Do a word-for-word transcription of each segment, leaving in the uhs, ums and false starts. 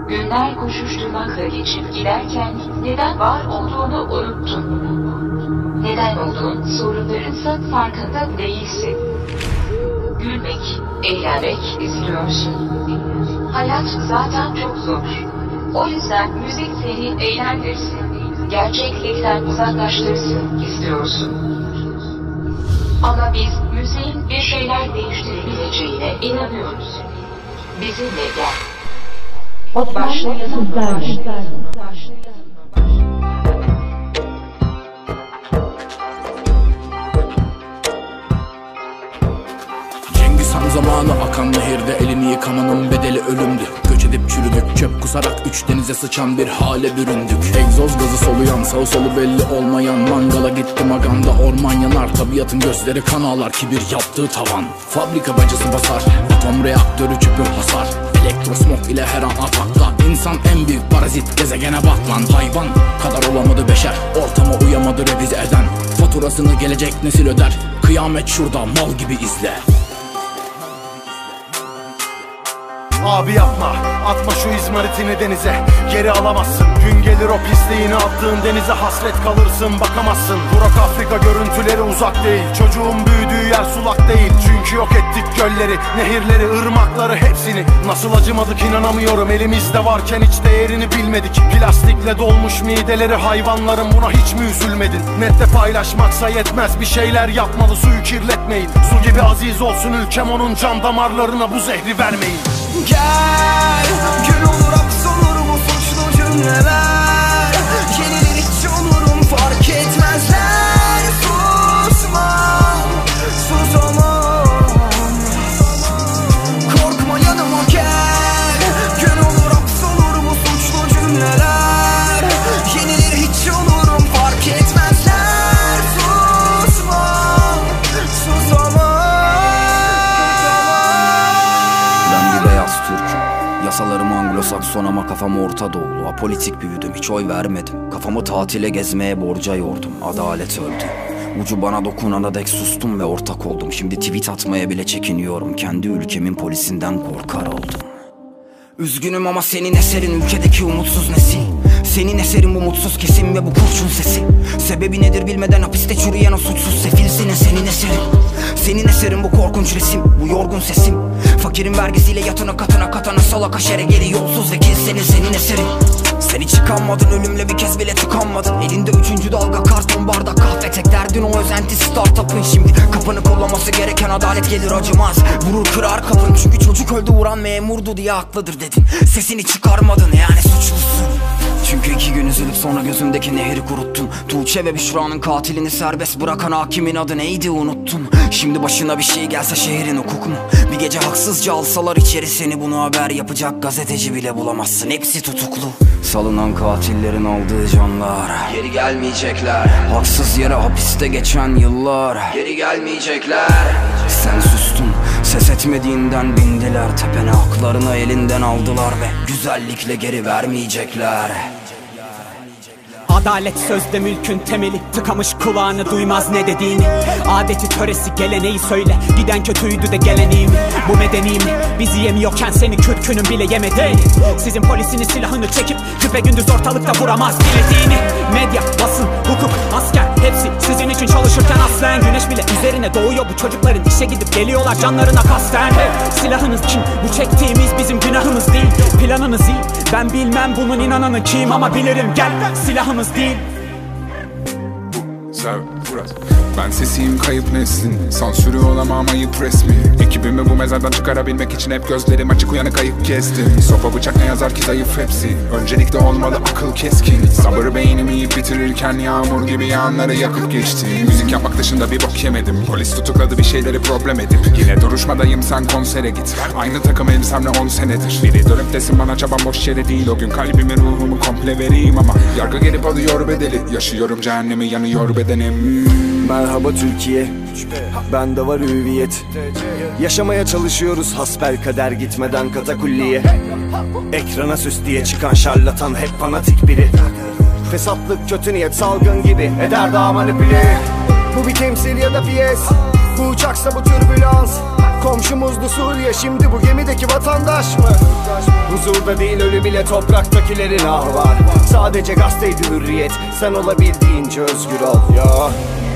Günler koşuşturmakla geçip giderken neden var olduğunu unuttun. Neden olduğun sorunlarınsa farkında değilsin. Gülmek, eğlenmek istiyorsun. Hayat zaten çok zor. O yüzden müzik seni eğlendirsin, gerçeklikten uzaklaştırsın istiyorsun. Ama biz müziğin bir şeyler değiştirebileceğine inanıyoruz. Bizimle gel. Başlayalım. Başlayalım. Zamanı akan nehirde elini yıkamanın bedeli ölümdü. Göç edip çürüdük, çöp kusarak üç denize sıçan bir hale büründük. Egzoz gazı soluyan, sağı solu belli olmayan. Mangala gittim aganda, orman yanar. Tabiatın gözleri kan ağlar, kibir yaptığı tavan. Fabrika bacası basar, atom reaktörü çöpü hasar. Elektrosmog ile her an atakta. İnsan en büyük parazit, gezegene bak lan. Hayvan kadar olamadı beşer, ortama uyamadı revize eden. Faturasını gelecek nesil öder. Kıyamet şurada, mal gibi izle. Abi yapma, atma şu izmaritini denize. Geri alamazsın, gün gelir o pisliğini attığın denize hasret kalırsın, bakamazsın. Burak Afrika görüntüleri uzak değil, çocuğun büyüdüğü yer sulak değil. Çünkü yok ettik gölleri, nehirleri, ırmakları hepsini. Nasıl acımadık inanamıyorum, elimizde varken hiç değerini bilmedik. Plastikle dolmuş mideleri hayvanların, buna hiç mi üzülmedin? Nette paylaşmaksa yetmez, bir şeyler yapmalı, suyu kirletmeyin. Su gibi aziz olsun ülkem, onun can damarlarına bu zehri vermeyin. Gel, gün olur hapsolur bu suçlu cümleler. Yenilir hiç olurum fark etmezler. Susmam, susamam. Korkma yanıma gel. Gün olur hapsolur bu suçlu cümleler. Yenilir hiç olurum fark etmezler. Susmam, susamam. Yasalarım Anglo-Sakson ama kafam Orta Doğulu. Apolitik büyüdüm, hiç oy vermedim. Kafamı tatile gezmeye borca yordum. Adalet öldü. Ucu bana dokunana dek sustum ve ortak oldum. Şimdi tweet atmaya bile çekiniyorum. Kendi ülkemin polisinden korkar oldum. Üzgünüm ama senin eserin ülkedeki umutsuz nesil. Senin eserin bu mutsuz kesim ve bu kurşun sesi. Sebebi nedir bilmeden hapiste çürüyen o suçsuz sefilsinin senin eserin. Senin eserin bu korkunç resim, bu yorgun sesim. Fakirin vergisiyle yatına katına katana salak aşere geri yolsuz vekil senin senin eserin. Sen hiç çıkanmadın, ölümle bir kez bile tıkanmadın. Elinde üçüncü dalga karton bardak kahve tek derdin o özenti startup'ın. Şimdi kapını kollaması gereken adalet gelir acımaz. Vurur kırar kapın çünkü çocuk öldü vuran memurdu diye haklıdır dedin. Sesini çıkarmadın yani suçlusun. Çünkü iki gün üzülüp sonra gözümdeki nehri kuruttun. Tuğçe ve Büşra'nın katilini serbest bırakan hakimin adı neydi unuttun. Şimdi başına bir şey gelse şehrin hukuk mu? Bir gece haksızca alsalar içeri seni, bunu haber yapacak gazeteci bile bulamazsın. Hepsi tutuklu. Salınan katillerin aldığı canlar geri gelmeyecekler. Haksız yere hapiste geçen yıllar geri gelmeyecekler. Sen sustun, ses etmediğinden bindiler tepene. Haklarını elinden aldılar ve güzellikle geri vermeyecekler. Adalet sözde mülkün temeli, tıkamış kulağını duymaz ne dediğini. Adeti töresi geleneği söyle, giden kötüydü de geleneği mi? Bu medeni mi? Bizi yemiyorken seni kürkünün bile yemediğini. Sizin polisiniz silahını çekip küpe gündüz ortalıkta vuramaz bilediğini. Medya, basın, hukuk, asker hepsi sizin için çalışırken aslen. Güneş bile üzerine doğuyor bu çocukların, işe gidip geliyorlar canlarına kasten. Hey, silahınız kim? Bu çektiğimiz bizim günahımız değil. Planınız iyi, ben bilmem bunun inananı kim ama bilirim gel, silahımız değil. Sev, Fırat. Ben sesiyim kayıp neslin, sansürü olamam ayıp resmi. Ekibimi bu mezardan çıkarabilmek için hep gözlerim açık uyanık ayıp kestim. Sopa bıçak ne yazar ki zayıf hepsi. Öncelikle olmalı akıl keskin. Sabır beynimi yiyip bitirirken yağmur gibi yağanları yakıp geçti. Müzik yapmak dışında bir bok yemedim. Polis tutukladı bir şeyleri problem edip. Yine duruşmadayım sen konsere git. Aynı takım elbisemle on senedir. Biri dönüp desin bana çabam boş yere değil. O gün kalbimi ruhumu komple vereyim ama yargı gelip alıyor bedeli. Yaşıyorum cehennemi yanıyor bedenim. Merhaba Türkiye, bende var hüviyet. Yaşamaya çalışıyoruz hasbelkader gitmeden katakulliye. Ekrana süs diye çıkan şarlatan hep fanatik biri. Fesatlık kötü niyet salgın gibi eder daha manipüle. Bu bir temsil ya da piyes, bu uçaksa bu türbülans. komşumuzdu Suriye, şimdi bu gemideki vatandaş mı? Huzurda değil ölü bile topraktakilerin ahı var. Sadece gazeteydi hürriyet, sen olabildiğince özgür ol ya.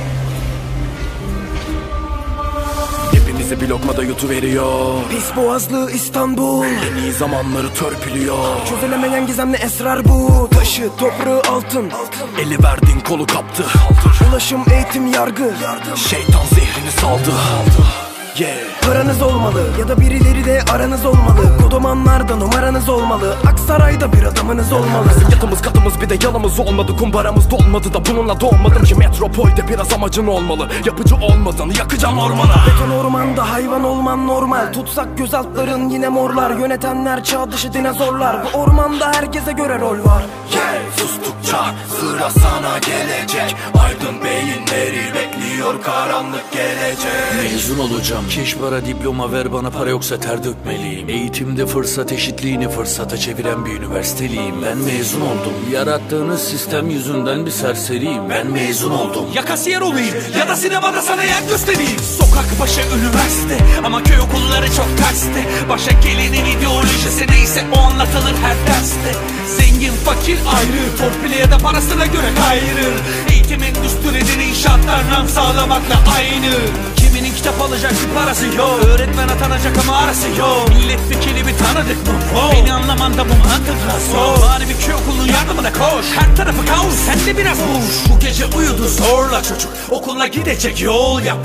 Hepimizi bir lokmada yutuveriyor Pis boğazlı İstanbul, en iyi zamanları törpülüyor. çözülemeyen gizemli esrar bu. Taşı, toprağı, altın, Eli verdin kolu kaptı. ulaşım, eğitim, yargı. Şeytan zehrini saldı. Yeah. Paranız olmalı ya da birileri de aranız olmalı. Kodomanlarda numaranız olmalı. Aksaray'da bir adamınız olmalı. Bizim yatımız katımız bir de yanımız olmadı. Kumbaramız dolmadı da bununla doğmadım ki metropolde biraz amacın olmalı. Yapıcı olmadın yakacaksın ormana. Beton ormanda hayvan olman normal. Tutsak gözaltların yine morlar. Yönetenler çağ dışı dinozorlar. Bu ormanda herkese göre rol var. Yeah. Sustukça sıra sana gelecek. Aydın beyinleri bekliyor karanlık gelecek. Mezun olacağım, keş para diploma ver bana, para yoksa ter dökmeliyim. Eğitimde fırsat eşitliğini fırsata çeviren bir üniversiteliyim. Ben mezun oldum, yarattığınız sistem yüzünden bir serseriyim. Ben mezun oldum. Ya kasiyer olayım ya da sinemada sana yer göstereyim. Sokak başı üniversite ama köy okulları çok terste. Başa gelenin ideolojisi neyse o anlatılır her derste. Zengin fakir ayrı, torpili ya da parasına göre kayırır. Eğitim endüstrileri inşaatlar nam sağlamakla aynı. Kiminin kitap alacak bir parası yok, öğretmen atanacak ama arası yok. Milletvekili bir tanıdık mı? Oh. Beni anlamanda bu mantıkla zor. Bari bir köy okulunun yardımına koş. Her tarafı kaos, sen de biraz boş. Bu gece uyudu zorla çocuk, okula gidecek yol yap.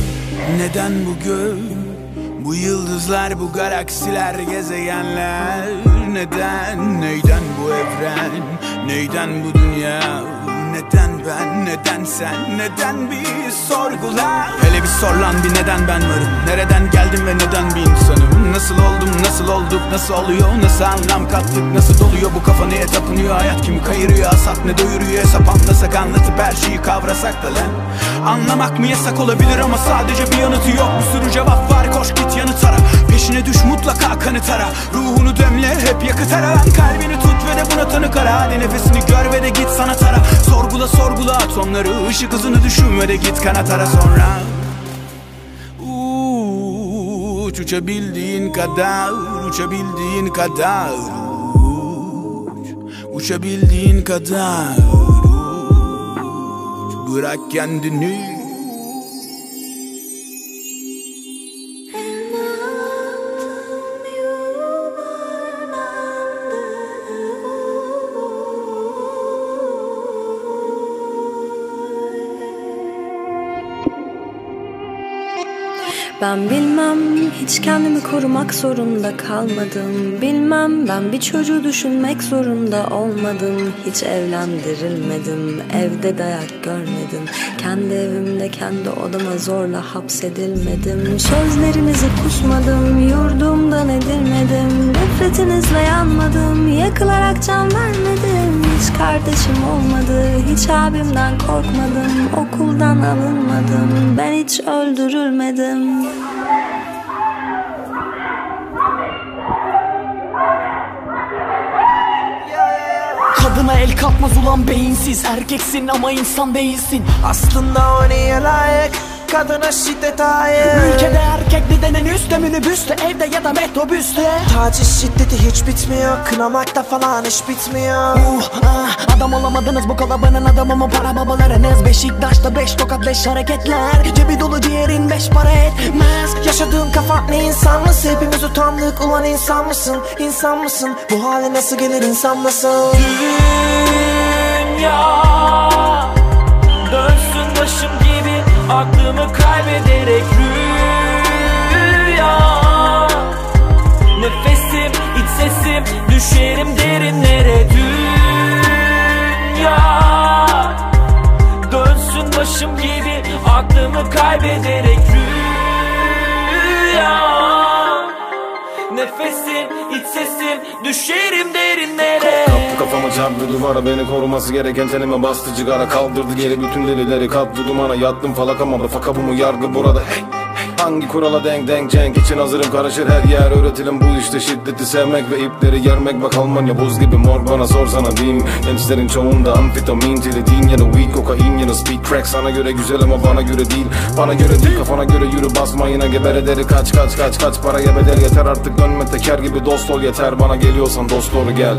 Neden bu göl, bu yıldızlar, bu galaksiler, gezegenler? Neden, neyden bu evren, neyden bu dünya? Neden ben, neden sen, neden bir sorgula? Hele bir sor lan bir neden ben varım? Nereden geldim ve neden bir insanım? Nasıl oldum, nasıl olduk, nasıl oluyor? Nasıl anlam kattık, nasıl doluyor bu kafa, neye tapınıyor? Hayat kimi kayırıyor, asat ne doyuruyor? Hesap anlasak, anlatıp her şeyi kavrasak da lan. Anlamak mı yasak olabilir ama sadece bir yanıtı yok. Bir sürü cevap var, koş git yanıt ara. Peşine düş mutlaka kanıt ara. Ruhunu demle hep yakıt ara. Kalbini tut ve de buna tanık ara. Hadi nefesini gör ve de git sanat ara. Sorgula sorgula atomları, ışık hızını düşün ve de git kanat ara sonra. Uç uçabildiğin kadar, uçabildiğin kadar uç, uçabildiğin kadar uç, bırak kendini. Ben bilmem, hiç kendimi korumak zorunda kalmadım. Bilmem, ben bir çocuğu düşünmek zorunda olmadım. Hiç evlendirilmedim, evde dayak görmedim. Kendi evimde, kendi odama zorla hapsedilmedim. Sözlerinizi kusmadım, yurdumdan edilmedim. Nefretinizle yanmadım, yakılarak can vermedim. Hiç kardeşim olmadı, hiç abimden korkmadım. Okuldan alınmadım, ben hiç öldürülmedim. Kadına el kalkmaz ulan beyinsiz. Erkeksin ama insan değilsin. Aslında o niye layık? Kadına şiddet hayır. Ülkede erkek denen üstte, minibüste, evde ya da metrobüste. Taciz şiddeti hiç bitmiyor. Kınamakta falan hiç bitmiyor. uh, ah, Adam olamadınız bu kalabalığın adamı mı para babalarınız? Beşiktaş'ta beş tokat beş hareketler. Cebi dolu diğerin beş para etmez. Yaşadığın kafa ne insan mısın? Hepimiz utandık ulan, insan mısın? İnsan mısın? Bu hale nasıl gelir, insan nasıl? Dünya dönsün başım gibi, aklımı kaybederek rüya. Nefesim, iç sesim, düşerim derinlere. Dünya dönsün başım gibi, aklımı kaybederek rüya. Nefesim, iç sesim, düşerim derinlere. Kapı kafama çarptı duvara, beni koruması gereken tenime bastı cigara. Kaldırdı geri bütün delileri, kattı dumana. Yattım falak ama faka bu mu yargı burada? Hey, hey. Hangi kurala denk denk cenk için hazırım, karışır her yer. Öğretilim bu işte şiddeti sevmek ve ipleri germek. Bak Almanya buz gibi mor, bana sorsana değil mi? Gençlerin çoğunda amfetamin, tiridin ya da weed, kokain ya da speed crack. Sana göre güzel ama bana göre değil. Bana göre değil, kafana göre yürü, basma yine geber ederi. Kaç kaç kaç kaç paraya bedel yeter artık, dönme teker gibi dost ol yeter. Bana geliyorsan dost doğru gel.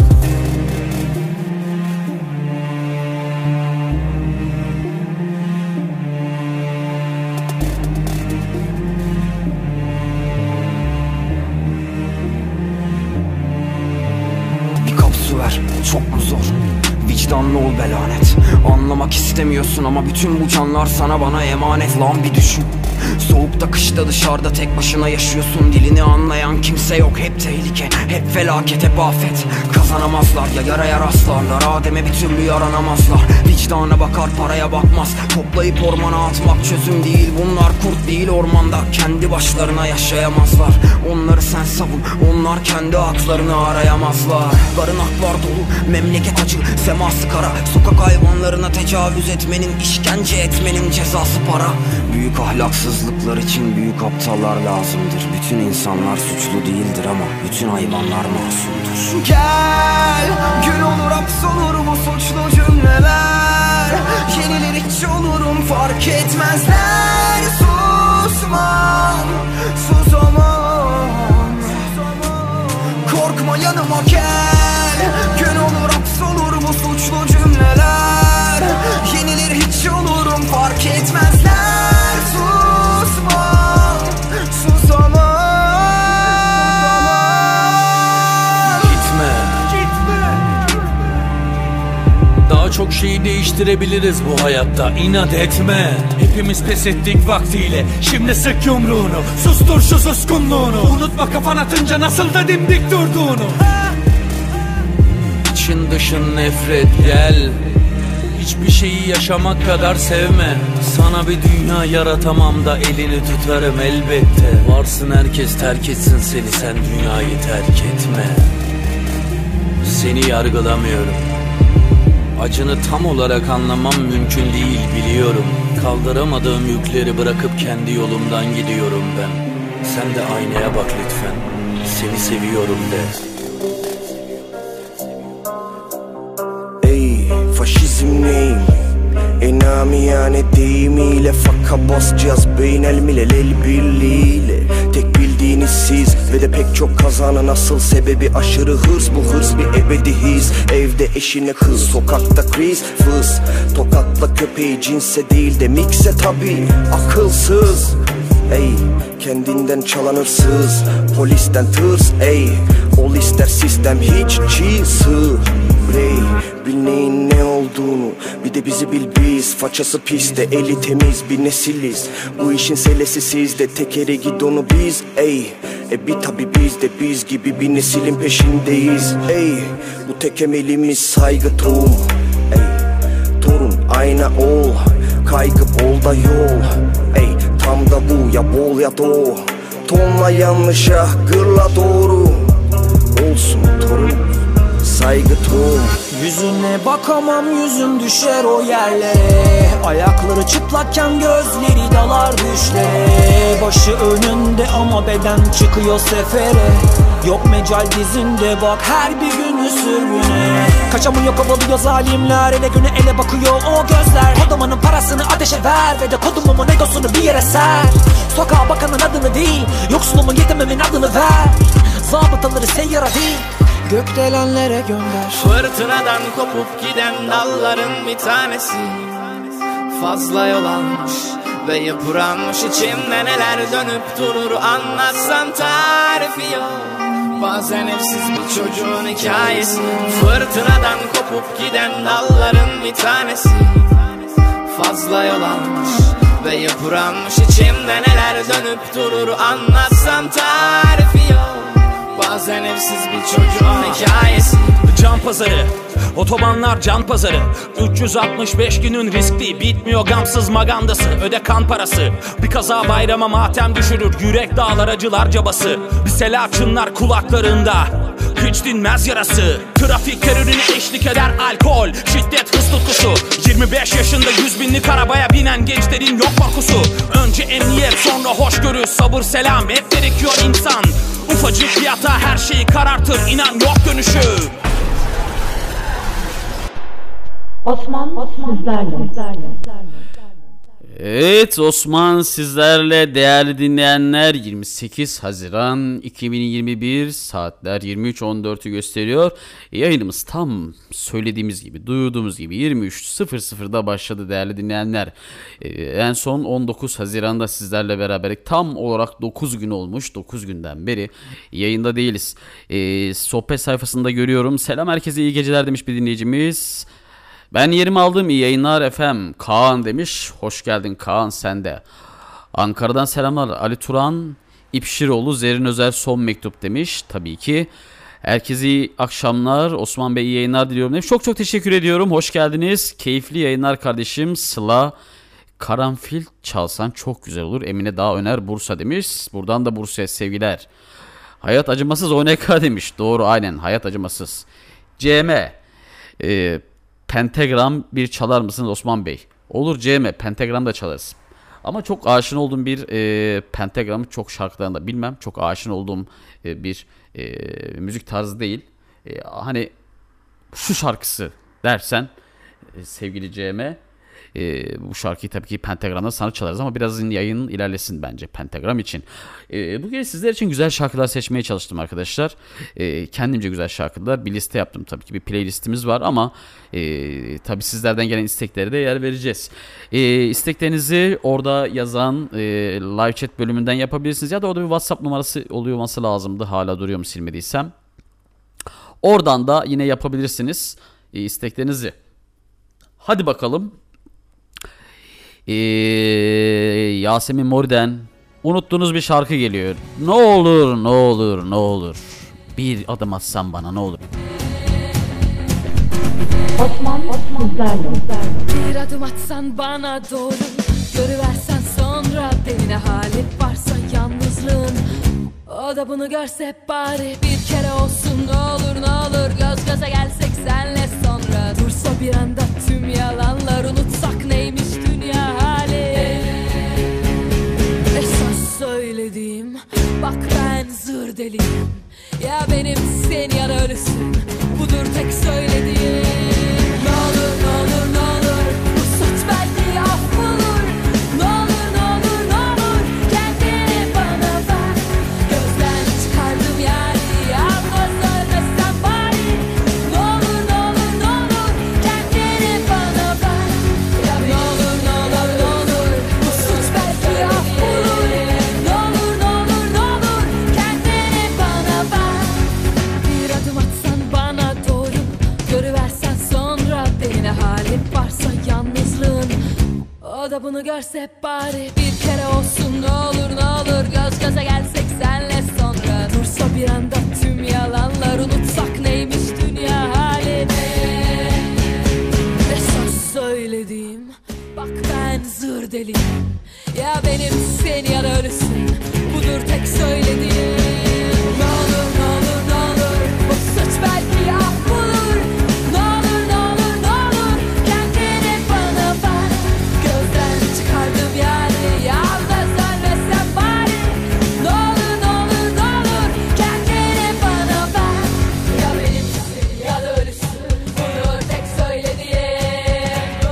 Ver, çok mu zor? Vicdanlı ol be lanet. Anlamak istemiyorsun ama bütün bu canlar sana bana emanet. Lan bir düşün, soğukta kışta dışarıda tek başına yaşıyorsun. Dilini anlayan kimse yok, hep tehlike, hep felaket, hep afet. Kazanamazlar ya yaraya rastlarlar, Adem'e bir türlü yaranamazlar. Vicdana bakar paraya bakmaz, toplayıp ormana atmak çözüm değil. Bunlar kurt değil ormanda, kendi başlarına yaşayamazlar. Onları sen savun, onlar kendi haklarını arayamazlar. Barınaklar dolu, memleket acı, seması kara. Sokak hayvanlarına tecavüz etmenin, işkence etmenin cezası para. Büyük ahlaksızlıklar için büyük aptallar lazımdır. Bütün insanlar suçlu değildir ama bütün hayvanlar masumdur. Gel, gün olur hapsolur bu suçlu cümleler. Yenilir hiç olurum fark etmezler. Susmam, susamam. Korkma yanıma gel, gün olur hapsolur bu suçlu cümleler. Yenilir hiç olurum fark etmezler. Susmam, susamam. Gitme, gitme. Daha çok şeyi değiştirebiliriz bu hayatta, inat etme. Hepimiz pes ettik vaktiyle, şimdi sık yumruğunu. Sustur şu suskunluğunu, unutma kafan atınca nasıl da dimdik durduğunu. İçin dışın nefret, gel. Hiçbir şeyi yaşamak kadar sevme. Sana bir dünya yaratamam da elini tutarım elbette. Varsın herkes terk etsin seni, sen dünyayı terk etme. Seni yargılamıyorum, acını tam olarak anlamam mümkün değil biliyorum. Kaldıramadığım yükleri bırakıp kendi yolumdan gidiyorum ben. Sen de aynaya bak lütfen, seni seviyorum de. Ey faşizm neyim? Enamiyane deyimiyle faka basacağız beyin el milel el birliğiyle. Tek bildiğiniz siz ve de pek çok kazanın asıl sebebi aşırı hırs. Bu hırs bir ebedi his. Evde eşine kız, sokakta kriz fıs. Tokatla köpeği cinse değil de mikse tabi akılsız. Ey kendinden çalan hırsız, polisten tırs ey. Ol ister sistem hiç çiğ sığ. Rey bil neyin ne olduğunu, bir de bizi bil biz. Façası piste eli temiz bir nesiliz. Bu işin selesi sizde, tekeri gidonu biz ey. E bir tabi biz de biz gibi bir neslin peşindeyiz ey. Bu tek emelimiz saygı tohum ey. Torun ayna ol, kaygı bol da yol ey. Tam da bu ya bol ya doğu, tonla yanlışa gırla doğru. Olsun torun saygı tohum. Yüzüne bakamam, yüzüm düşer o yerlere. Ayakları çıplakken gözleri dalar düşlere. Başı önünde ama beden çıkıyor sefere. Yok mecal dizinde bak her bir günü sürgüne. Kaçamıyor kovalıyor zalimler, ele güne ele bakıyor o gözler. Kodumunun parasını ateşe ver ve de kodumumun egosunu bir yere ser. Sokağa bakanın adını değil, yoksulumun yetimemin adını ver. Zabıtaları seyyara değil, gökdelenlere gönder. Fırtınadan kopup giden dalların bir tanesi fazla yol almış ve yıpranmış. İçimde neler dönüp durur anlatsam tarifi yok. Bazen evsiz bir çocuğun hikayesi. Fırtınadan kopup giden dalların bir tanesi fazla yol almış ve yıpranmış. İçimde neler dönüp durur anlatsam tarifi yok. Bazen evsiz bir çocuğun hikayesi. Can pazarı, otobanlar can pazarı. Üç yüz altmış beş günün riskli, bitmiyor gamsız magandası. Öde kan parası, bir kaza bayrama matem düşürür. Yürek dağlar acılar cabası, bir sela çınlar kulaklarında. hiç dinmez yarası. Trafik terörüne eşlik eder alkol, şiddet hız tutkusu. Yirmi beş yaşında yüz binlik arabaya binen gençlerin yok korkusu. Önce emniyet sonra hoşgörü, sabır selam hep gerekiyor insan. Ufacık fiyata her şeyi karartır, inan yok dönüşü. Osman, Osman sizlerle. Evet, Osman sizlerle değerli dinleyenler. Yirmi sekiz Haziran iki bin yirmi bir, saatler yirmi üç on dört'ü gösteriyor. Yayınımız tam söylediğimiz gibi, duyduğumuz gibi yirmi üç sıfır sıfır'da başladı değerli dinleyenler. Ee, en son on dokuz Haziran'da sizlerle beraber tam olarak dokuz gün olmuş. dokuz günden beri yayında değiliz. Ee, sohbet sayfasında görüyorum. Selam herkese, iyi geceler demiş bir dinleyicimiz. Ben yerimi aldım, iyi yayınlar efendim. Kaan demiş. Hoş geldin Kaan, sen de. Ankara'dan selamlar. Ali Turan İpşiroğlu Zerrin Özer son mektup demiş. Tabii ki. Herkese iyi akşamlar. Osman Bey iyi yayınlar diliyorum demiş. Çok çok teşekkür ediyorum. Hoş geldiniz. Keyifli yayınlar kardeşim. Sıla Karanfil çalsan çok güzel olur. Emine Dağ Öner Bursa demiş. Buradan da Bursa'ya sevgiler. Hayat acımasız O N K demiş. Doğru, aynen, hayat acımasız. C M Eee Pentagram bir çalar mısınız Osman Bey? Olur C M, Pentagram da çalarız. Ama çok aşina olduğum bir e, Pentagram'ı çok şarkılarında bilmem. Çok aşina olduğum e, bir e, müzik tarzı değil. E, hani şu şarkısı dersen e, sevgili C M, e, bu şarkıyı tabii ki Pentagram'da sana çalarız ama biraz yayın ilerlesin bence Pentagram için. E, bu gece sizler için güzel şarkılar seçmeye çalıştım arkadaşlar. E, kendimce güzel şarkılar. Bir liste yaptım tabii ki, bir playlistimiz var ama e, tabii sizlerden gelen isteklere de yer vereceğiz. E, isteklerinizi orada yazan e, live chat bölümünden yapabilirsiniz ya da orada bir WhatsApp numarası oluyor olması lazımdı. Hala duruyor mu silmediysem. Oradan da yine yapabilirsiniz e, isteklerinizi. Hadi bakalım. Ee, Yasemin Mori'den unuttuğunuz bir şarkı geliyor. Ne olur ne olur ne olur bir adım atsan bana, ne olur. Osman, Osman sizlerle. Bir adım atsan bana doğru, görüversen sonra beni, ne hali varsa yalnızlığın. O da bunu görse bari bir kere olsun, ne olur ne olur göz göze gelsek senle sonra. Dursa bir anda tüm yalanlar, unutsak neymiş dünya hali. Esas söylediğim, bak ben zır deliyim. Ya benim sen ya da ölüsün, budur tek söylediğim. Ne olur ne olur ne olur, bu suç belki af bulur. Ne olur ne olur ne olur, kendini bana ver. Gözden çıkardım yani, yalnız ölmesen bari. Ne olur ne olur ne olur, kendini bana ver. Ya ne olur ne olur ne olur, bu suç belki af bulur. Ne olur ne olur ne olur, kendini bana ver. Bir adım atsan bana doğru, görüversen sonra beni, ne halin varsa yalnızlığın. O da bunu görse bari bir kere olsun, ne olur ne olur göz göze gelsek senle sonra. Dursa bir anda tüm yalanlar, unutsak neymiş dünya hali. Esas söylediğim, bak ben zır deliyim. Ya benim sen ya da ölüsün, budur tek söylediğim. Ne olur ne olur ne olur, bu suç belki af bulur. Ne olur ne olur ne olur, kendini bana ver. Gözden çıkardım yani, yalnız ölmesen bari. Ne olur ne olur ne olur, kendini bana ver. Ya benimsin ya da ölüsün, budur tek söylediğim.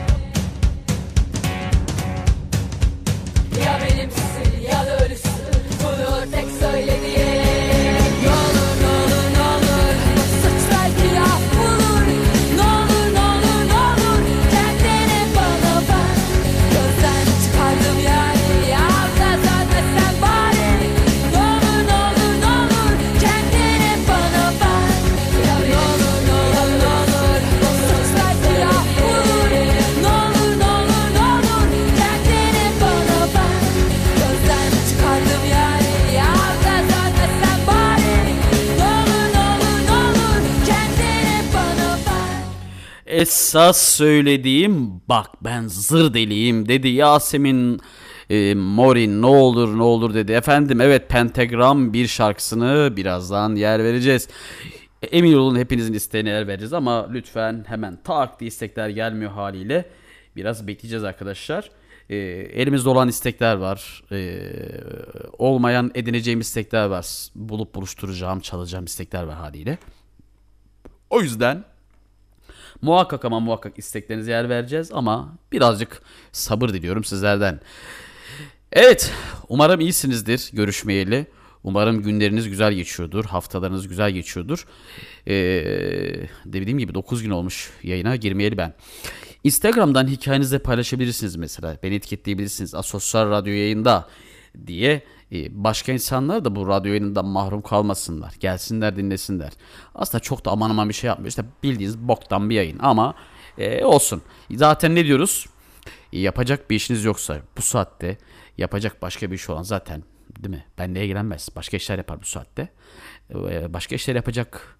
Ya benimsin ya da ölüsün, budur tek söylediğim. Ne olur ne olur ne olur, suç belki af bulur. Ne olur ne olur ne olur, kendini bana ver. Gözden çıkardım yani, yalnız ölmesen bari. Ne olur ne olur ne olur, kendini bana ver. Ya ne olur ne olur ne olur, suç belki af bulur. Ne olur ne olur ne olur, kendini bana ver. Gözden çıkardım yani, yalnız ölmesen bari. Ne olur ne olur ne olur, kendini bana ver. Esas söylediğim, bak ben zır deliyim dedi Yasemin e, e, Mori ne olur ne olur dedi. Efendim evet, Pentagram bir şarkısını birazdan yer vereceğiz. Emin olun hepinizin isteğine yer vereceğiz ama lütfen hemen tak diye istekler gelmiyor haliyle. Biraz bekleyeceğiz arkadaşlar. E, elimizde olan istekler var. E, olmayan edineceğim istekler var. Bulup buluşturacağım, çalacağım istekler var haliyle. O yüzden muhakkak ama muhakkak isteklerinize yer vereceğiz ama birazcık sabır diliyorum sizlerden. Evet, umarım iyisinizdir görüşmeyeli. Umarım günleriniz güzel geçiyordur, haftalarınız güzel geçiyordur. Ee, dediğim gibi dokuz gün olmuş yayına girmeyeli ben. Instagram'dan hikayenizle paylaşabilirsiniz mesela. Beni etiketleyebilirsiniz. Asosyal Radyo Yayında diye. Başka insanlar da bu radyo yayınından mahrum kalmasınlar. Gelsinler, dinlesinler. Aslında çok da aman aman bir şey yapmıyor. İşte bildiğiniz boktan bir yayın ama e, olsun. Zaten ne diyoruz? E, yapacak bir işiniz yoksa bu saatte yapacak başka bir iş olan zaten, değil mi? Benle ilgilenmez. Başka işler yapar bu saatte. E, başka işler yapacak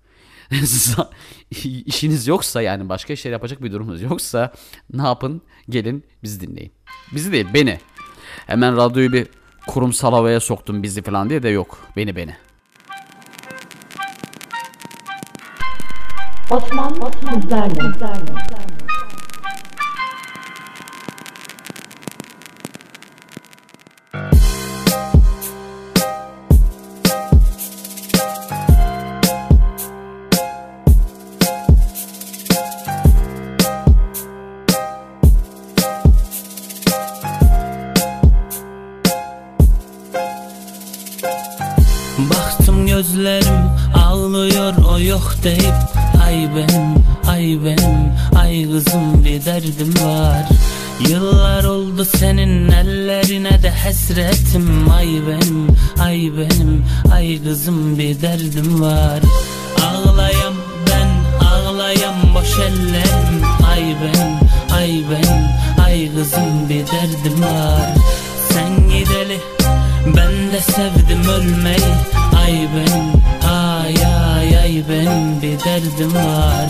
işiniz yoksa, yani başka işler yapacak bir durumunuz yoksa ne yapın? Gelin bizi dinleyin. Bizi değil, beni. Hemen radyoyu bir kurumsal havaya soktum bizi falan diye de yok. Beni beni. Osman sizlerle. Baktım gözlerim ağlıyor o yok deyip, ay benim, ay benim, ay kızım bir derdim var. Yıllar oldu senin ellerine de hasretim, ay benim, ay benim, ay kızım bir derdim var. Ağlayam ben, ağlayam boş ellerim, ay benim, ay benim, ay kızım bir derdim var. Sen gideli ben de sevdim ölmeyi, ay benim, ay ay ay benim bir derdim var.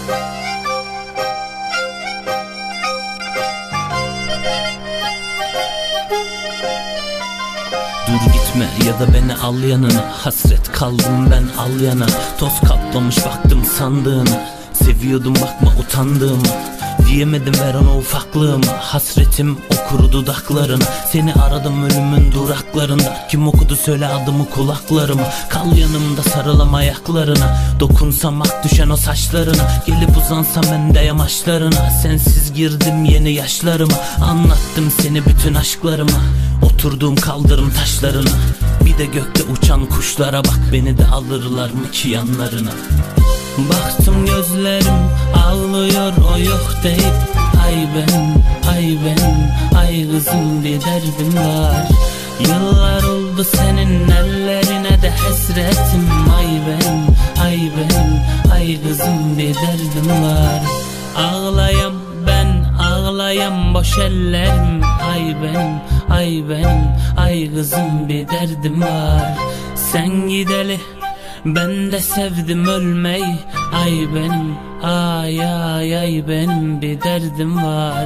Dur gitme ya da beni al yanına, hasret kaldım ben al yana. Toz kaplamış baktım sandığına, seviyordum bakma utandığımı. Diyemedim ver ona ufaklığımı, hasretim o kuru dudaklarına. Seni aradım ölümün duraklarında, kim okudu söyle adımı kulaklarıma. Kal yanımda sarılam ayaklarına, dokunsam ak düşen o saçlarına. Gelip uzansam ben de yamaçlarına, sensiz girdim yeni yaşlarıma. Anlattım seni bütün aşklarıma, oturduğum kaldırım taşlarına. Bir de gökte uçan kuşlara bak, beni de alırlar mı ki yanlarına. Baktım gözlerim ağlıyor o yok deyip, ay benim, ay benim, ay kızım bir derdim var. Yıllar oldu senin ellerine de hasretim, ay benim, ay benim, ay kızım bir derdim var. Ağlayam ben, ağlayam boş ellerim, ay benim, ay benim, ay kızım bir derdim var. Sen gideli ben de sevdim ölmeyi, ay benim, ay ay ay benim bir derdim var.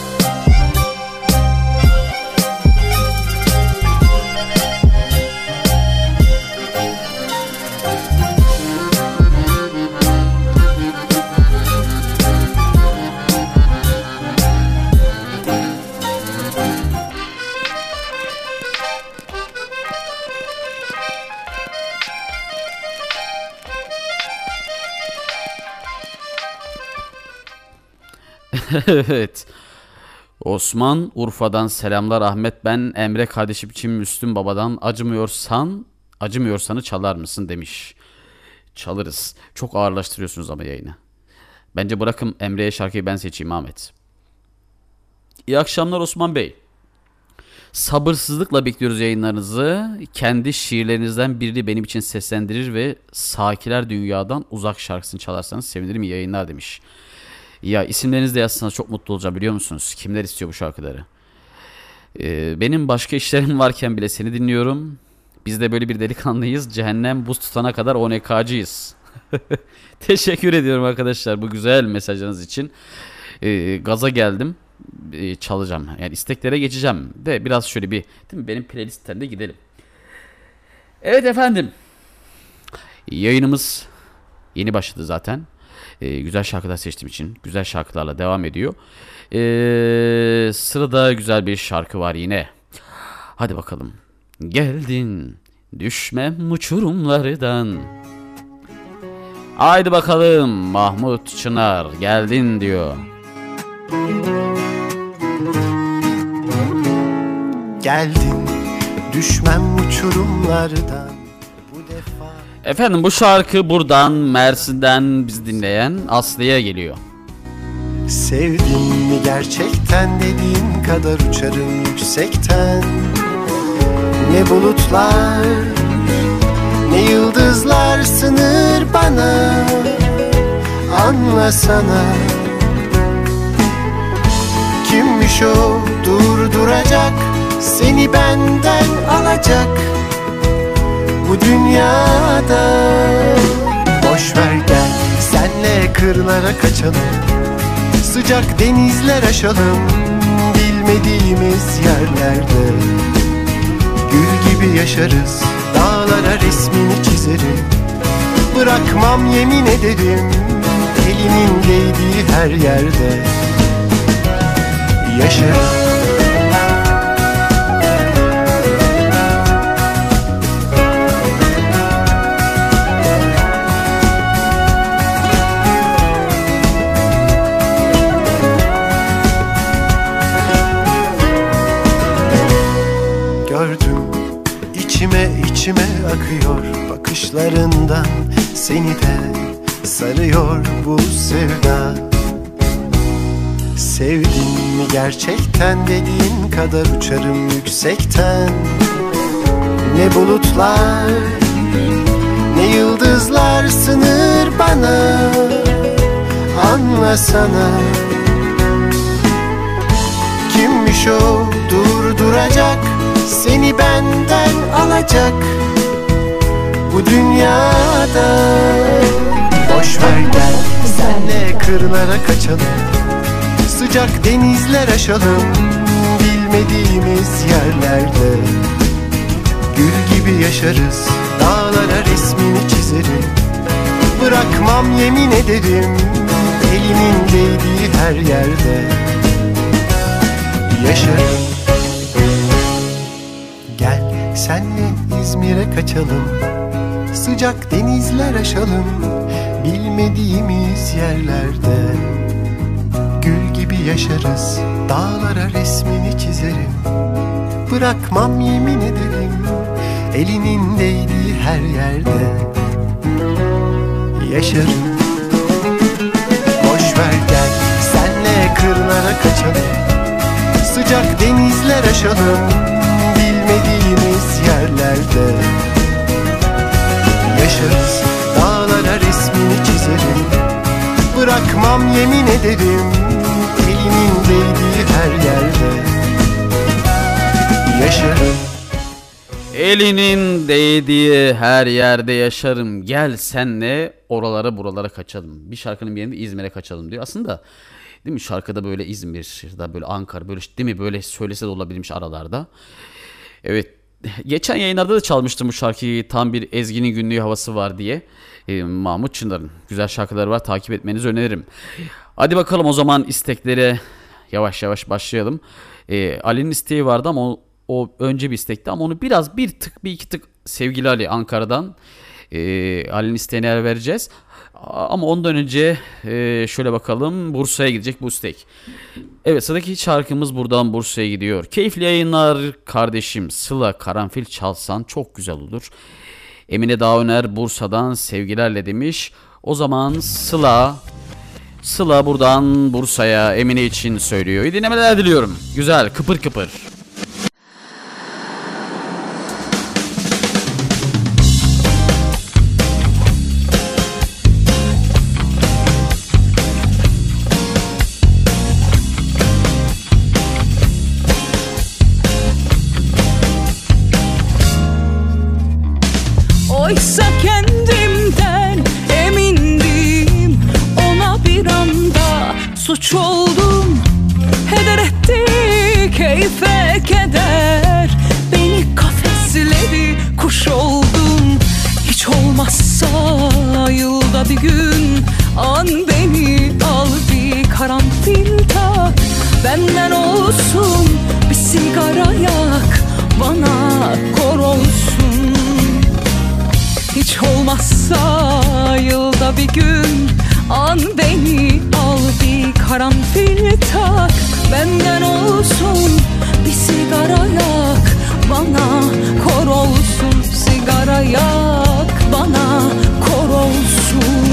Evet. Osman Urfa'dan selamlar Ahmet, ben Emre kardeşim için Müslüm Baba'dan acımıyorsan acımıyorsanı çalar mısın demiş. Çalarız. Çok ağırlaştırıyorsunuz ama yayını. Bence bırakın Emre'ye şarkıyı ben seçeyim Ahmet. İyi akşamlar Osman Bey. Sabırsızlıkla bekliyoruz yayınlarınızı. Kendi şiirlerinizden birini benim için seslendirir ve Sakiler Dünya'dan Uzak şarkısını çalarsanız sevinirim, iyi yayınlar demiş. Ya isimlerinizi de yazsanız çok mutlu olacağım, biliyor musunuz? Kimler istiyor bu şarkıları? Ee, benim başka işlerim varken bile seni dinliyorum. Biz de böyle bir delikanlıyız. Cehennem buz tutana kadar on E K'cıyız. Teşekkür ediyorum arkadaşlar bu güzel mesajınız için. Ee, gaza geldim. e, çalacağım. Yani isteklere geçeceğim de biraz şöyle bir, değil mi? Benim playlistlerinde gidelim. Evet efendim. Yayınımız yeni başladı zaten. Ee, güzel şarkılar seçtiğim için güzel şarkılarla devam ediyor. Ee, sırada güzel bir şarkı var yine. Hadi bakalım. Geldin düşmem uçurumlardan. Haydi bakalım Mahmut Çınar geldin diyor. Geldin düşmem uçurumlardan. Efendim bu şarkı buradan Mersin'den bizi dinleyen Aslı'ya geliyor. Sevdin mi gerçekten dediğin kadar uçarım yüksekten. Ne bulutlar ne yıldızlar sınır bana. Anlasana. Kimmiş o durduracak seni benden alacak bu dünyada. Boş ver gel senle kırlara kaçalım, sıcak denizler aşalım, bilmediğimiz yerlerde gül gibi yaşarız. Dağlara resmini çizerim, bırakmam yemin ederim, elimin değdiği her yerde yaşarım. Gördüm içime içime akıyor, bakışlarından seni de sarıyor bu sevda. Sevdin mi gerçekten dediğin kadar uçarım yüksekten. Ne bulutlar ne yıldızlar sınır bana. Anlasana. Kimmiş o durduracak seni benden alacak bu dünyada. Boş ver gel senle kırlara kaçalım, sıcak denizler aşalım, bilmediğimiz yerlerde gül gibi yaşarız. Dağlara resmini çizerim, bırakmam yemin ederim, elimin değdiği her yerde yaşarım. Gel senle İzmir'e kaçalım, sıcak denizler aşalım, bilmediğimiz yerlerde gül gibi yaşarız. Dağlara resmini çizerim, bırakmam yemin ederim, elinin değdiği her yerde yaşarım. Boş ver gel senle kırlara kaçalım, sıcak denizler aşalım, bilmediğimiz yerlerde yaşarız. Dağlara resmini çizerim, bırakmam yemin ederim, elimin değdiği her yerde yaşarım. Elinin değdiği her yerde yaşarım. Gel senle oralara buralara kaçalım. Bir şarkının bir yerinde İzmir'e kaçalım diyor. Aslında değil mi, şarkıda böyle İzmir ya da böyle Ankara böyle değil mi, böyle söylese de olabilirmiş aralarda. Evet, geçen yayınlarda da çalmıştım bu şarkıyı, tam bir Ezgi'nin günlüğü havası var diye. Ee, Mahmut Çınar'ın güzel şarkıları var, takip etmenizi öneririm. Hadi bakalım o zaman isteklere yavaş yavaş başlayalım. Ee, Ali'nin isteği vardı ama o, o önce bir istekti ama onu biraz bir tık bir iki tık sevgili Ali Ankara'dan e, Ali'nin isteğine yer vereceğiz. Ama ondan önce e, şöyle bakalım, Bursa'ya gidecek bu istek. Evet, sıradaki şarkımız buradan Bursa'ya gidiyor. Keyifli yayınlar kardeşim, Sıla Karanfil çalsan çok güzel olur. Emine Dağöner Bursa'dan sevgilerle demiş. O zaman Sıla Sıla buradan Bursa'ya Emine için söylüyor. İyi dinlemeler diliyorum. Güzel, kıpır kıpır. Oysa kendimden emindim, ona bir anda suç oldum. Heder Yılda bir gün an beni al, bir karanfil tak, benden olsun bir sigara yak, bana kor olsun. Hiç olmazsa yılda bir gün an beni al, bir karanfil tak, benden olsun bir sigara yak, bana kor olsun. Sigara yak, bana kor olsun.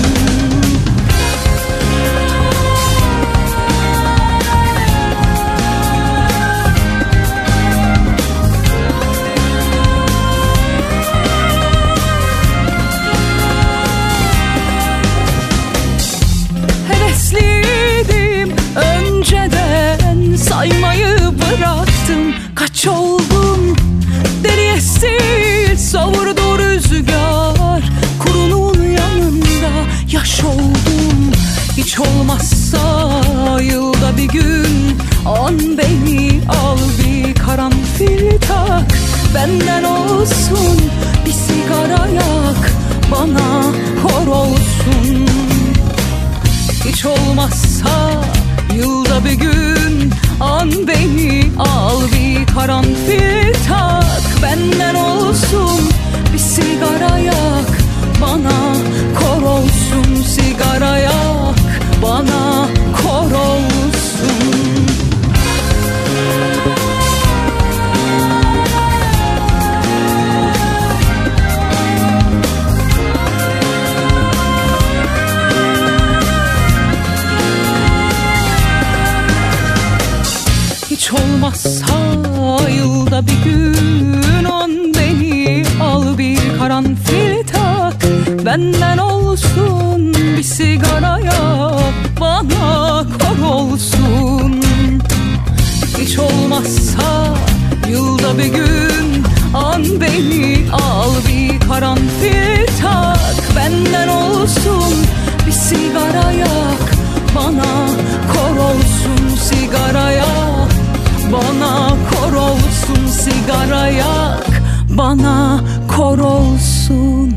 Hevesliydim önceden, saymayı bıraktım. Kaç oldum deli estil, savurdu rüzgar kurunun yanında, yaş oldum. Hiç olmazsa yılda bir gün an beni al, bir karanfil tak, benden olsun bir sigara yak, bana kor olsun. Hiç olmazsa yılda bir gün an beni al, bir karanfil tak, benden olsun bir sigara yak, bana kor olsun. Sigara yak, bana kor olsun. Hiç olmazsa yılda bir gün an beni al, bir karanfil tak, benden olsun bir sigara yak, bana kor olsun. Hiç olmazsa yılda bir gün an beni al, bir karanfil tak, benden olsun bir sigara yak, bana kor olsun. Sigara yak, bana kor olsun. Sigara yak, bana kor olsun.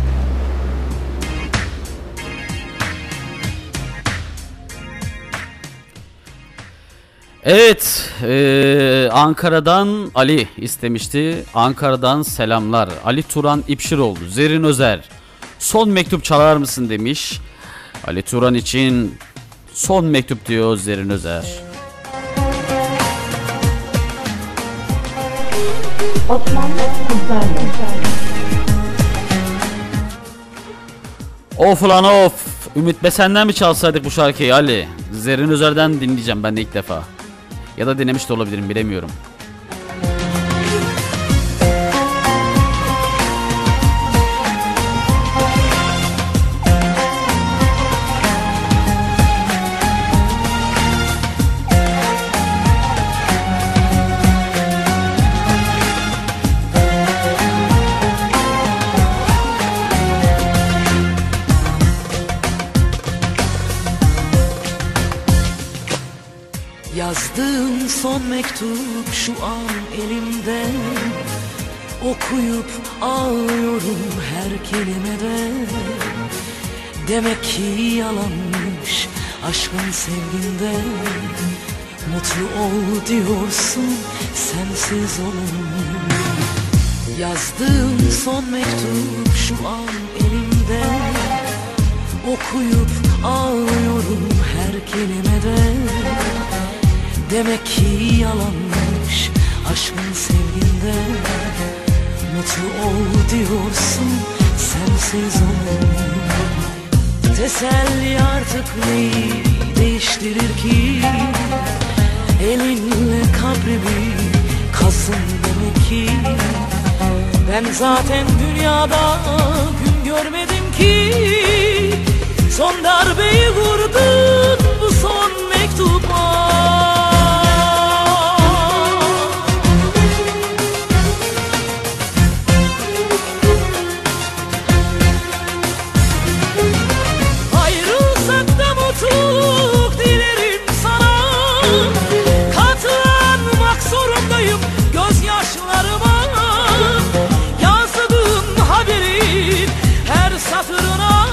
Evet, e, Ankara'dan Ali istemişti. Ankara'dan selamlar. Ali Turan İpşiroğlu, Zerrin Özer. Son mektup çalar mısın demiş. Ali Turan için son mektup diyor Zerrin Özer. Osman Kızlarlı. Of ulan of. Ümit Besen'den mi çalsaydık bu şarkıyı Ali? Zerrin Özer'den dinleyeceğim ben de ilk defa. Ya da dinlemiş de olabilirim, bilemiyorum. Yazdığım son mektup şu an elimde, okuyup ağlıyorum her kelimede. Demek ki yalanmış aşkın sevginde, mutlu ol diyorsun sensiz olur. Yazdığım son mektup şu an elimde, okuyup ağlıyorum her kelimede. Demek ki yalanmış aşkın sevginde, mutlu ol diyorsun sensiz olur. Teselli artık neyi değiştirir ki, elinle kabrimi kazın demek ki. Ben zaten dünyada gün görmedim ki, son darbeyi vurdun bu son mektuba. Gözyaşlarıma yazdığım haberin her satırına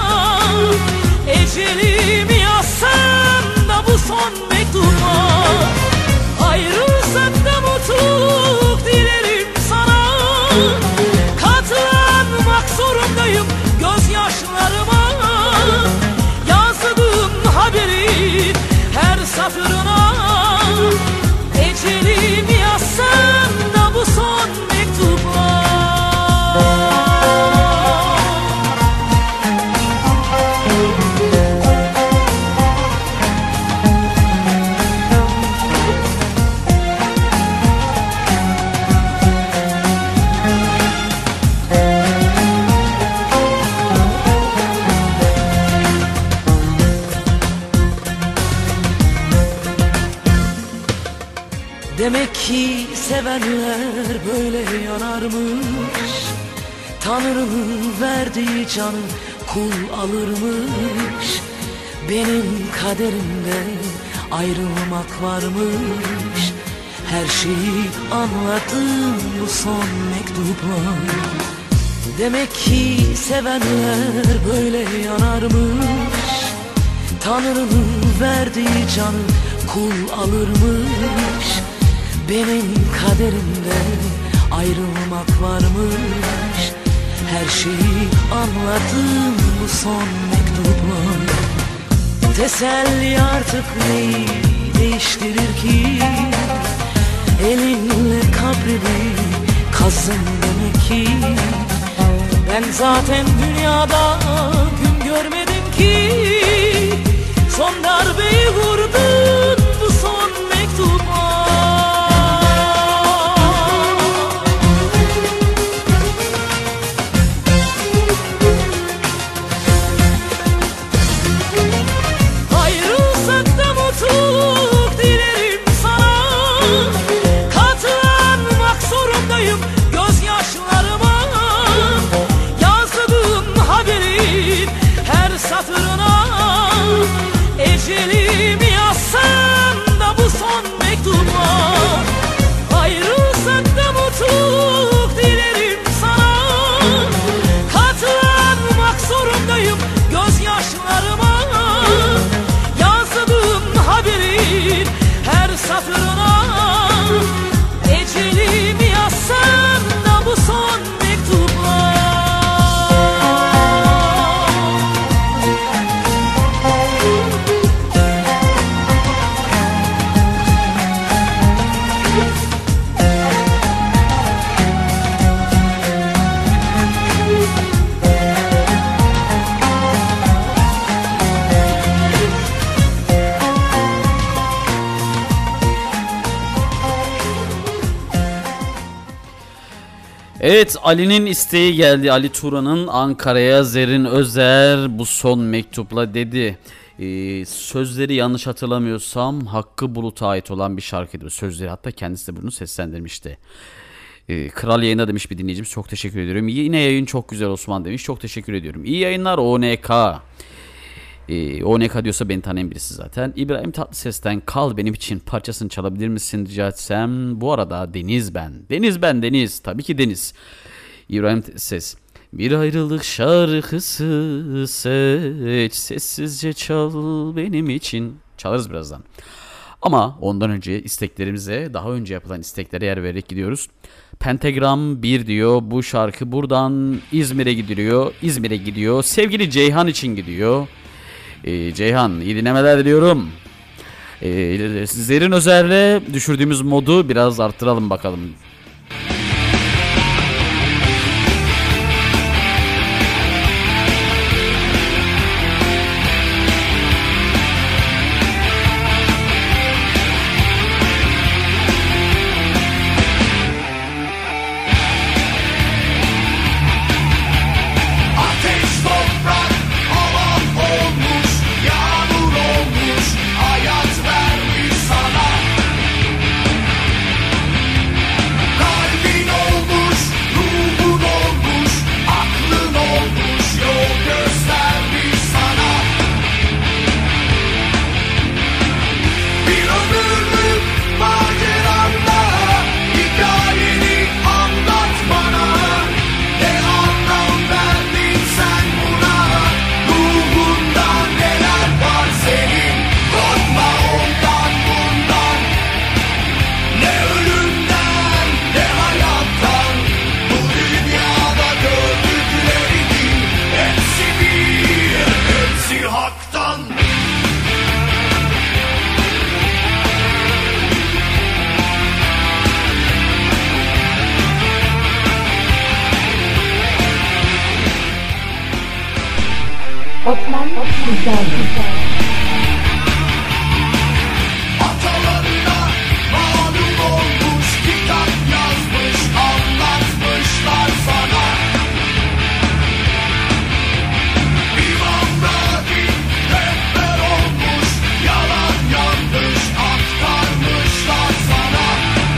Demek ki sevenler böyle yanarmış. Tanrı'nın verdiği canı kul alırmış. Benim kaderimde ayrılmak varmış. Her şeyi anladım bu son mektupla. Demek ki sevenler böyle yanarmış. Tanrı'nın verdiği canı kul alırmış. Benim kaderimde ayrılmak varmış. Her şeyi anladım bu son mektupla. Teselli artık neyi değiştirir ki? Elinle kabrimi kazdın demek ki. Ben zaten dünyada gün görmedim ki. Son darbeyi vurdun bu son mektuba. Ayrılsak da mutluluk dilerim sana. Katlanmak zorundayım gözyaşlarıma. Yazdığım haberin her satırına. Ecelimi yazsam da bu son mektuba. Ayrılsak da mutluluk dilerim sana. Katlanmak zorundayım gözyaşlarıma. Yazdığım haberin her satırına. Ecelimi yazsam da bu son mektuba. Evet, Ali'nin isteği geldi. Ali Turan'ın Ankara'ya Zerrin Özer bu son mektupla dedi. Ee, sözleri yanlış hatırlamıyorsam Hakkı Bulut'a ait olan bir şarkıdır. Sözleri, hatta kendisi de bunu seslendirmişti. Ee, Kral yayında demiş bir dinleyicimiz. Çok teşekkür ediyorum. Yine yayın çok güzel Osman demiş. Çok teşekkür ediyorum. İyi yayınlar O N K. Ee, O N K diyorsa beni tanıyan birisi zaten. İbrahim Tatlıses'ten Kal Benim için parçasını çalabilir misin rica etsem. Bu arada Deniz ben. Deniz ben Deniz. Tabii ki Deniz. İbrahim Ses. Bir ayrılık şarkısı seç, sessizce çal benim için. Çalarız birazdan. Ama ondan önce isteklerimize, daha önce yapılan isteklere yer vererek gidiyoruz. Pentagram bir diyor, bu şarkı buradan İzmir'e gidiyor. İzmir'e gidiyor. Sevgili Ceyhan için gidiyor. Ee, Ceyhan iyi dinlemeler diliyorum. Ee, Zerrin Özer'le düşürdüğümüz modu biraz arttıralım bakalım. Osman Güzeldi. Atalarına malum olmuş, kitap yazmış, anlatmışlar sana. İmam Rabbim rehber olmuş, yalan yanlış aktarmışlar sana.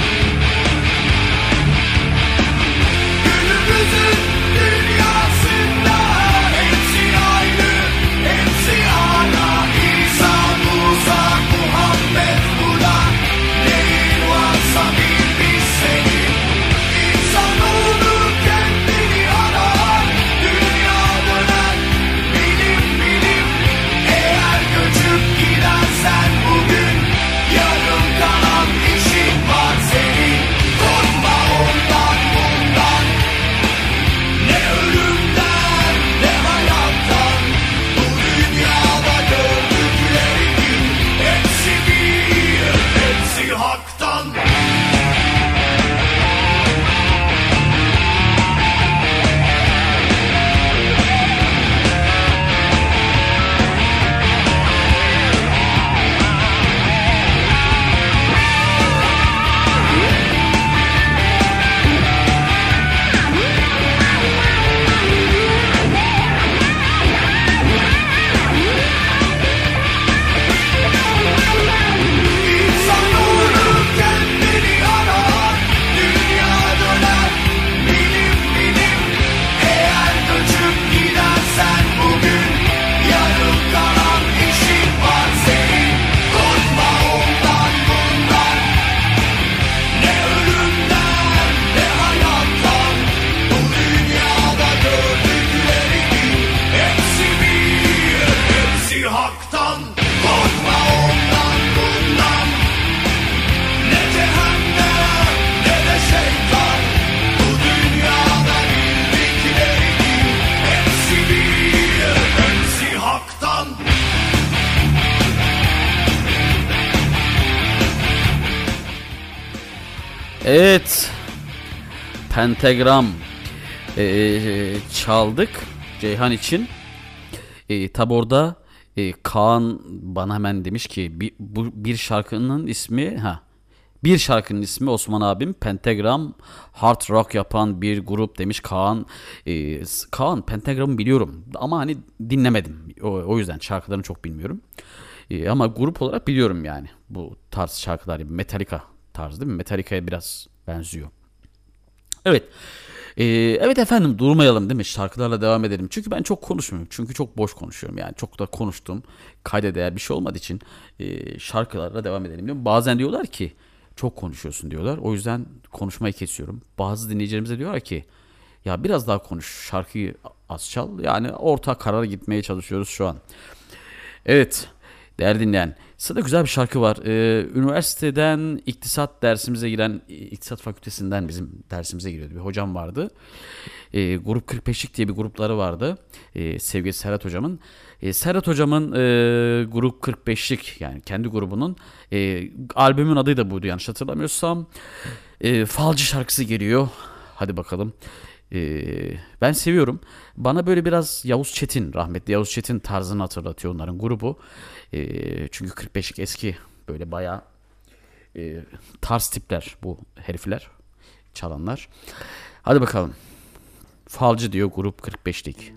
Evet, Pentagram ee, çaldık Ceyhan için. E, tabi orada e, Kaan bana hemen demiş ki bir, bu bir şarkının ismi ha bir şarkının ismi Osman abim Pentagram hard rock yapan bir grup demiş Kaan. E, Kaan Pentagram'ı biliyorum ama hani dinlemedim. O, o yüzden şarkılarını çok bilmiyorum. E, ama grup olarak biliyorum yani bu tarz şarkılar gibi Metallica tarzı değil mi? Metallica'ya biraz benziyor. Evet. Ee, evet efendim durmayalım değil mi? Şarkılarla devam edelim. Çünkü ben çok konuşmuyorum. Çünkü çok boş konuşuyorum. Yani çok da konuştum. Kayda değer bir şey olmadığı için e, şarkılarla devam edelim diyorum. Bazen diyorlar ki çok konuşuyorsun diyorlar. O yüzden konuşmayı kesiyorum. Bazı dinleyicilerimiz de diyorlar ki ya biraz daha konuş. Şarkıyı az çal. Yani orta karara gitmeye çalışıyoruz şu an. Evet. Değerli dinleyen, sırada güzel bir şarkı var. Ee, üniversiteden iktisat dersimize giren, iktisat fakültesinden bizim dersimize giriyordu. Bir hocam vardı. Ee, Grup kırk beşlik diye bir grupları vardı. Ee, sevgili Serhat hocamın. Ee, Serhat hocamın e, Grup kırk beşlik yani kendi grubunun e, albümün adı da buydu yanlış hatırlamıyorsam. E, Falcı şarkısı geliyor. Hadi bakalım. Ee, ben seviyorum. Bana böyle biraz Yavuz Çetin, rahmetli Yavuz Çetin tarzını hatırlatıyor onların grubu. Ee, çünkü kırk beşlik eski böyle bayağı e, tarz tipler bu herifler, çalanlar. Hadi bakalım. Falcı diyor Grup kırk beşlik.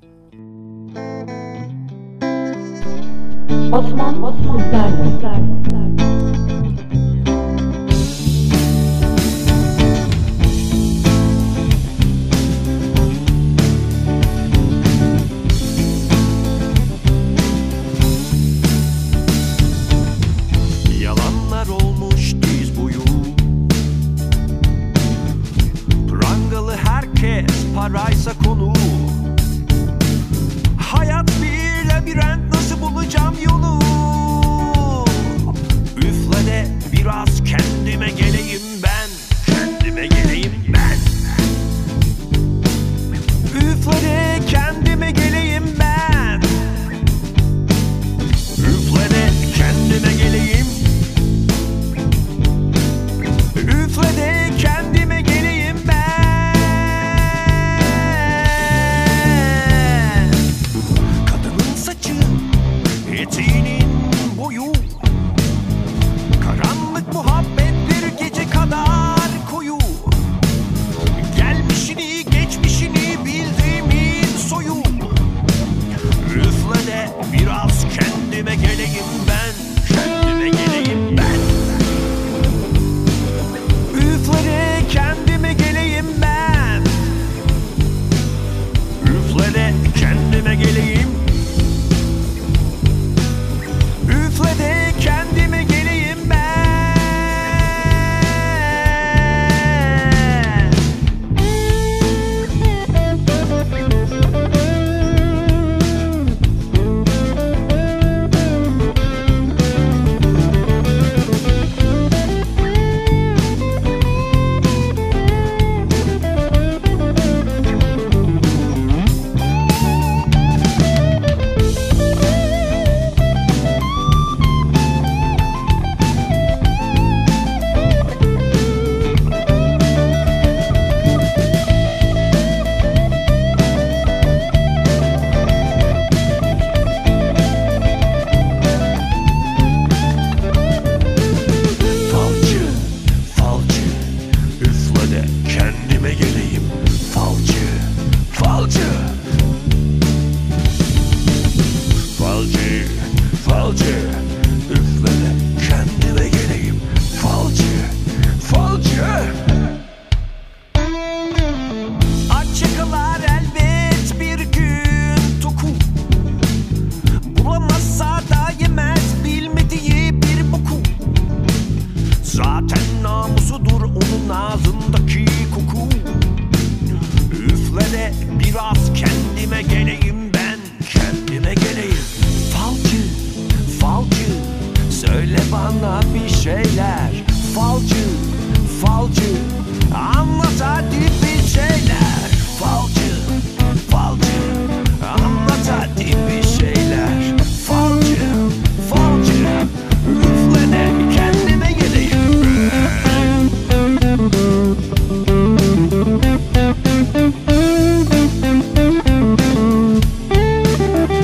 Osman Osman paraysa konu. Hayat bir labirent, nasıl bulacağım yolu? Üfle de biraz kendime geleyim ben, kendime geleyim ben. Üfle de kendime geleyim ben. Üfle de kendime geleyim. Üfle de kendime geleyim ben. Eteğinin boyu karanlık muhabbettir gece kadar koyu. Gelmişini geçmişini bildiğimin soyu. Üfle de biraz kendime geleyim ben, kendime geleyim ben. Üfle de kendime geleyim ben. Üfle de kendime geleyim. Üfle de kendime geleyim ben.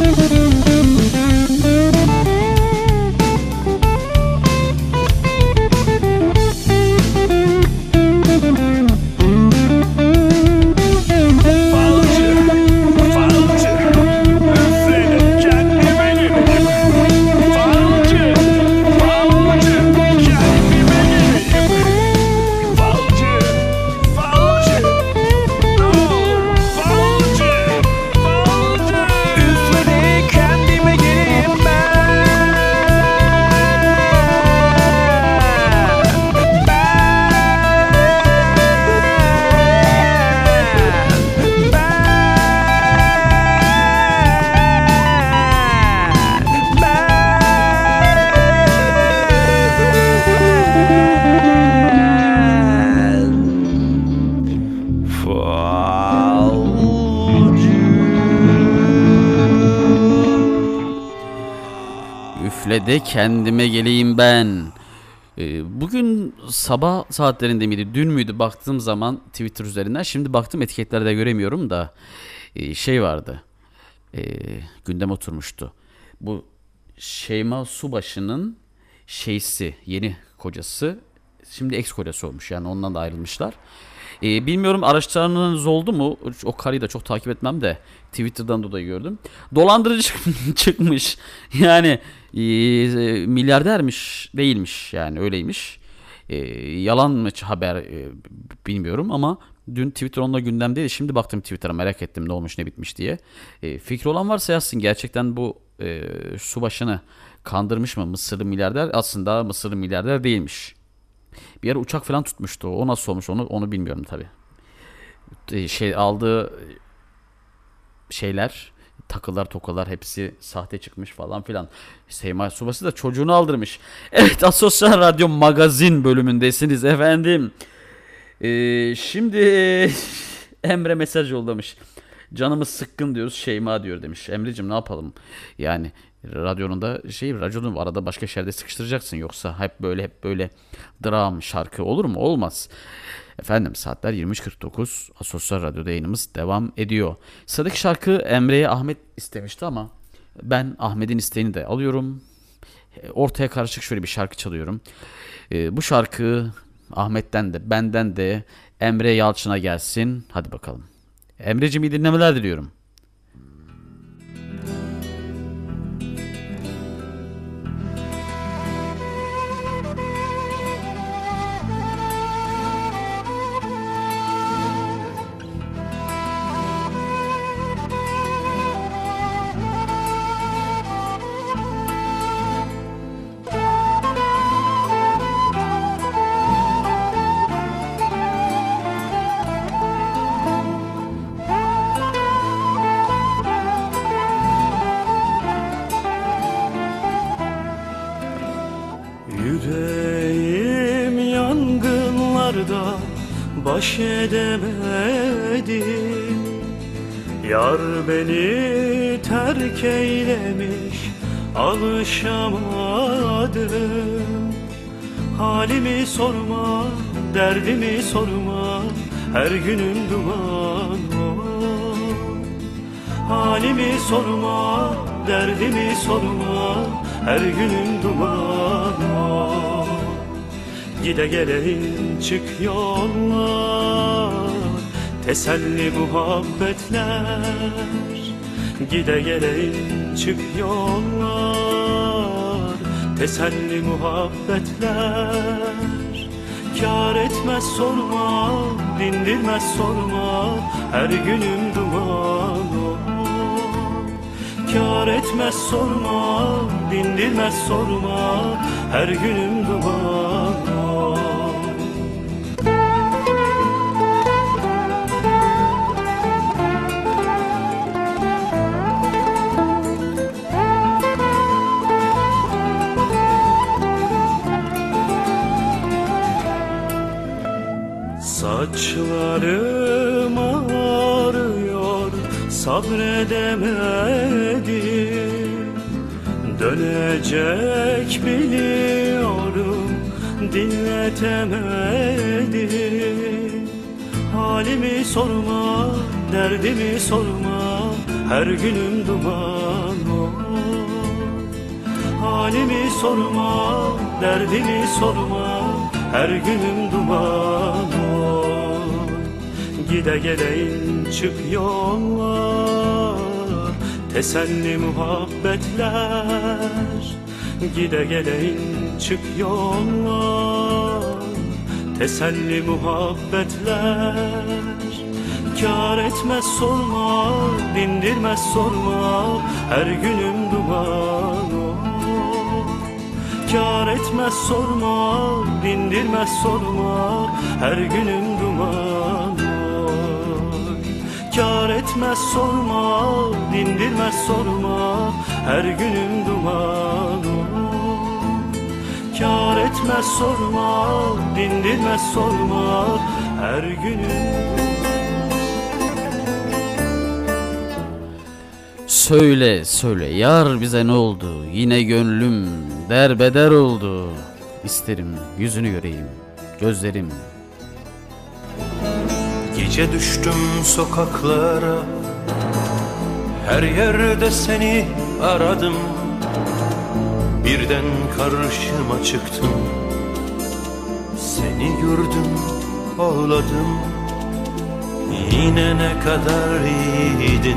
De kendime geleyim ben. Ee, bugün sabah saatlerinde miydi, dün müydü baktığım zaman Twitter üzerinden, şimdi baktım etiketlerde göremiyorum da ee, şey vardı, ee, gündem oturmuştu. Bu Şeyma Subaşı'nın şeysi, yeni kocası, şimdi ex kocası olmuş, yani ondan da ayrılmışlar. Ee, bilmiyorum araştıranınız oldu mu? O karıyı da çok takip etmem de Twitter'dan dolayı gördüm. Dolandırıcı çıkmış. Yani e, milyardermiş, değilmiş, yani öyleymiş. E, yalan mı haber e, bilmiyorum ama dün Twitter onunla gündemdeydi. Şimdi baktım Twitter'a, merak ettim ne olmuş ne bitmiş diye. E, fikri olan varsa yazsın, gerçekten bu e, Subaşı'nı kandırmış mı Mısırlı milyarder? Aslında Mısırlı milyarder değilmiş. Bir ara uçak falan tutmuştu. O nasıl olmuş onu onu bilmiyorum tabii. Şey aldığı şeyler, takılar, tokalar hepsi sahte çıkmış falan filan. Şeyma Subaşı da çocuğunu aldırmış. Evet, Asosyal Radyo Magazin bölümündesiniz efendim. Ee, şimdi Emre mesaj yollamış. Canımız sıkkın diyoruz, Şeyma diyor demiş. Emre'cim ne yapalım? Yani radyonun da şey, radyonun arada başka şerde sıkıştıracaksın, yoksa hep böyle hep böyle dram şarkı olur mu? Olmaz. Efendim saatler yirmi üç kırk dokuz, Asosyal Radyo'da yayınımız devam ediyor. Sıradaki şarkı Emre'ye Ahmet istemişti ama ben Ahmet'in isteğini de alıyorum. Ortaya karışık şöyle bir şarkı çalıyorum. Ee, bu şarkı Ahmet'ten de benden de Emre Yalçın'a gelsin. Hadi bakalım. Emre'cim iyi dinlemeler diliyorum. Baş edemedim, yar beni terk eylemiş, alışamadım. Halimi sorma, derdimi sorma, her günüm duman oh. Halimi sorma, derdimi sorma, her günüm duman oh. Gide geleyim çık yollar, teselli muhabbetler. Gide geleyim çık yollar, teselli muhabbetler. Kâr etmez sorma, dindirmez sorma, her günüm duman oh. Kâr etmez sorma, dindirmez sorma, her günüm duman oh. Saçlarım ağrıyor, sabredemedim. Dönecek biliyorum, dinletemedim. Halimi sorma, derdimi sorma, her günüm duman Halimi sorma, derdimi sorma, her günüm duman ol. Gide geleyin çık yollar, teselli muhabbetler. Gide geleyin çık yollar, teselli muhabbetler. Kâr etmez sorma, dindirmez sorma, her günüm duman ol. Kâr etmez sorma, dindirmez sorma, her günüm duman ol. Kâr etmez sorma, dindirmez sorma, her günüm duman ol. Kâr etmez sorma, dindirmez sorma, her günüm. Söyle söyle yar bize ne oldu? Yine gönlüm derbeder oldu. İsterim yüzünü göreyim, gözlerim. Gece düştüm sokaklara, her yerde seni aradım. Birden karşıma çıktın, seni gördüm, ağladım. Yine ne kadar iyiydin,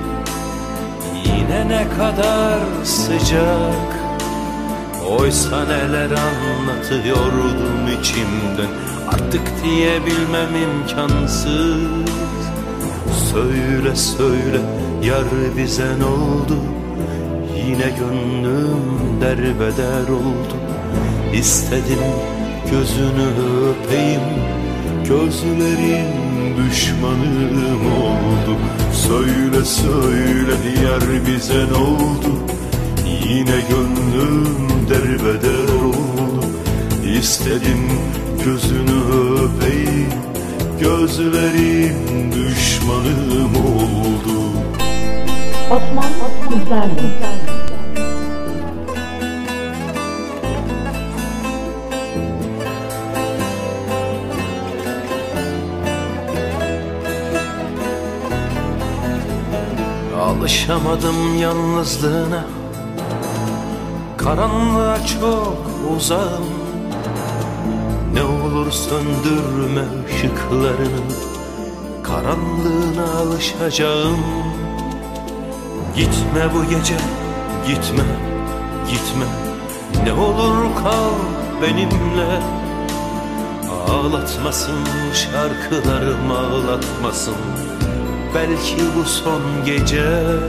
yine ne kadar sıcak. Oysa neler anlatıyordum içimden, artık diyebilmem imkansız. Söyle söyle yar bize ne oldu? Yine gönlüm derbeder oldu. İstedim gözünü öpeyim, gözlerin düşmanım oldu. Söyle söyle yar bize ne oldu? Yine gönlüm derbeder oldu. İstedim gözünü öpeyim, gözlerin düşmanım oldu. Osman Kızlarlı. Alışamadım yalnızlığına, karanlığa çok uzağım. Ne olur söndürme ışıklarını, karanlığına alışacağım. Gitme bu gece, gitme, gitme. Ne olur kal benimle. Ağlatmasın şarkılarım, ağlatmasın. Belki bu son gece.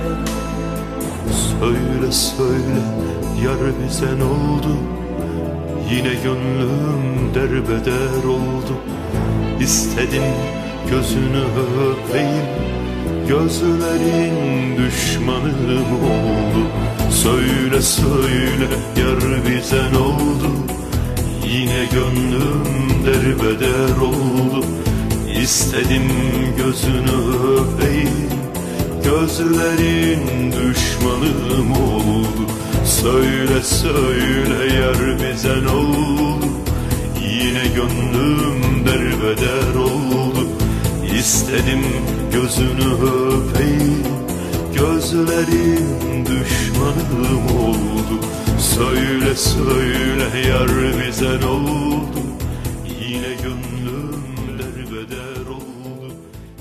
Söyle söyle yar bize ne oldu? Yine gönlüm derbeder oldu. İstedim gözünü öpeyim, gözlerin düşmanım oldu. Söyle söyle yar bize ne oldu? Yine gönlüm derbeder oldu. İstedim gözünü öpeyim, gözlerin düşmanım oldu. Söyle söyle yar bize ne oldu? Yine gönlüm derbeder oldu. İstedim gözünü öpeyim, gözlerin düşmanım oldu. Söyle söyle yar bize ne oldu? Yine gönlüm derbeder oldu.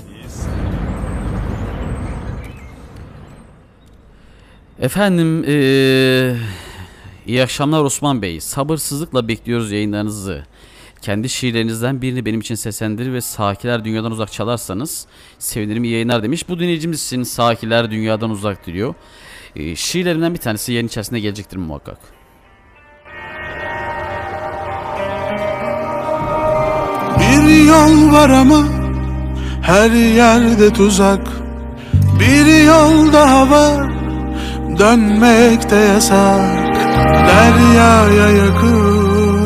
Efendim ee, iyi akşamlar Osman Bey. Sabırsızlıkla bekliyoruz yayınlarınızı. Kendi şiirlerinizden birini benim için seslendirir ve Sakiler Dünyadan Uzak çalarsanız sevinirim, iyi yayınlar demiş. Bu dinleyicimiz için Sakiler Dünyadan Uzak diliyor. Ee, şiirlerimden bir tanesi yayın içerisinde gelecektir muhakkak. Bir yol var ama her yerde tuzak. Bir yol daha var, dönmek de yasak. Deryaya yakın,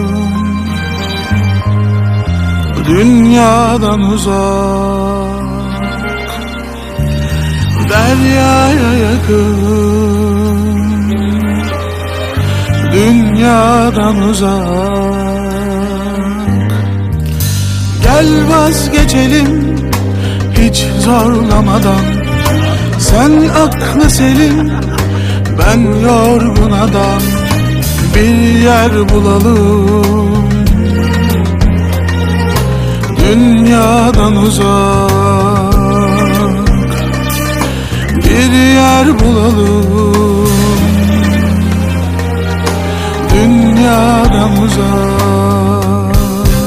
dünyadan uzak. Deryaya yakın, dünyadan uzak. Gel vazgeçelim hiç zorlamadan. Sen aklı selim, ben yorgun adam. bir yer bulalım, dünyadan uzak bir yer bulalım, dünyadan uzak.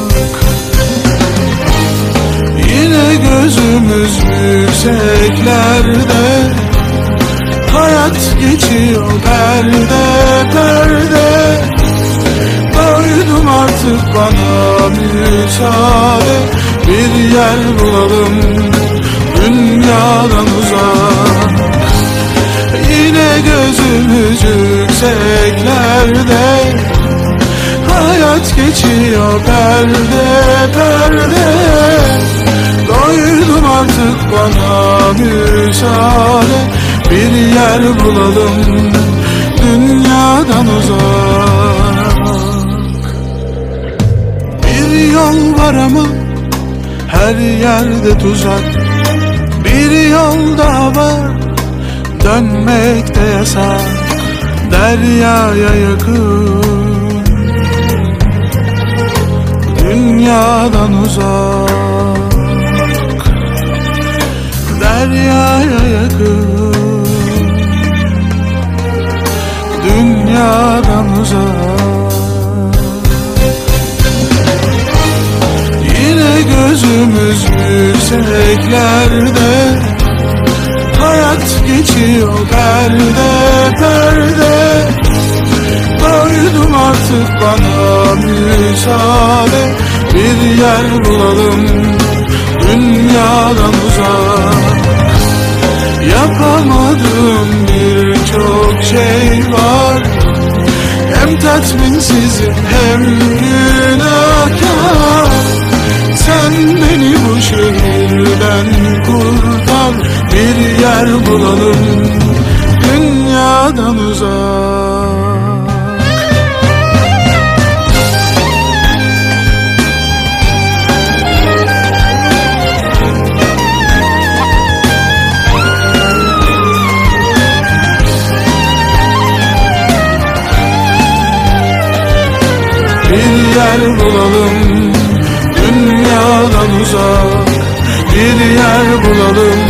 Yine gözümüz yükseklerde, hayat geçiyor perde perde. Doydum artık, bana müsaade, bir yer bulalım, dünyadan uzak. Yine gözümüz yükseklerde, hayat geçiyor perde perde. Doydum artık, bana müsaade, bir yer bulalım, dünyadan uzak. Bir yol var ama her yerde tuzak, bir yol daha var, dönmek de yasak, deryaya yakın, dünyadan uzak, deryaya yakın, dünyadan uzak. Yine gözümüz yükseklerde, hayat geçiyor perde perde. Doydum artık, bana müsaade, bir yer bulalım, dünyadan uzak. Yapamadığım birçok şey var, hem tatminsizim hem günahkar. Sen beni bu şehirden kurtar, bir yer bulalım, dünyadan uzak. Bir yer bulalım, dünyadan uzak. Bir yer bulalım,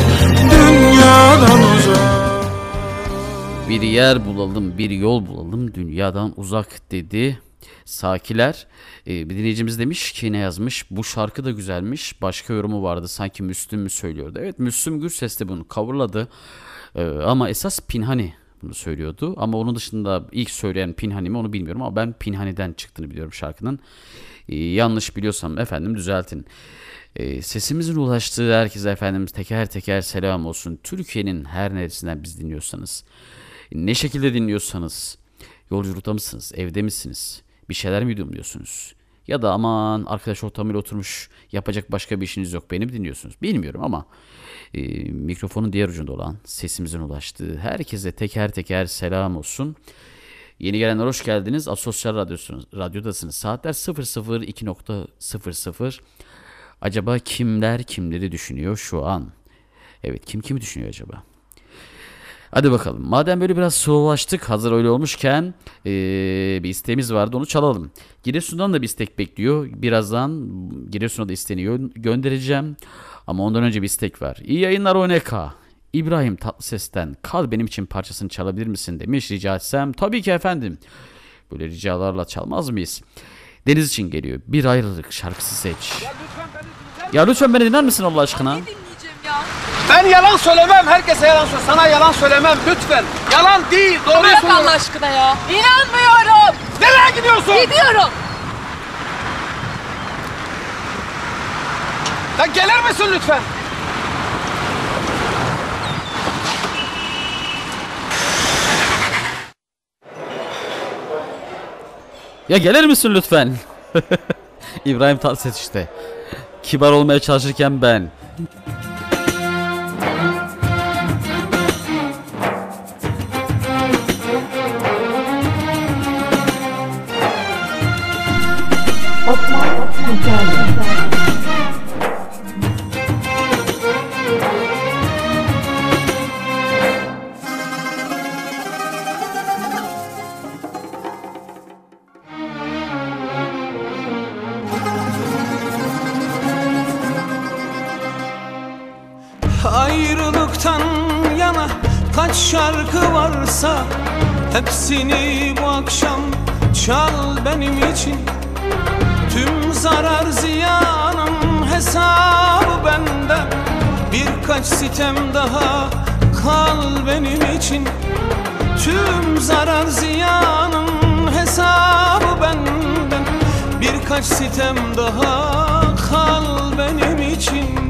dünyadan uzak. Bir yer bulalım, bir yol bulalım, dünyadan uzak dedi Sakiler. Ee, bir dinleyicimiz demiş ki, ne yazmış? Bu şarkı da güzelmiş. Başka yorumu vardı, sanki Müslüm mü söylüyordu? Evet, Müslüm Gürses de bunu coverladı. Ee, ama esas Pinhani bunu söylüyordu. Ama onun dışında ilk söyleyen Pinhani mi onu bilmiyorum, ama ben Pinhani'den çıktığını biliyorum şarkının. Ee, yanlış biliyorsam efendim düzeltin. Ee, sesimizin ulaştığı herkese efendim teker teker selam olsun. Türkiye'nin her neresinden biz dinliyorsanız, ne şekilde dinliyorsanız, yolculukta mısınız, evde misiniz, bir şeyler mi yudumluyorsunuz, ya da aman arkadaş ortamıyla oturmuş yapacak başka bir işiniz yok, beni mi dinliyorsunuz bilmiyorum, ama e, mikrofonun diğer ucunda olan, sesimizin ulaştığı herkese teker teker selam olsun. Yeni gelenler hoş geldiniz. Asosyal radyosunuz, radyodasınız. Saatler sıfır sıfır iki nokta sıfır sıfır. Acaba kimler kimleri düşünüyor şu an? Evet, kim kimi düşünüyor acaba? Hadi bakalım. Madem böyle biraz soğulaştık, hazır öyle olmuşken ee, bir isteğimiz vardı, onu çalalım. Giresun'dan da bir istek bekliyor. Birazdan Giresun'a da isteniyor. Göndereceğim. Ama ondan önce bir istek var. İyi yayınlar O N K. İbrahim Tatlıses'ten Kal Benim için parçasını çalabilir misin demiş. Rica etsem tabii ki efendim. Böyle ricalarla çalmaz mıyız? Deniz için geliyor. Bir ayrılık şarkısı seç. Ya lütfen beni dinler misin Allah aşkına? Ben yalan söylemem, herkese yalan söylemem, sana yalan söylemem lütfen. Yalan değil, doğruyu Bırak söylüyorum. Allah aşkına ya. İnanmıyorum. Nereye gidiyorsun? Gidiyorum. Ya gelir misin lütfen? Ya gelir misin lütfen? İbrahim Tatlıses işte. Kibar olmaya çalışırken ben. Osman Türker'le. şarkı varsa hepsini bu akşam çal benim için. Tüm zarar ziyanın hesabı benden. Birkaç sitem daha kal benim için. Tüm zarar ziyanın hesabı benden. Birkaç sitem daha kal benim için.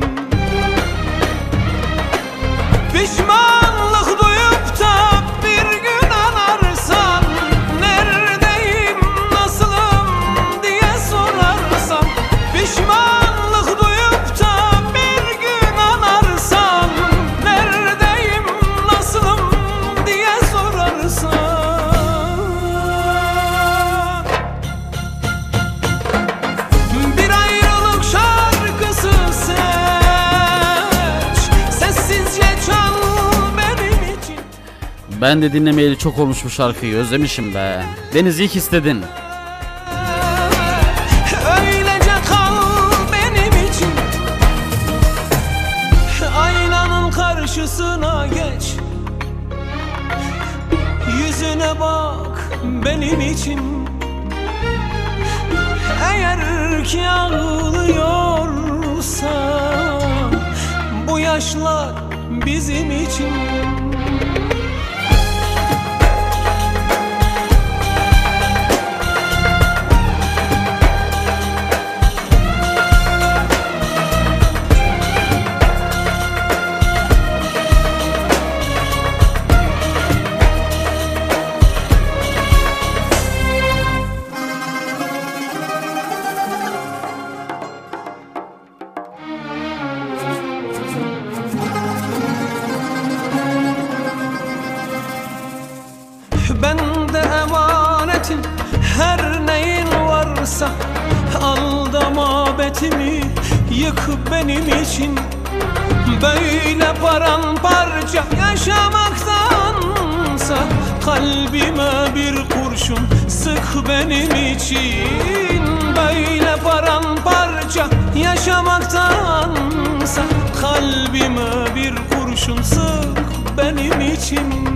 Pişmanlık duyup da bir gün anarsan, neredeyim, nasılım diye sorarsan. Pişmanlık duyup da bir gün anarsan, neredeyim, nasılım diye sorarsan. Bir ayrılık şarkısı seç, sessizce çal benim için. Ben de dinlemeyeli çok olmuş bu şarkıyı, özlemişim be. Deniz, iyi ki istedin. Öylece kal benim için. Aynanın karşısına geç, yüzüne bak benim için. Eğer ki ağlıyorsan, bu yaşlar bizim için. Bende emanetin her neyin varsa, aldama betimi yık benim için. Böyle paramparça yaşamaktansa, kalbime bir kurşun sık benim için. Böyle paramparça yaşamaktansa, kalbime bir kurşun sık benim için.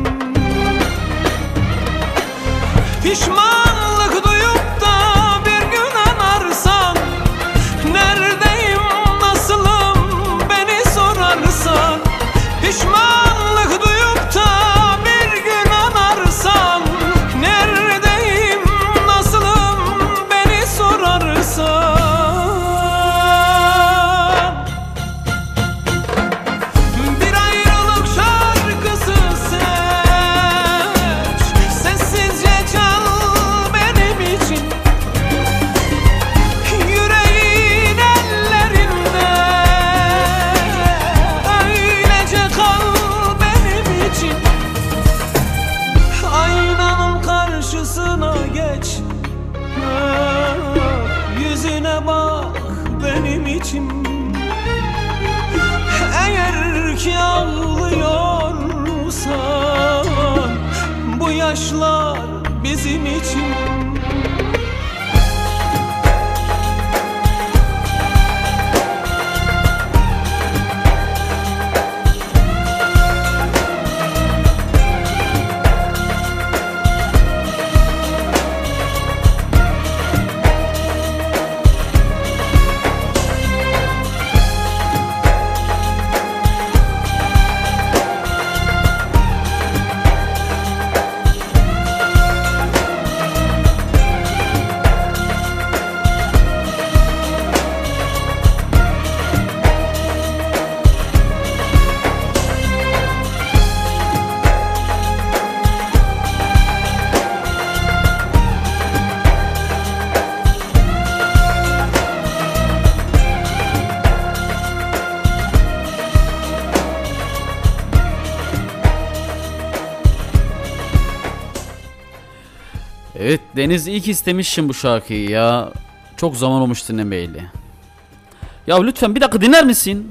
Pişmanlık duyup da bir gün anarsan, neredeyim, nasılım beni sorarsan. Pişmanlık duyup da bir gün anarsan, neredeyim, nasılım beni sorarsan. Bir ayrılık şarkısı seç, sessizce çal benim için. Yüreğin ellerinde, öylece kal benim için. Aynanın karşısına geç, yüzüne bak benim için. Eğer ki ağlıyorsan, bu yaşlar bizim için. Evet Deniz, iyi ki istemişsin bu şarkıyı ya. Çok zaman olmuş dinlemeyeli. Ya lütfen bir dakika dinler misin?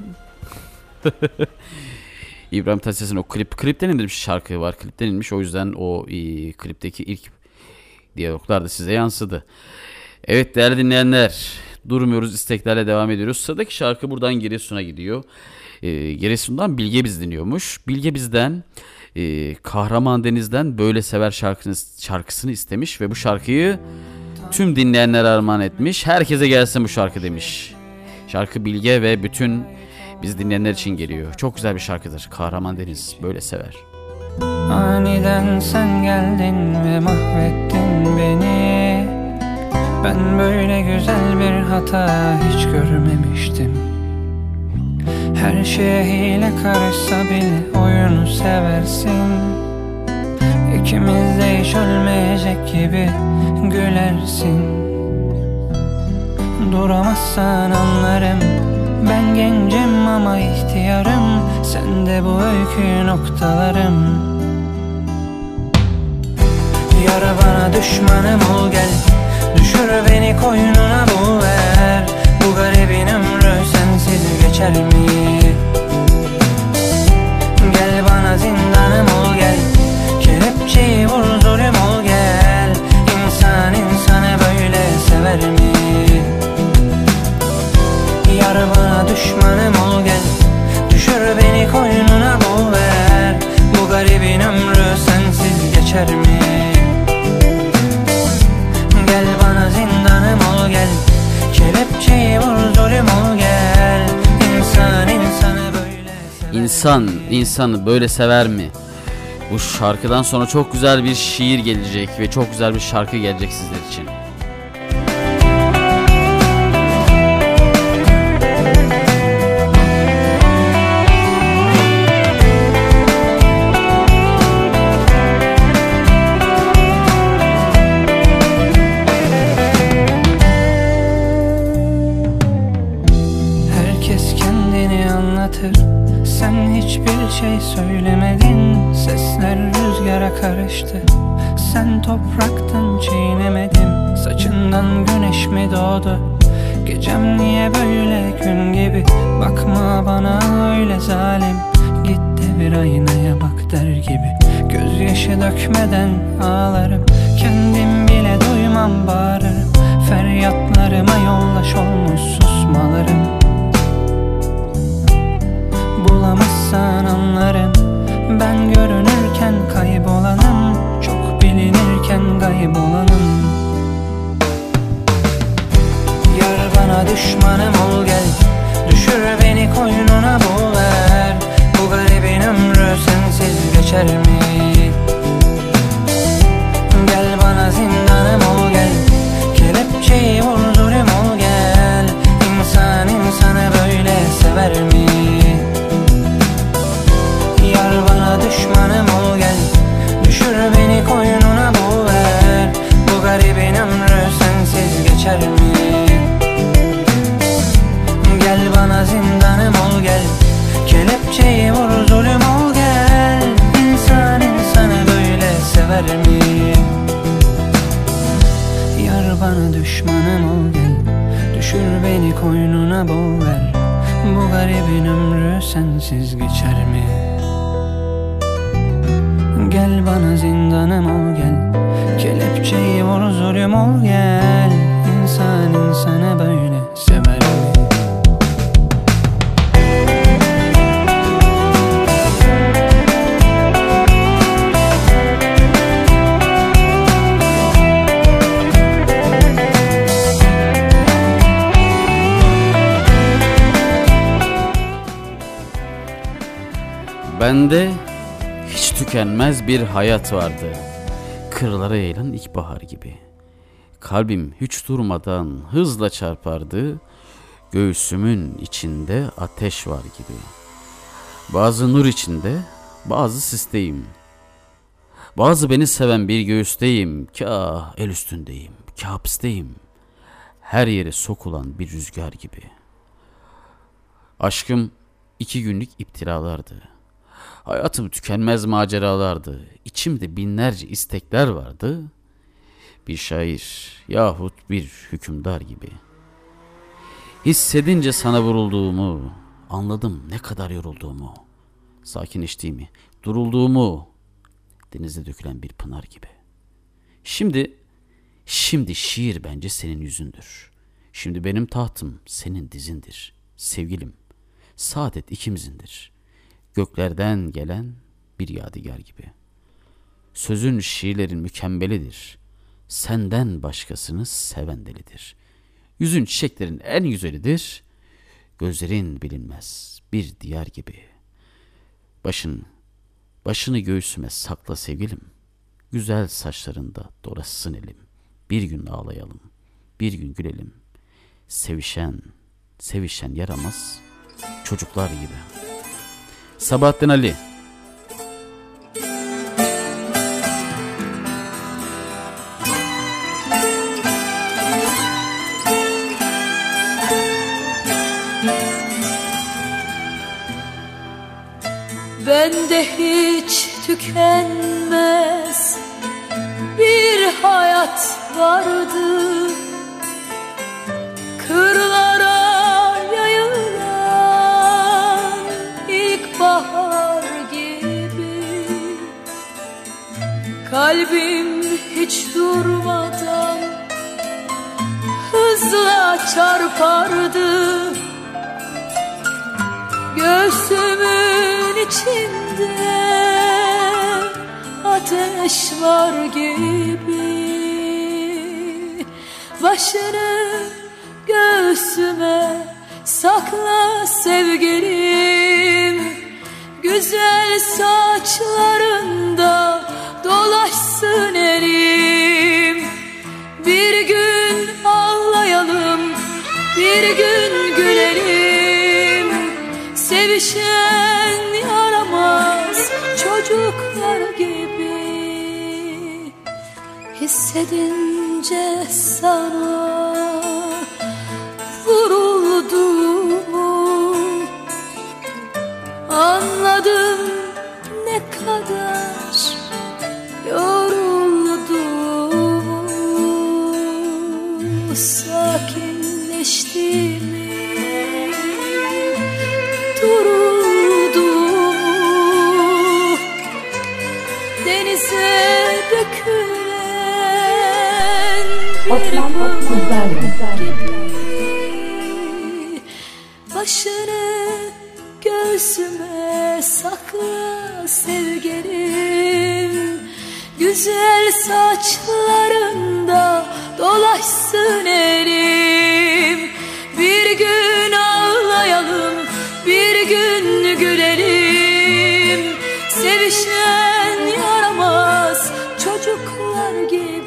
İbrahim Tatlıses'in o klip, klipten indirmiş şarkı var. Klipten inmiş, o yüzden o e, klipteki ilk diyaloglar da size yansıdı. Evet değerli dinleyenler, durmuyoruz, isteklerle devam ediyoruz. Sıradaki şarkı buradan Giresun'a gidiyor. E, Giresun'dan Bilge Biz dinliyormuş. Bilge Biz'den Ee, Kahraman Deniz'den Böyle Sever şarkısını, şarkısını istemiş ve bu şarkıyı tüm dinleyenlere armağan etmiş. Herkese gelsin bu şarkı demiş. Şarkı Bilge ve bütün biz dinleyenler için geliyor. Çok güzel bir şarkıdır. Kahraman Deniz Böyle Sever. Aniden sen geldin ve mahvettin beni. Ben böyle güzel bir hata hiç görmemiştim. Her şeye hile karışsa bile oyunu seversin. İkimiz de hiç ölmeyecek gibi gülersin. Duramazsan anlarım. Ben gencim ama ihtiyarım. Sen de bu öykü noktalarım. Yar bana düşmanım ol gel. Düşür beni koynuna bul ver. Bu garibin ömrü sensiz geçer mi? Gel bana zindanım ol gel. Kelepçeyi vur zulüm ol gel. İnsan insanı böyle sever mi? Yar bana düşmanım ol gel. Düşür beni koynuna bul ver. Bu garibin ömrü sensiz geçer mi? Gel bana zindanım ol gel. Kelepçeyi vur zulüm ol gel. İnsan insanı böyle sever. İnsan insanı böyle sever mi? Bu şarkıdan sonra çok güzel bir şiir gelecek ve çok güzel bir şarkı gelecek sizler için. Sen hiçbir şey söylemedin. Sesler rüzgara karıştı. Sen topraktan çiğnemedim. Saçından güneş mi doğdu? Gecem niye böyle gün gibi? Bakma bana öyle zalim. Git de bir aynaya bak der gibi. Gözyaşı dökmeden ağlarım. Kendim bile duymam bağırırım. Feryatlarıma yollaş olmuş susmalarım. Bulamazsan anlarım. Ben görünürken kaybolanım. Çok bilinirken kaybolanım. Yar bana düşmanım ol gel. Düşür beni koynuna bul ver. Bu garibin ömrü sensiz geçer mi? Gel bana zindanım ol gel. Kelepçeyi vur zulüm ol gel. İnsan insanı böyle sever mi? Yar bana düşmanım ol gel. Düşür beni koynuna bul ver. Bu garibin ömrü sensiz geçer mi? Gel bana zindanım ol gel. Kelepçeyi vur zulüm ol gel. İnsan insanı böyle sever mi? Yar bana düşmanım ol gel. Düşür beni koynuna bul ver. Bu garibin ömrü sensiz geçer mi? Gel bana zindanım ol gel. Kelepçeyi vur zulüm ol gel. İnsan insanı böyle sever mi? Bende hiç tükenmez bir hayat vardı. Kırlara yayılan ilkbahar gibi. Kalbim hiç durmadan hızla çarpardı. Göğsümün içinde ateş var gibi. Bazı nur içinde, bazı sisteyim. Bazı beni seven bir göğüsteyim. Kah el üstündeyim, kah hapisteyim. Her yere sokulan bir rüzgar gibi. Aşkım iki günlük iptilalardı. Hayatım tükenmez maceralardı. İçimde binlerce istekler vardı. Bir şair yahut bir hükümdar gibi. Hissedince sana vurulduğumu, anladım ne kadar yorulduğumu, sakinleştiğimi, durulduğumu, denize dökülen bir pınar gibi. Şimdi, şimdi şiir bence senin yüzündür. Şimdi benim tahtım senin dizindir. Sevgilim, saadet ikimizindir. Göklerden gelen bir yadigar gibi. Sözün şiirlerin mükemmelidir. Senden başkasını seven delidir. Yüzün çiçeklerin en güzelidir. Gözlerin bilinmez bir diyar gibi. Başın, başını göğsüme sakla sevgilim. Güzel saçlarında dolaşsın elim. Bir gün ağlayalım, bir gün gülelim. Sevişen, sevişen yaramaz çocuklar gibi. Sabahattin Ali. Bende hiç tükenmez bir hayat vardı, kırlara yayılan ilkbahar gibi. Kalbim hiç durmadan hızla çarpardı, göğsümün içinde ateş var gibi. Başını göğsüme sakla sevgilim, güzel saçlarında dolaşsın elim. Bir gün ağlayalım, bir gün gülelim. Sevişen yaramaz çocuklar gibi. Hissedince sana vuruldum, anladım ne kadar yoruldum. Sakinleştiğimi duruldu, denize dökülen bir mum gibi. Başını göğsüme sakla sevgilim, güzel saçlarında dolaşsın elim. Bir gün ağlayalım, bir gün gülelim. Sevişen yaramaz çocuklar gibi.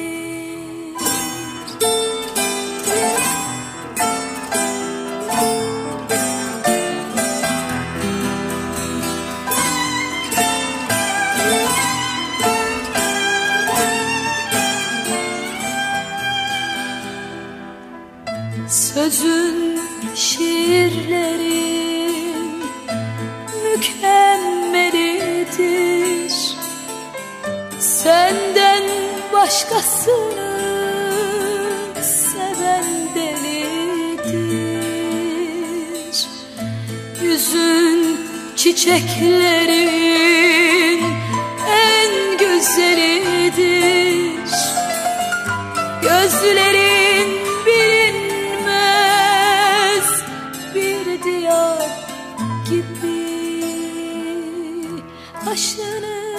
Sözün, şiirlerin mükemmelidir. Senden başkasını seven delidir. Yüzün çiçeklerin en güzelidir. Gözlerin bilinmez bir diyar gibi. Başını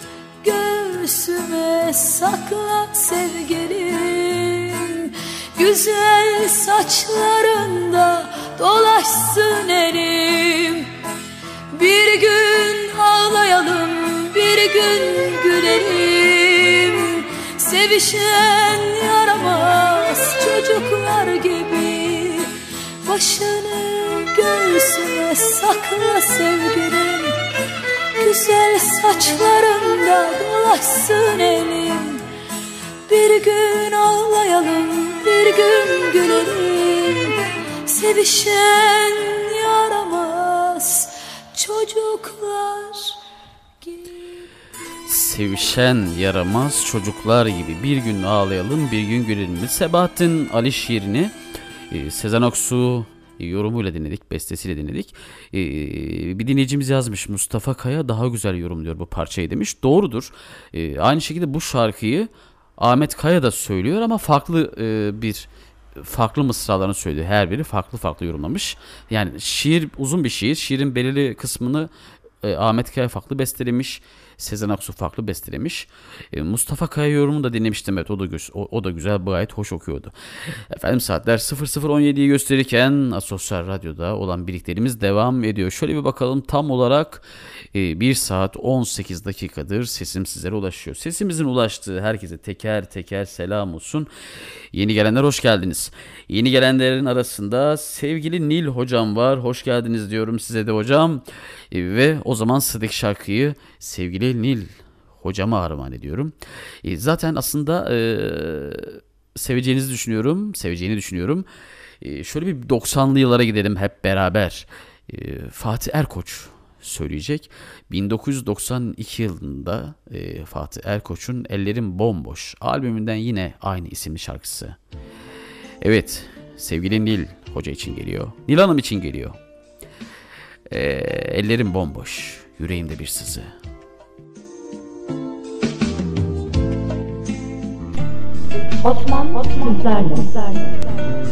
göğsüme sakla sevgilim, güzel saçlarında dolaşsın elim. Bir gün ağlayalım, bir gün gülelim. Sevişen yaramaz çocuklar gibi. Başını göğsüme sakla sevgilim, güzel saçlarında dolaşsın elim. Bir gün ağlayalım, bir gün gülelim. Sevişen yaramaz çocuklar gibi. Sevişen yaramaz çocuklar gibi. Bir gün ağlayalım, bir gün gülelim. Sabahattin Ali şiirini e, Sezen Aksu yorumuyla dinledik, bestesiyle dinledik. Ee, bir dinleyicimiz yazmış, Mustafa Kaya daha güzel yorumluyor bu parçayı demiş. Doğrudur. Ee, aynı şekilde bu şarkıyı Ahmet Kaya da söylüyor ama farklı e, bir farklı mısralarını söylüyor. Her biri farklı farklı yorumlamış. Yani şiir uzun bir şiir. Şiirin belirli kısmını e, Ahmet Kaya farklı bestelemiş. Sezen Aksu farklı bestelemiş. E, Mustafa Kaya yorumunu da dinlemiştim. Evet, o da, o, o da güzel, gayet hoş okuyordu. Efendim saatler sıfır sıfır on yediyi gösterirken Asosyal Radyo'da olan birliklerimiz devam ediyor. Şöyle bir bakalım, tam olarak e, bir saat on sekiz dakikadır sesim sizlere ulaşıyor. Sesimizin ulaştığı herkese teker teker selam olsun. Yeni gelenler hoş geldiniz. Yeni gelenlerin arasında sevgili Nil hocam var. Hoş geldiniz diyorum size de hocam. E, ve o zaman sıradaki şarkıyı sevgili Nil hocama armağan ediyorum. E, zaten aslında e, seveceğinizi düşünüyorum. Seveceğini düşünüyorum. E, şöyle bir doksanlı yıllara gidelim hep beraber. E, Fatih Erkoç söyleyecek. bin dokuz yüz doksan iki yılında e, Fatih Erkoç'un Ellerim Bomboş albümünden yine aynı isimli şarkısı. Evet, sevgili Nil hoca için geliyor. Nil Hanım için geliyor. E, Ellerim bomboş, yüreğimde bir sızı. Osman, Osman sizlerle.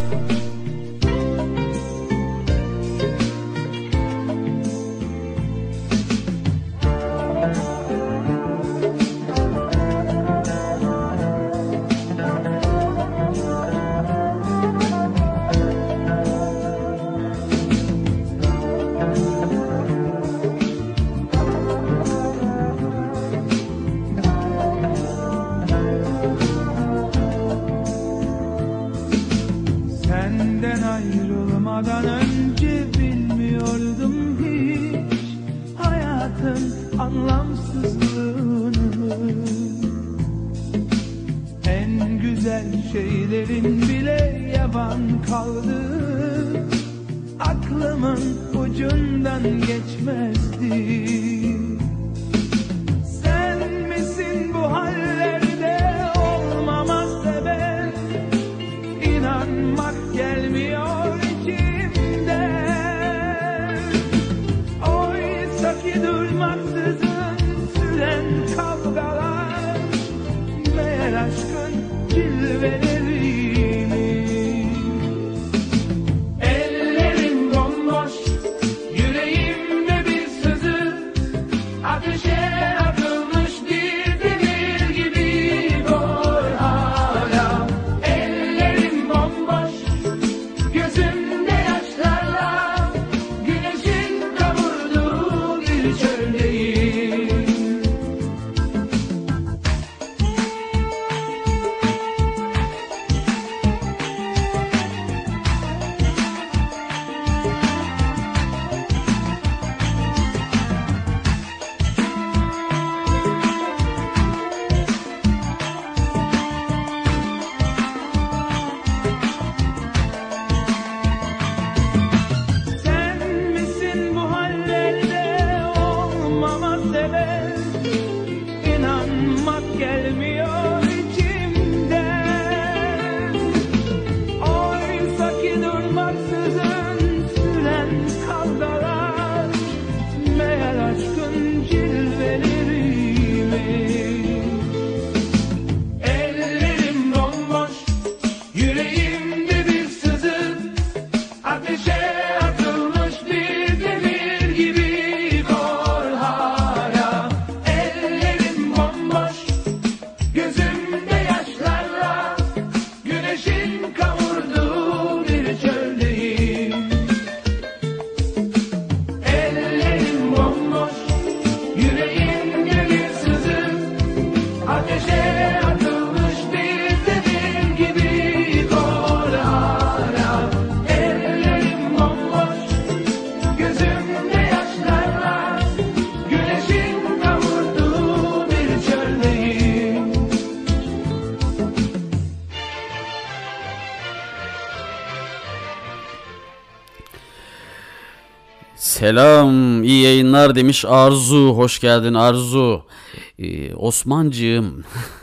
Selam, iyi yayınlar demiş Arzu. Hoş geldin Arzu. Ee, Osmancığım,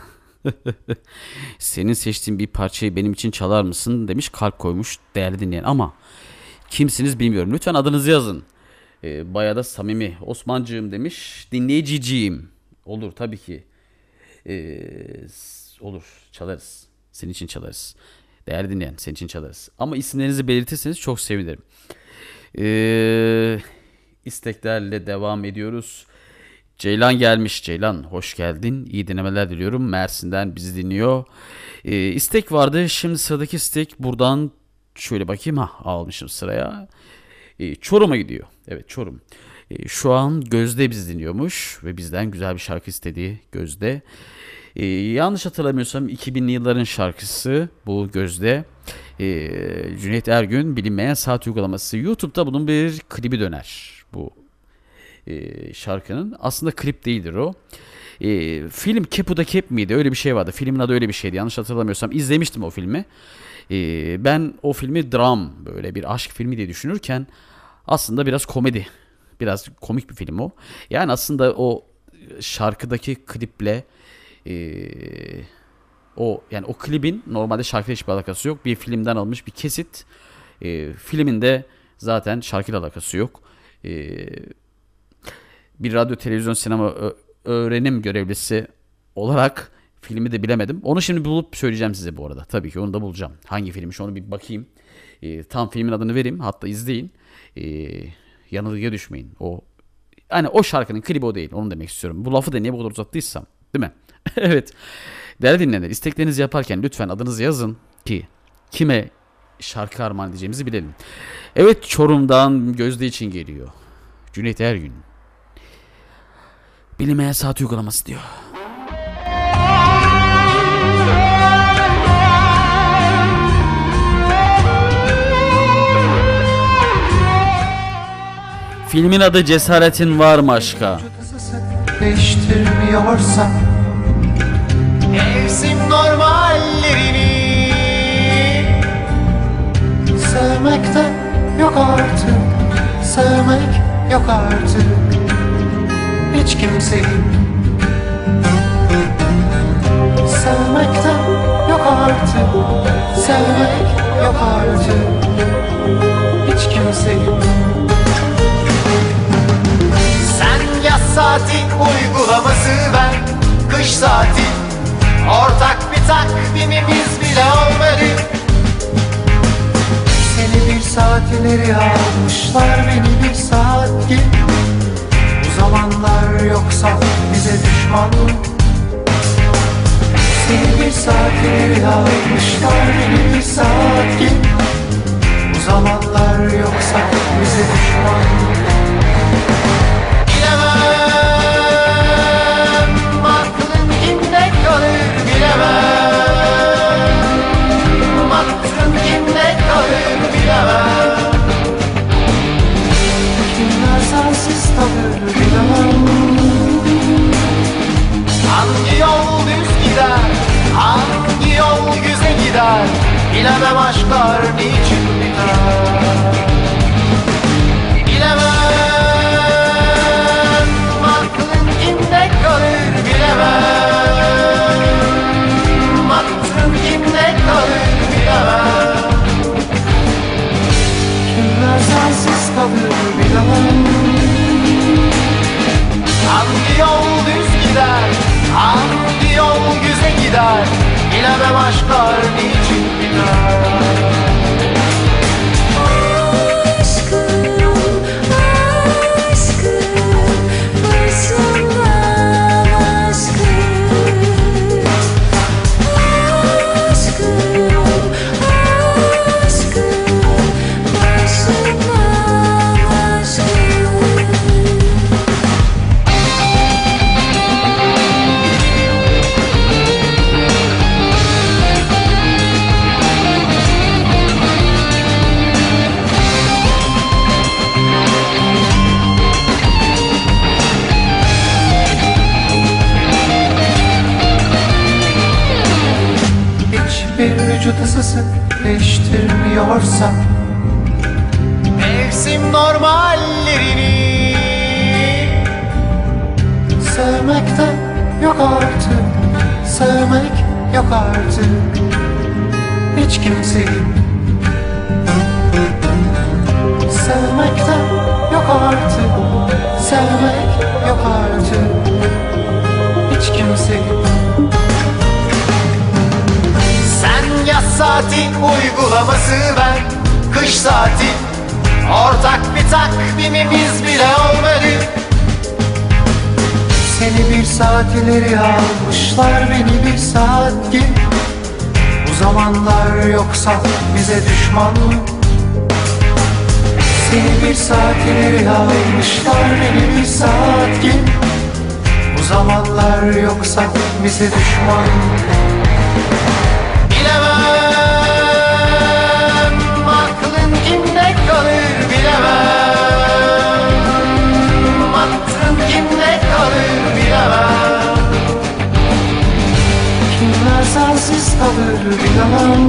senin seçtiğin bir parçayı benim için çalar mısın demiş, kalp koymuş değerli dinleyen. Ama kimsiniz bilmiyorum. Lütfen adınızı yazın. Ee, bayağı da samimi. Osmancığım demiş, dinleyiciciğim. Olur tabii ki. Ee, olur, çalarız. Senin için çalarız. Değerli dinleyen, senin için çalarız. Ama isimlerinizi belirtirseniz çok sevinirim. Ee, isteklerle devam ediyoruz. Ceylan gelmiş. Ceylan hoş geldin. İyi dinlemeler diliyorum. Mersin'den bizi dinliyor. Ee, istek vardı. Şimdi sıradaki istek buradan şöyle bakayım. Ha, almışım sıraya. Ee, Çorum'a gidiyor. Evet, Çorum. Ee, şu an Gözde bizi dinliyormuş ve bizden güzel bir şarkı istedi Gözde. Ee, yanlış hatırlamıyorsam iki binli yılların şarkısı bu Gözde. Ee, Cüneyt Ergün Bilinmeyen Saat uygulaması. YouTube'da bunun bir klibi döner. Bu e, şarkının. Aslında klip değildir o. E, film Kepu'da Kep miydi? Öyle bir şey vardı. Filmin adı öyle bir şeydi. Yanlış hatırlamıyorsam. İzlemiştim o filmi. E, ben o filmi dram, böyle bir aşk filmi diye düşünürken aslında biraz komedi. Biraz komik bir film o. Yani aslında o şarkıdaki kliple e, o yani o klibin normalde şarkıyla hiçbir alakası yok. Bir filmden alınmış bir kesit. E, filmin de zaten şarkıyla alakası yok. E, bir radyo, televizyon, sinema öğrenim görevlisi olarak filmi de bilemedim. Onu şimdi bulup söyleyeceğim size bu arada. Tabii ki onu da bulacağım. Hangi filmmiş onu bir bakayım. E, tam filmin adını vereyim. Hatta izleyin. E, yanılgıya düşmeyin. O yani o şarkının klibi o değil. Onu demek istiyorum. Bu lafı da niye bu kadar uzattıysam. Değil mi? Evet. Değerli dinleyenler, isteklerinizi yaparken lütfen adınızı yazın ki kime şarkı armağan edeceğimizi bilelim. Evet, Çorum'dan Gözde için geliyor. Cüneyt Ergün. Bilinmeyen Saat uygulaması diyor. Filmin adı Cesaretin Var mı Aşka? Değiştirmiyorsa mevsim normallerini, sevmekte yok artık, sevmek yok artık hiç kimseyi. Sevmekte yok artık, sevmek yok artık hiç kimseyi. Sen yaz saati uygulaması, ben kış saati. Ortak bir takvimimiz bile olmadı. Seni bir saat ileri almışlar, beni bir saat geri. Bu zamanlar yoksa bize düşman. Seni bir saat ileri almışlar, beni bir saat geri. Bu zamanlar yoksa bize düşman. Hangi yol düz gider, hangi yol güze gider, bilemem aşklar niçin biter. Bilemem aklın kimde kalır, bilemem aklın kimde kalır, bilemem. Kimler sensiz kalır, bilemem. Hangi yol düz gider, hangi yol güze gider, bilemem aşklar niçin biter. Vücut ısısı değiştirmiyorsa mevsim normallerini, sevmekte yok artık, sevmek yok artık hiç kimseyi. Sevmekte yok artık, sevmek yok artık hiç kimseyi. Yaz saati uygulaması, ben kış saati. Ortak bir takvimimiz bile olmadı. Seni bir saat ileri almışlar, beni bir saat geri. Bu zamanlar yoksa bize düşman mı? Seni bir saat ileri almışlar, beni bir saat geri. Bu zamanlar yoksa bize düşman mı? Bilemem aklın kimde kalır, bilemem aklın kimde kalır, bilemem kimler sensiz kalır, bilemem.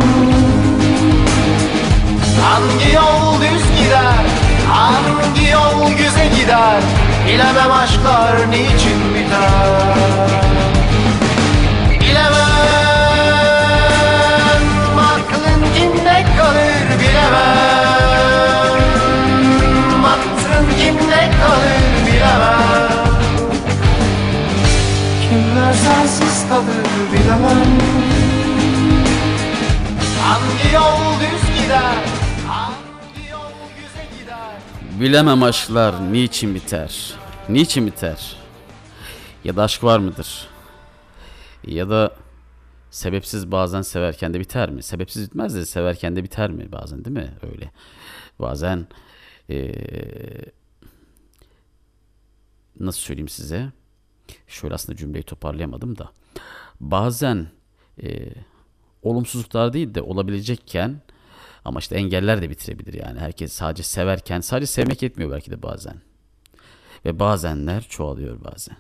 Hangi yol düz gider, hangi yol güze gider, bilemem aşklar niçin biter. Bilemem aklın kimde kalır, bilemem aklın kimde kalır, bilemem kimler sensiz kalır, bilemem. Hangi yol düz gider, hangi yol güze gider. Bilemem aşklar niçin biter? Niçin biter? Ya da aşk var mıdır? Ya da sebepsiz bazen severken de biter mi? Sebepsiz bitmez de severken de biter mi bazen, değil mi? Öyle. Bazen ee, nasıl söyleyeyim size? Şöyle aslında cümleyi toparlayamadım da. Bazen ee, olumsuzluklar değil de olabilecekken ama işte engeller de bitirebilir yani. Herkes sadece severken, sadece sevmek yetmiyor belki de bazen. Ve bazenler çoğalıyor bazen.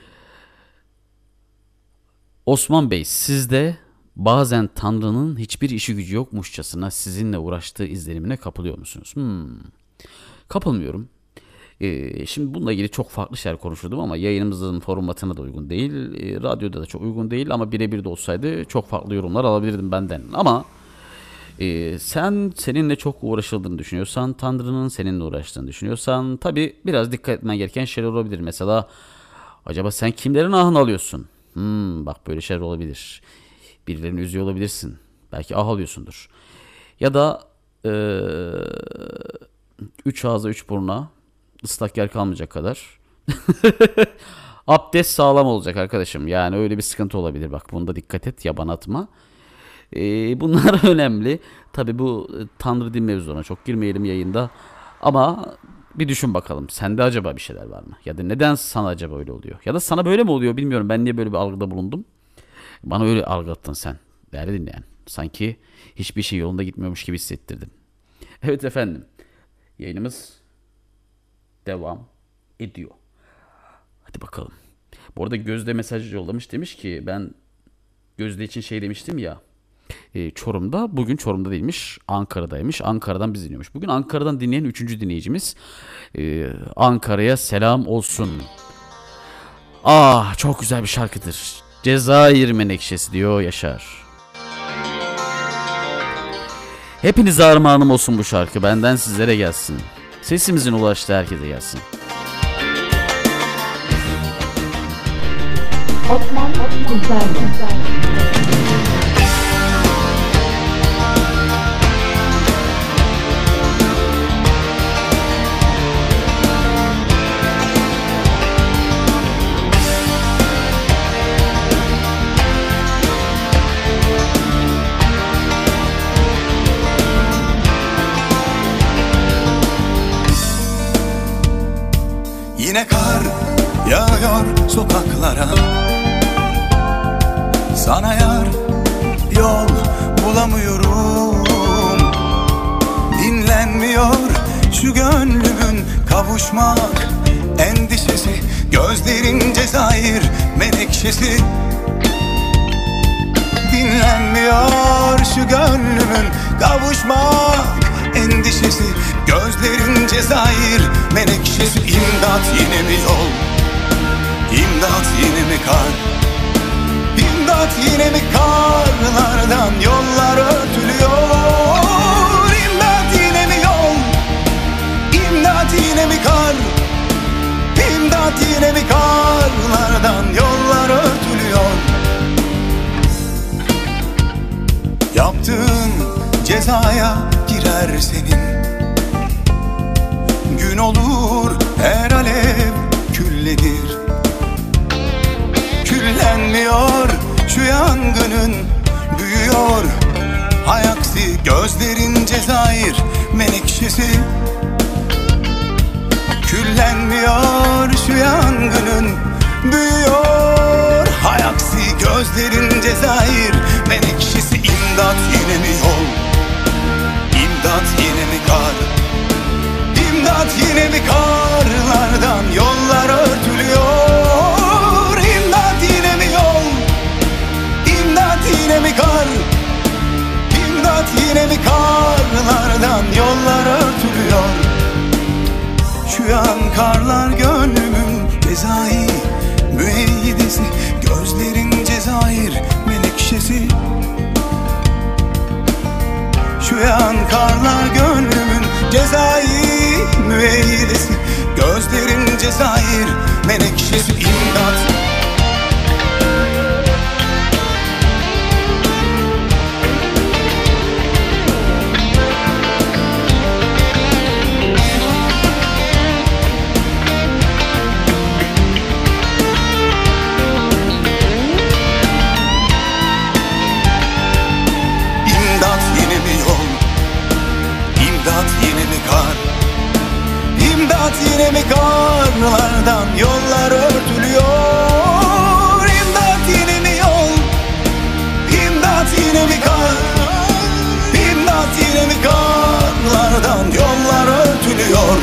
Osman Bey, sizde bazen Tanrı'nın hiçbir işi gücü yokmuşçasına sizinle uğraştığı izlenimine kapılıyor musunuz? Hmm. Kapılmıyorum. Ee, şimdi bununla ilgili çok farklı şeyler konuşurdum ama yayınımızın formatına da uygun değil. E, radyoda da çok uygun değil ama birebir de olsaydı çok farklı yorumlar alabilirdim benden. Ama e, sen seninle çok uğraşıldığını düşünüyorsan, Tanrı'nın seninle uğraştığını düşünüyorsan tabii biraz dikkat etmen gereken şeyler olabilir. Mesela acaba sen kimlerin ahını alıyorsun? Hmm, bak böyle şeyler olabilir. Birilerini üzüyor olabilirsin. Belki ah alıyorsundur. Ya da e, üç ağza üç buruna ıslak yer kalmayacak kadar abdest sağlam olacak arkadaşım. Yani öyle bir sıkıntı olabilir. Bak bunda dikkat et, yaban atma. Ee, bunlar önemli. Tabii bu Tanrı din mevzuna çok girmeyelim yayında. Ama bir düşün bakalım. Sende acaba bir şeyler var mı? Ya da neden sana acaba öyle oluyor? Ya da sana böyle mi oluyor bilmiyorum. Ben niye böyle bir algıda bulundum? Bana öyle algılattın sen. Değerli dinleyen. Sanki hiçbir şey yolunda gitmiyormuş gibi hissettirdin. Evet efendim. Yayınımız devam ediyor. Hadi bakalım. Bu arada Gözde mesaj yollamış, demiş ki ben Gözde için şey demiştim ya, e, Çorum'da, bugün Çorum'da değilmiş, Ankara'daymış. Ankara'dan biz dinliyormuş. Bugün Ankara'dan dinleyen üçüncü dinleyicimiz. E, Ankara'ya selam olsun. Ah çok güzel bir şarkıdır. Cezayir Menekşesi diyor Yaşar. Hepinize armağanım olsun bu şarkı. Benden sizlere gelsin. Sesimizin ulaştığı herkese gelsin. Osman Kuzerli. Yine kar yağıyor sokaklara, sana yar yol bulamıyorum. Dinlenmiyor şu gönlümün kavuşmak endişesi, gözlerin Cezayir menekşesi. Dinlenmiyor şu gönlümün kavuşmak endişesi, gözlerin Cezayir menekşesi. İmdat yine mi yol, İmdat yine mi kar, İmdat yine mi karlardan yollar örtülüyor. İmdat yine mi yol, İmdat yine mi kar, İmdat yine mi karlardan yollar örtülüyor. Yaptığın cezaya girer senin, gün olur her alev küllenir. Küllenmiyor şu yangının, büyüyor hay aksi gözlerin Cezayir menekşesi. Küllenmiyor şu yangının, büyüyor hay aksi gözlerin Cezayir menekşesi. İmdat yine mi yol, İmdat yine mi kar, İmdat yine mi karlardan yollar örtülüyor. İmdat yine mi yol, İmdat yine mi kar, İmdat yine mi karlardan yollar örtülüyor. Şu an karlar gönlümün Cezayir müeyyidesi, gözlerin Cezayir menekşesi. Şu an karlar gönlümün Cezayir müeyyidesi, gözlerin Cezayir menekşesi. İmdat. İmdat yine mi karlardan yollar örtülüyor. İmdat yine mi yol, İmdat yine mi kar, İmdat yine mi karlardan yollar örtülüyor.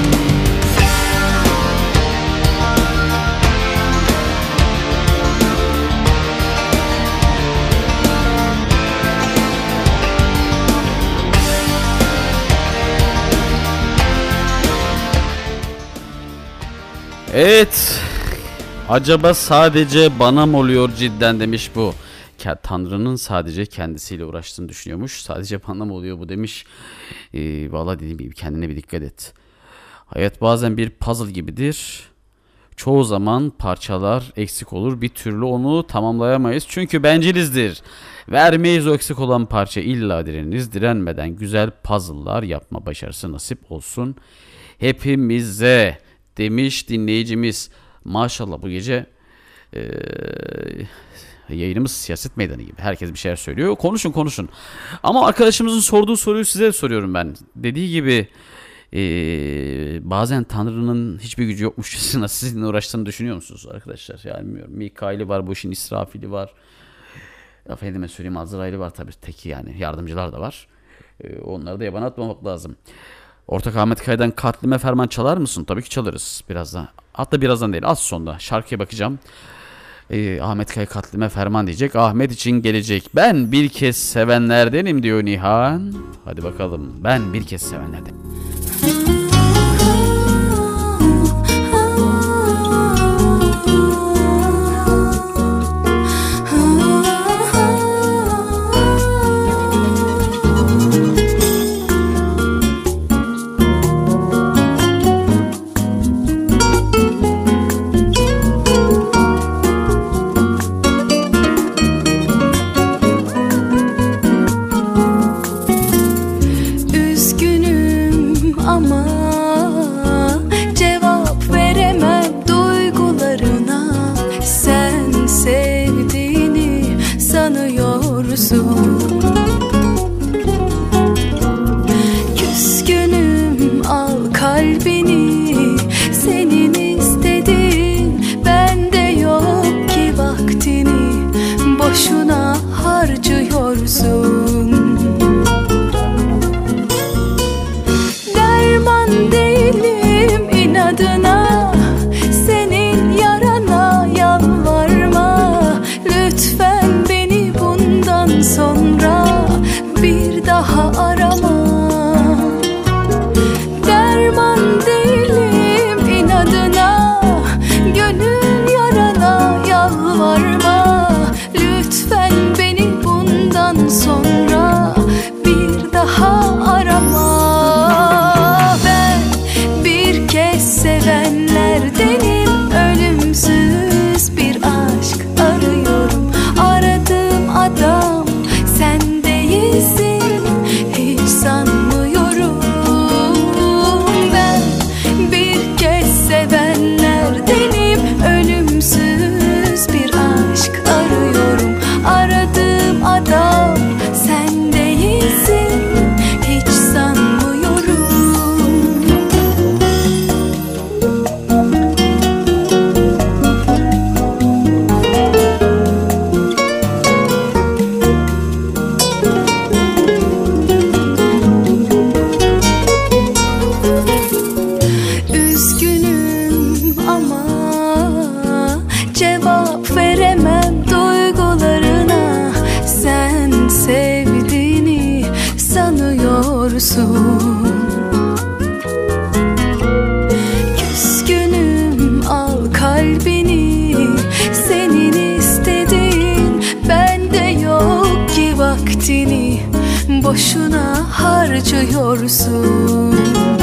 Evet, acaba sadece bana mı oluyor cidden demiş bu. Tanrı'nın sadece kendisiyle uğraştığını düşünüyormuş. Sadece bana mı oluyor bu demiş. Ee, Valla dediğim gibi kendine bir dikkat et. Hayat bazen bir puzzle gibidir. Çoğu zaman parçalar eksik olur. Bir türlü onu tamamlayamayız. Çünkü bencilizdir. Vermeyiz o eksik olan parça, illa direniriz. Direnmeden güzel puzzle'lar yapma başarısı nasip olsun hepimize demiş dinleyicimiz. Maşallah bu gece ee, yayınımız siyaset meydanı gibi. Herkes bir şeyler söylüyor. Konuşun konuşun. Ama arkadaşımızın sorduğu soruyu size soruyorum ben. Dediği gibi ee, bazen Tanrı'nın hiçbir gücü yokmuşçasına sizinle uğraştığını düşünüyor musunuz arkadaşlar? Yani bilmiyorum. Mikail'i var, bu işin İsrafil'i var. Efendime söyleyeyim, Azrail'i var tabii, teki yani. Yardımcılar da var. Ee, onları da yabana atmamak lazım. Ortak Ahmet Kaya'dan Katlime Ferman çalar mısın? Tabii ki çalarız birazdan. Hatta birazdan değil, az sonra. Şarkıya bakacağım. Ee, Ahmet Kaya Katlime Ferman diyecek. Ahmet için gelecek. Ben bir kez sevenlerdenim diyor Nihan. Hadi bakalım. Ben bir kez sevenlerdenim. Küskünüm, al kalbini, senin istediğin bende yok ki, vaktini boşuna harcıyorsun. Derman değilim inadına, senin yarana yalvarma. Lütfen beni bundan sonra bir daha arama. Derman değilim inadına, gönül yarana yalvarma. Lütfen beni bundan sonra hasretini boşuna harcıyorsun.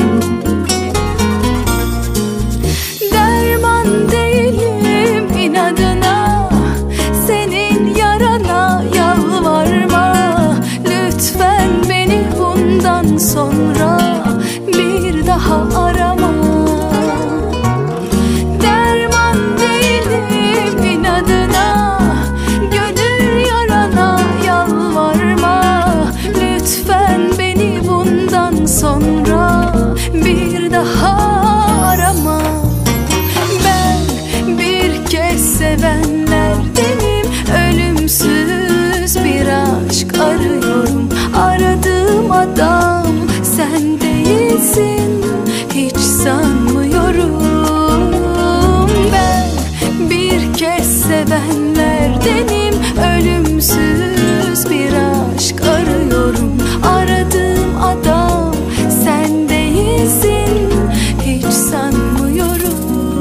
Derman değilim inadına, senin yarana yalvarma. Lütfen beni bundan sonra bir daha arama. Derman değilim inadına, gönül yarana yalvarma. Lütfen beni bundan sonra bir daha arama. Ben bir kez sevenlerdenim, ölümsüz bir aşk arıyorum. Aradığım adam sen değilsin, hiç sanmıyorum. Ben bir kez sevenlerdenim, ölümsüz bir aşk arıyorum. Aradığım adam sen değilsin, hiç sanmıyorum.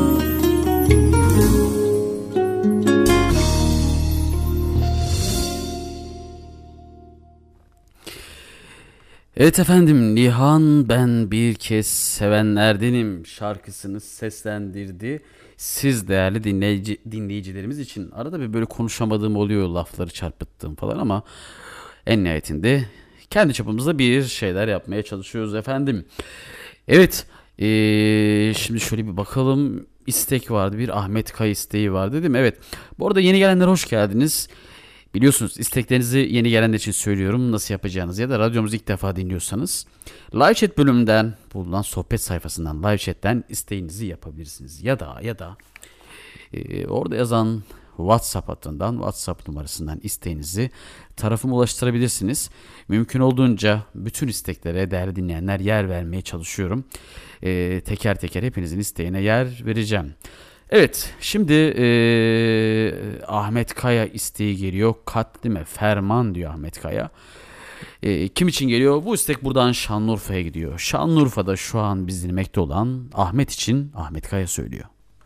Evet efendim, Nihan Ben Bir Kez Sevenlerdenim şarkısını seslendirdi. Siz değerli dinleyici, dinleyicilerimiz için arada bir böyle konuşamadığım oluyor, lafları çarpıttığım falan, ama en nihayetinde kendi çapımızda bir şeyler yapmaya çalışıyoruz efendim. Evet, ee, şimdi şöyle bir bakalım, istek vardı, bir Ahmet Kaya isteği vardı değil mi? Evet, bu arada yeni gelenler hoş geldiniz. Biliyorsunuz, isteklerinizi yeni gelenler için söylüyorum nasıl yapacağınız, ya da radyomuzu ilk defa dinliyorsanız live chat bölümünden bulunan sohbet sayfasından, live chat'ten isteğinizi yapabilirsiniz. Ya da ya da e, orada yazan WhatsApp hattından, WhatsApp numarasından isteğinizi tarafıma ulaştırabilirsiniz. Mümkün olduğunca bütün isteklere değerli dinleyenler yer vermeye çalışıyorum. E, teker teker hepinizin isteğine yer vereceğim. Evet, şimdi ee, Ahmet Kaya isteği geliyor. Katlime ferman diyor Ahmet Kaya. E, kim için geliyor? Bu istek buradan Şanlıurfa'ya gidiyor. Şanlıurfa'da şu an bizi dinlemekte olan Ahmet için Ahmet Kaya söylüyor.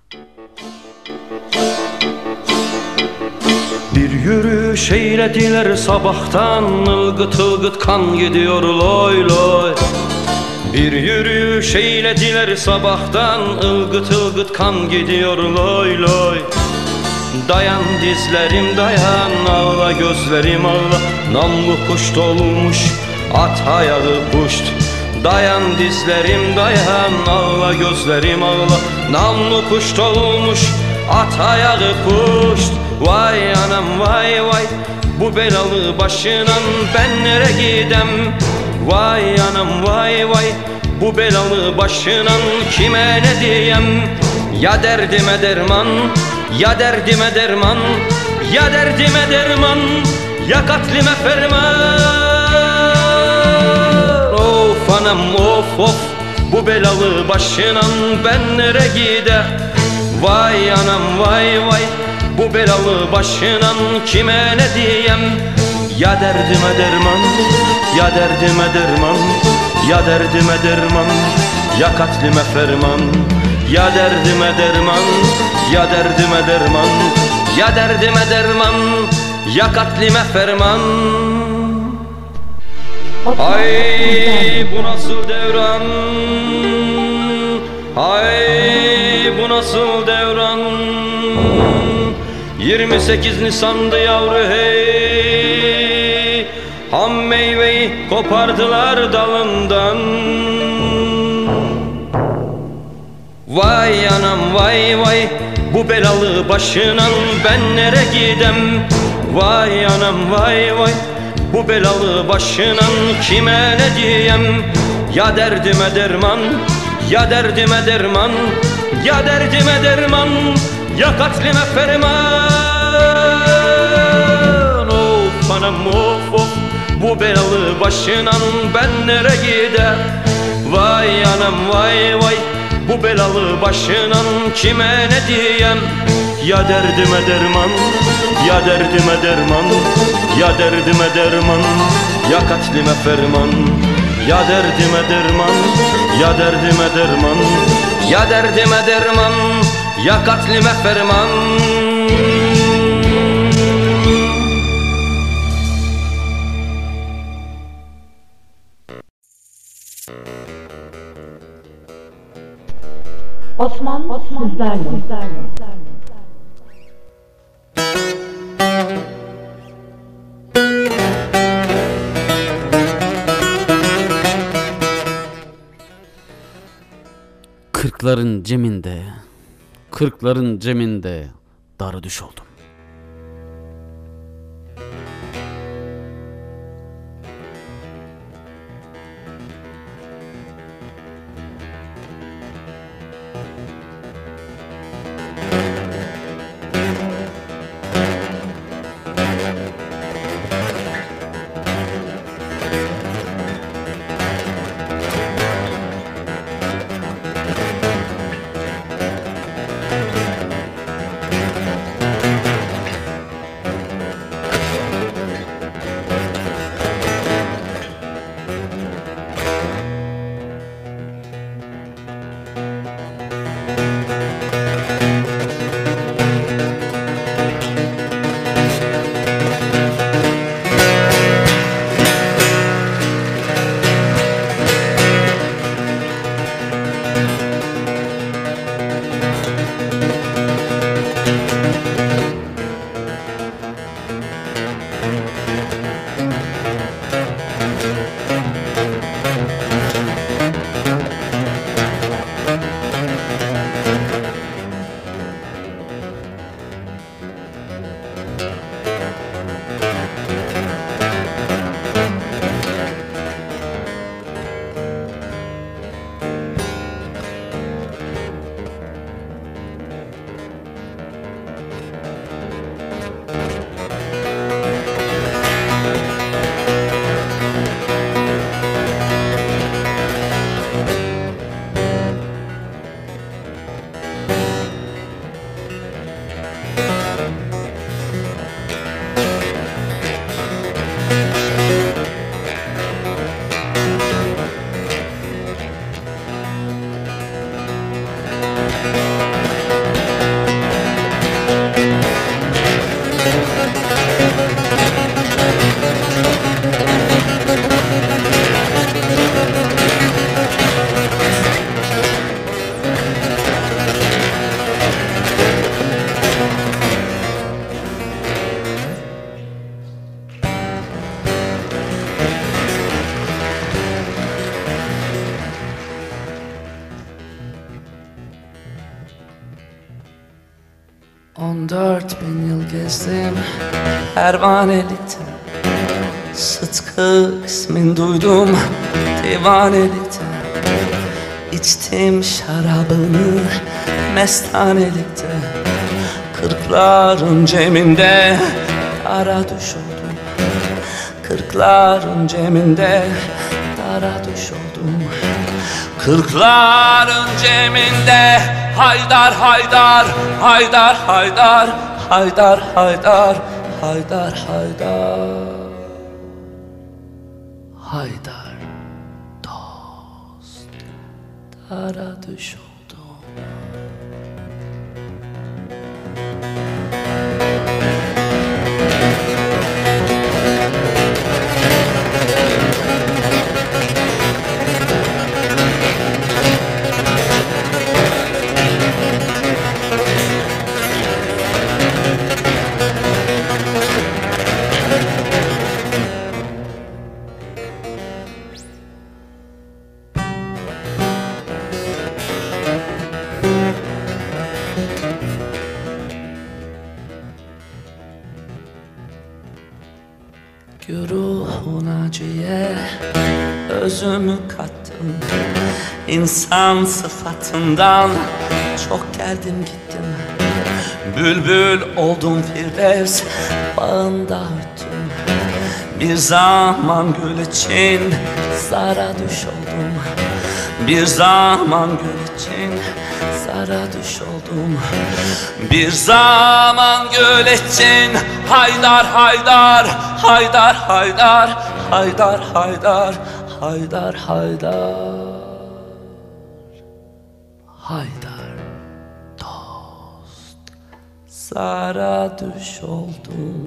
Bir yürüyüş eylediler sabahtan, ılgıt ılgıt kan gidiyor loy loy. Bir yürüyüş eylediler sabahtan, ılgıt ılgıt kan gidiyor loy loy. Dayan dizlerim dayan, ağla gözlerim ağla. Namlu kuş dolmuş, at ayağı puşt. Dayan dizlerim dayan, ağla gözlerim ağla. Namlu kuş dolmuş, at ayağı puşt. Vay anam vay vay, bu belalı başınan ben nere gidem? Vay anam vay vay, bu belalı başınan kime ne diyem? Ya derdime derman, ya derdime derman, ya derdime derman, ya katlime ferman. Of anam of of, bu belalı başınan ben nere gide? Vay anam vay vay, bu belalı başınan kime ne diyem? Ya derdime derman, ya derdime derman, ya derdime derman, ya katlime ferman. Ya derdime derman, ya derdime derman, ya derdime derman, ya katlime ferman. Ay bu nasıl devran, ay bu nasıl devran. Yirmi sekiz Nisan'dı yavru hey, ham meyveyi kopardılar dalından. Vay anam vay vay, bu belalı başınan ben nere gidem? Vay anam vay vay, bu belalı başınan kime ne diyem? Ya derdime derman, ya derdime derman, ya derdime derman, ya katlime ferman. Of anam of of, bu belalı başınan ben nere gider? Vay anam vay vay, bu belalı başınan kime ne diyem? Ya derdime derman, ya derdime derman, ya derdime derman, ya katlime ferman. Ya derdime derman, ya derdime derman, ya derdime derman, ya katlime ferman. Osman, Osman sizlerle. Kırkların ceminde, kırkların ceminde darı düş oldum. On dört bin yıl gezdim pervanelikte, Sıtkı ismin duydum divanelikte. İçtim şarabını mestanelikte, kırkların ceminde dara düş oldum. Kırkların ceminde dara düş oldum. Kırkların ceminde Haydar Haydar Haydar Haydar Haydar Haydar Haydar Haydar Haydar dost dara düş oldum. Güruhun acıya özümü kattım. İnsan sıfatından çok geldim gittim. Bülbül oldum Firdevs bağında öttüm. Bir zaman gül için zara düş oldum. Bir zaman gül için zara düş oldum. Bir zaman gül için Haydar Haydar Haydar Haydar Haydar Haydar Haydar Haydar Haydar dost zara düş oldum.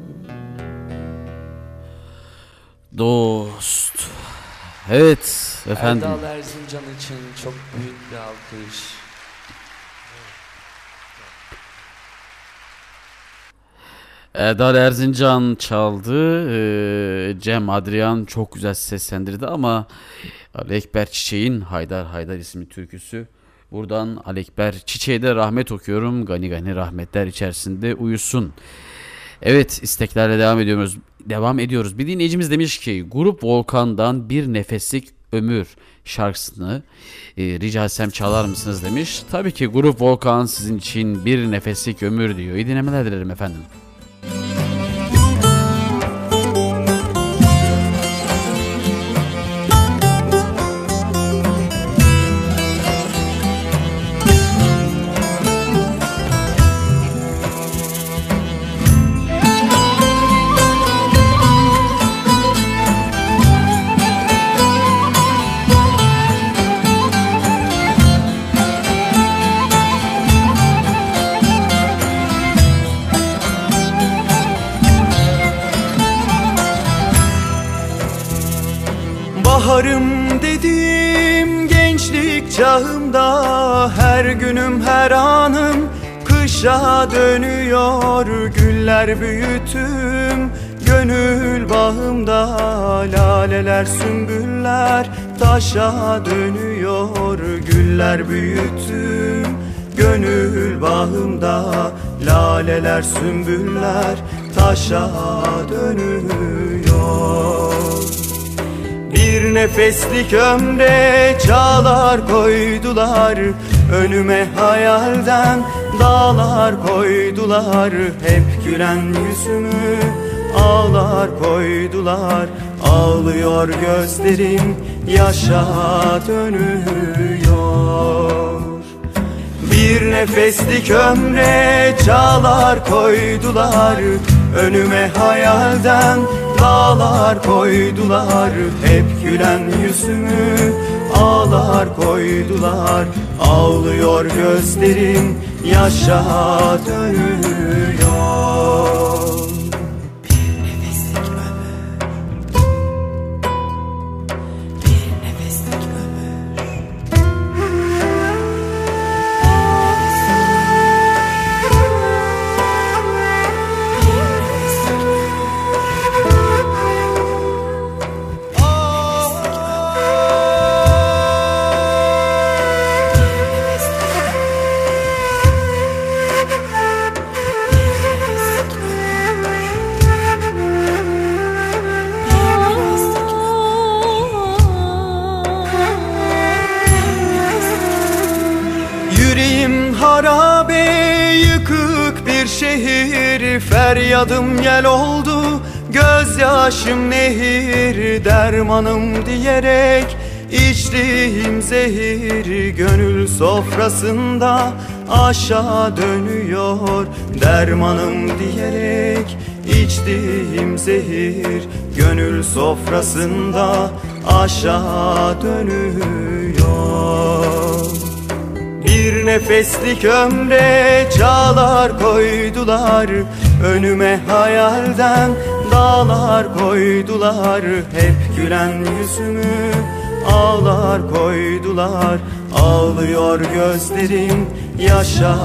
Dost. Evet efendim. Erdal Erzincan için çok büyük bir alkış. Erdal Erzincan çaldı. Ee, Cem Adrian çok güzel seslendirdi ama Ali Ekber Çiçek'in Haydar Haydar isimli türküsü. Buradan Ali Ekber Çiçek'e de rahmet okuyorum. Gani gani rahmetler içerisinde uyusun. Evet, isteklerle devam ediyoruz. Devam ediyoruz. Bir dinleyicimiz demiş ki Grup Volkan'dan Bir Nefeslik Ömür şarkısını e, rica etsem çalar mısınız demiş. Tabii ki Grup Volkan sizin için Bir Nefeslik Ömür diyor. İyi dinlemeler dilerim efendim. Baharım dediğim gençlik çağımda her günüm her anım kışa dönüyor. Güller büyüttüm gönül bağımda, laleler sümbüller taşa dönüyor. Güller büyüttüm gönül bağımda, laleler sümbüller taşa dönüyor. Bir nefeslik ömre çağlar koydular, önüme hayalden dağlar koydular. Hep gülen yüzümü ağlar koydular, ağlıyor gözlerim yaşa dönüyor. Bir nefeslik ömre çağlar koydular, önüme hayalden dağlar koydular. Hep gülen yüzümü ağlar koydular, ağlıyor gözlerim yaşa dönüyor. Bir nefeslik ömür, bir nefeslik ömür. Harabe yıkık bir şehir, feryadım yel oldu, gözyaşım nehir. Dermanım diyerek içtiğim zehir, gönül sofrasında aşağı dönüyor. Dermanım diyerek içtiğim zehir, gönül sofrasında aşağı dönüyor. Bir nefeslik ömre çağlar koydular, önüme hayalden dağlar koydular. Hep gülen yüzümü ağlar koydular, ağlıyor gözlerim yaşa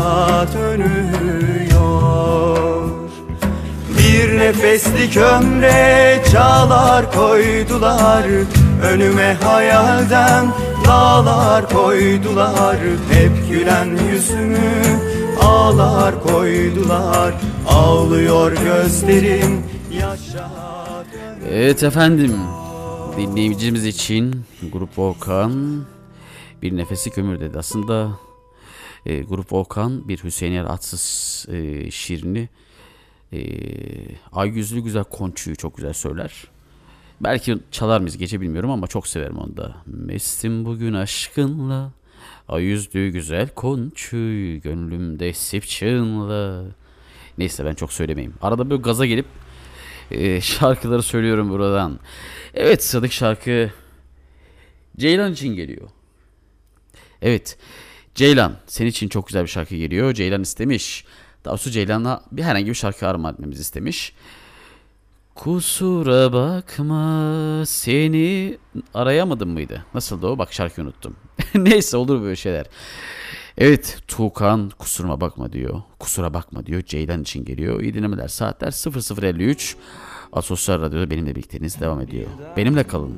dönüyor. Bir nefeslik ömre çağlar koydular, önüme hayalden dağlar koydular. Hep gülen yüzümü ağlar koydular, ağlıyor gözlerim yaşa dönüyor. Evet efendim, dinleyicimiz için Grup Volkan Bir Nefeslik Ömür dedi. Aslında e, Grup Volkan bir Hüseyin Er Atsız e, şiirini e, ay yüzlü güzel konçuyu çok güzel söyler. Belki çalar mıyız gece bilmiyorum ama çok severim onu da. Mestim bugün aşkınla, ay yüzlü güzel konçuy, gönlümde sipçınla. Neyse ben çok söylemeyeyim. Arada böyle gaza gelip e, şarkıları söylüyorum buradan. Evet, sıradaki şarkı Ceylan için geliyor. Evet, Ceylan senin için çok güzel bir şarkı geliyor. Ceylan istemiş. Daha doğrusu Ceylan'a bir herhangi bir şarkı armağan etmemizi istemiş. Kusura bakma seni arayamadım mıydı? Nasıldı o? Bak şarkıyı unuttum. Neyse olur böyle şeyler. Evet, Tuğkan kusuruma bakma diyor. Kusura bakma diyor. Ceylan için geliyor. İyi dinlemeler. Saatler sıfır sıfır elli üç. Asosyal Radyo'da benimle birlikteniz devam ediyor. Benimle kalın.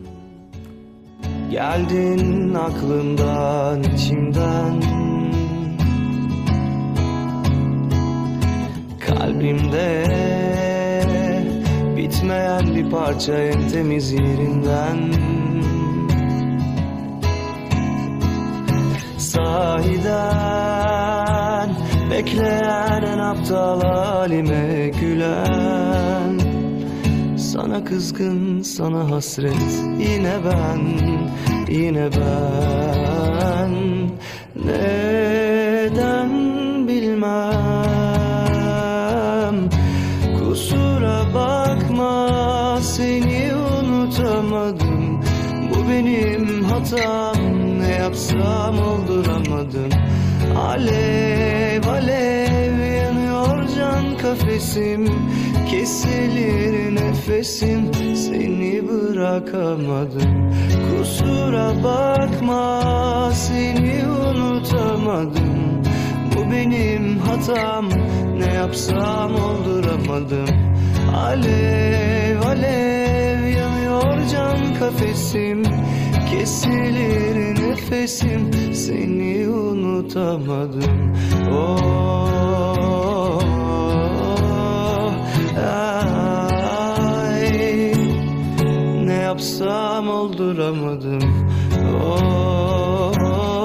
Geldin aklımdan, içimden, kalbimde bitmeyen bir parça en temiz yerinden. Sahiden bekleyen en aptal halime gülen, sana kızgın, sana hasret, yine ben, yine ben. Neden bilmem, kusura bakma, seni unutamadım. Bu benim hatam, ne yapsam olduramadım. Alev alev yanıyor can kafesim, kesilir nefesim, seni bırakamadım. Kusura bakma, seni unutamadım. Bu benim hatam, ne yapsam olduramadım. Alev alev yanıyor can kafesim, kesilir nefesim, seni unutamadım. Oh, ay, ne yapsam olduramadım. Oh,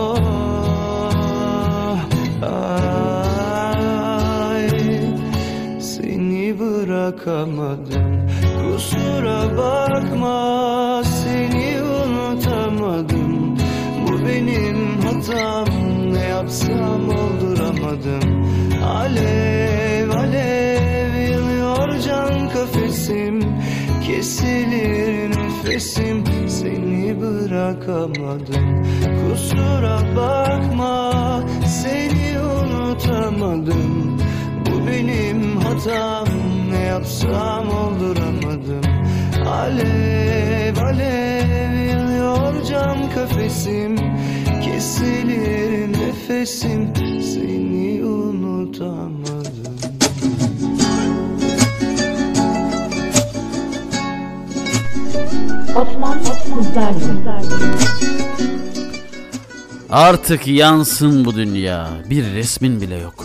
ay, seni bırakamadım. Kusura bakma, seni unutamadım. Bu benim hatam, ne yapsam olduramadım. Alev alev yanıyor can kafesim, kesilir nefesim, seni bırakamadım. Kusura bakma, seni unutamadım. Bu benim hatam, ne yapsam olduramadım. Alev alev yanıyor can kafesim, kesilir nefesim, seni unutamadım. Osman Kızlarlı. Artık yansın bu dünya, bir resmin bile yok.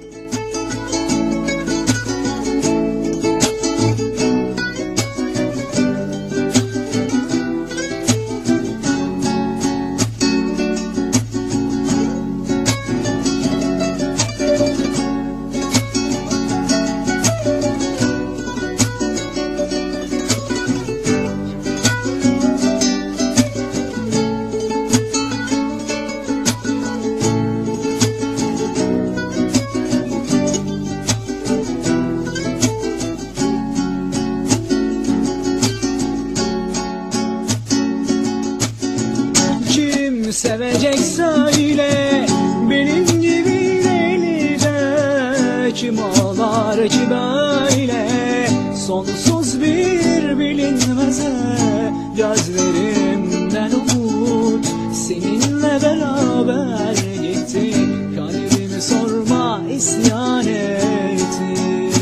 Sevecek söyle, benim gibi delice. Kim ağlar ki böyle, sonsuz bir bilinmeze. Gözlerimden umut seninle beraber gitti. Kalbimi sorma, isyan etti.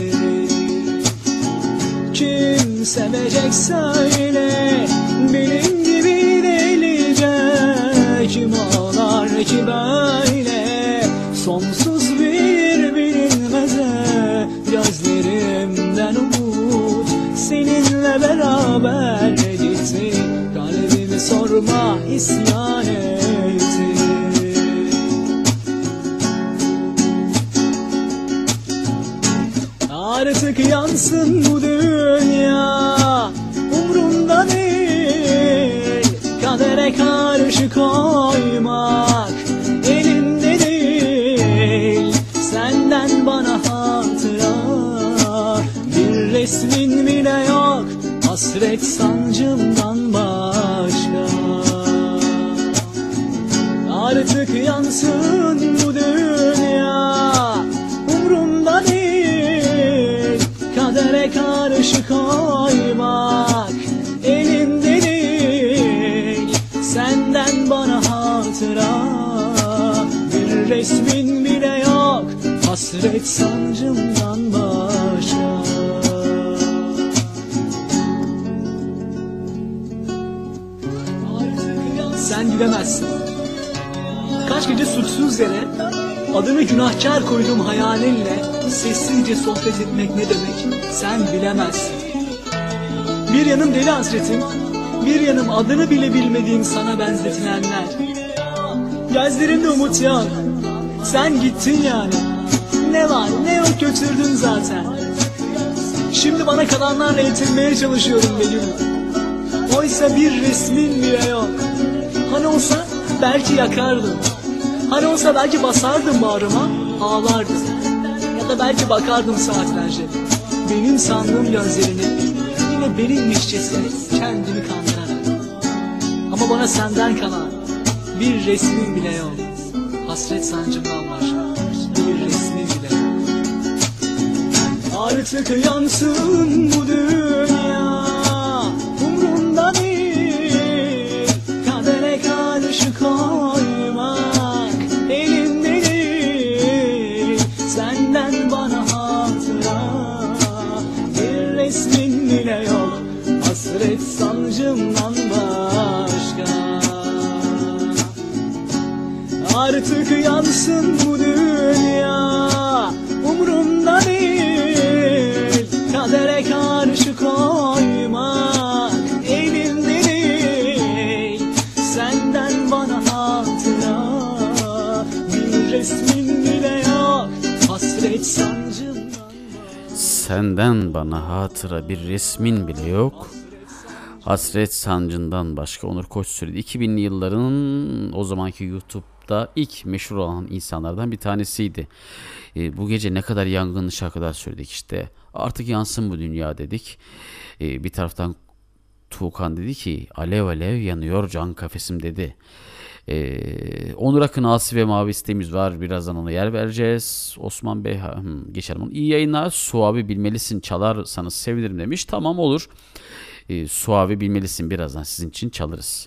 Kim sevecek söyle, benim gibi delice. Kim ağlar ki böyle, sonsuz bir bilinmeze. Gözlerimden umut seninle beraber gitti. Kalbimi sorma, isyan etti. Artık yansın bu dünya, umrumda değil. Kadere karşı koymak elimde değil. Senden bana hatıra, bir resmin bile yok. Hasret sancımdan başka. Artık yansın bu dünya, umrumda değil. Kadere karşı koymak elimde değil. Senden bana hatıra, bir resim hasret sancımdan başka. Sen gidemezsin. Kaç gece suçsuz yere adını günahkar koyduğum hayalinle sessizce sohbet etmek ne demek sen bilemezsin. Bir yanım deli hasretim, bir yanım adını bile bilmediğim sana benzetilenler. Gözlerinde umut yok, sen gittin yani. Ne var ne yok götürdün zaten. Şimdi bana kalanlarla yetinmeye çalışıyorum benim. Oysa bir resmin bile yok. Hani olsa belki yakardım. Hani olsa belki basardım bağrıma, ağlardım. Ya da belki bakardım saatlerce benim sandığım gözlerini, yine benimmişçesine kendimi kandırarak. Ama bana senden kalan bir resmin bile yok. Hasret sancımdan başka bir resmin bile yok. Artık yansın bu dünya, umrumda değil. Kadere karşı koymak elimde değil. Senden bana hatıra bir resmin bile yok. Hasret sancımdan başka. Artık yansın bu dünya, umrumda değil. Kadere karşı koymak elimde değil. Senden bana hatıra bir resmin bile yok. Hasret sancımdan. Senden bana hatıra bir resmin bile yok. Hasret sancından başka. Onur Koç söyledi. iki binli yılların o zamanki YouTube'da ilk meşhur olan insanlardan bir tanesiydi. E, bu gece ne kadar yangınlı şarkılar söyledik işte. Artık yansın bu dünya dedik. E, bir taraftan Tuğkan dedi ki alev alev yanıyor can kafesim dedi. Ee, Onur Akın Asi ve Mavi sitemiz var. Birazdan ona yer vereceğiz. Osman Bey hmm, geçelim onu. İyi yayınlar. Suavi bilmelisin çalarsanız sevinirim demiş. Tamam olur. Ee, Suavi bilmelisin birazdan sizin için çalarız.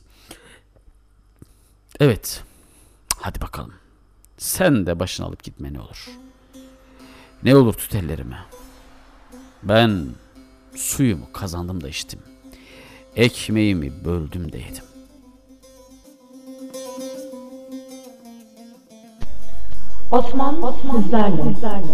Evet. Hadi bakalım. Sen de başını alıp gitme ne olur. Ne olur tut ellerimi. Ben suyumu kazandım da içtim. Ekmeğimi böldüm de yedim. Osman, Osman sizlerle. sizlerle.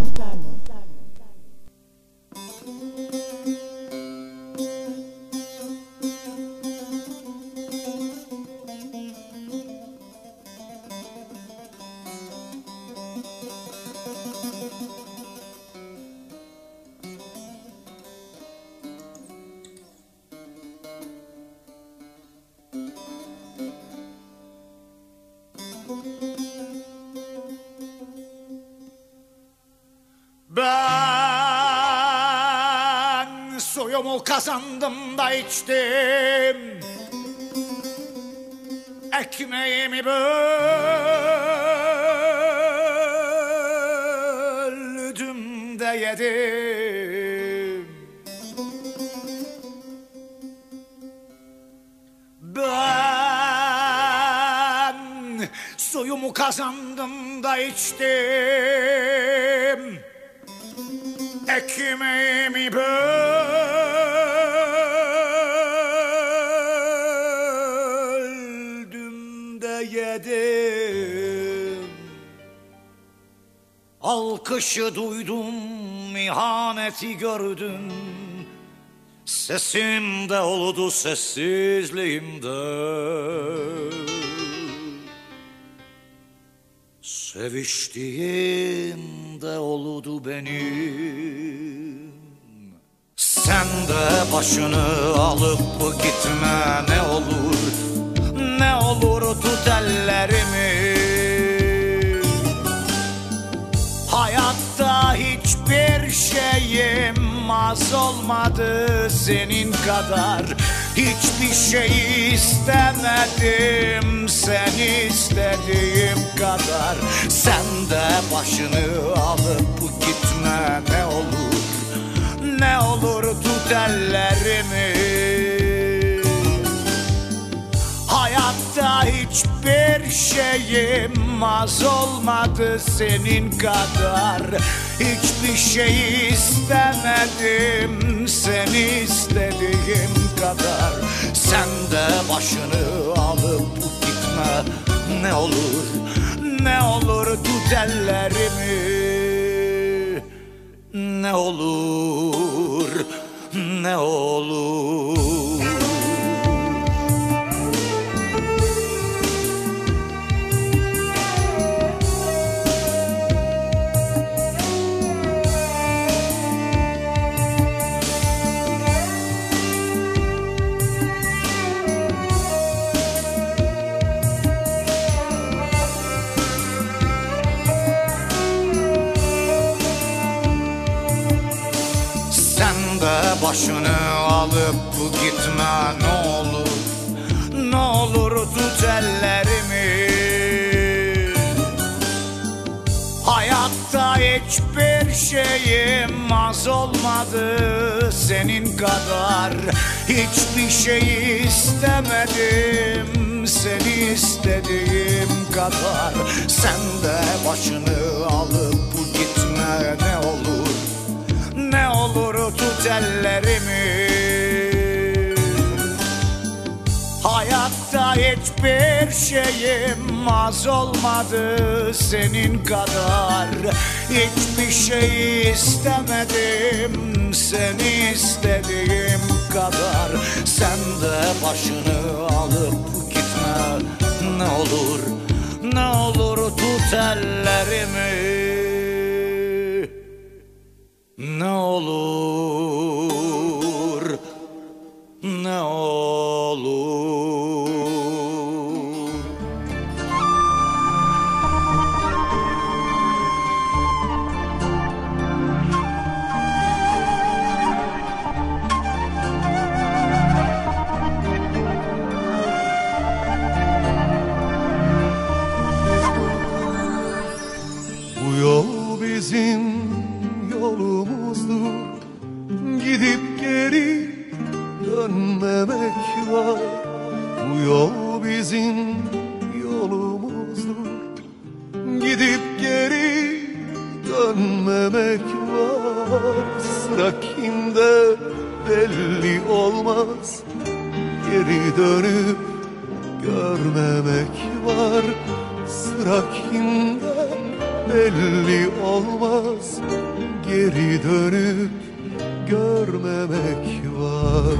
Ben suyumu kazandım da içtim, ekmeğimi böldüm de yedim. Ben suyumu kazandım da içtim, ekmeğimi böldüm de yedim. Alkışı duydum, ihaneti gördüm. Sesimde oldu sessizliğimde. Seviştiğimde oldu benim. Sen de başını alıp gitme ne olur. Ne olur tut ellerimi. Hayatta hiçbir şeyim az olmadı senin kadar. Hiçbir şey istemedim seni istediğim kadar. Sen de başını alıp gitme ne olur. Ne olur tut ellerimi. Hayatta hiçbir şeyim az olmadı senin kadar. Hiçbir şey istemedim seni istediğim kadar. Sen de başını alıp gitme ne olur, ne olur tut ellerimi. Ne olur, ne olur. Başını alıp gitme ne olur, ne olur tut ellerimi. Hayatta hiçbir şeyim az olmadı senin kadar. Hiçbir şey istemedim seni istediğim kadar. Sen de başını alıp gitme ne olur, ne olur tut ellerimi. Hayatta hiçbir şeyim az olmadı senin kadar. Hiçbir şey istemedim seni istediğim kadar. Sen de başını alıp gitme ne olur, ne olur tut ellerimi. Ne olur, ne olur. Bu yol bizim yolumuzdur, gidip geri dönmemek var. Bu yol bizim yolumuzdur, gidip geri dönmemek var. Sıra kimde belli olmaz, geri dönüp görmemek var. Sıra kimde belli olmaz, geri dönüp görmemek var.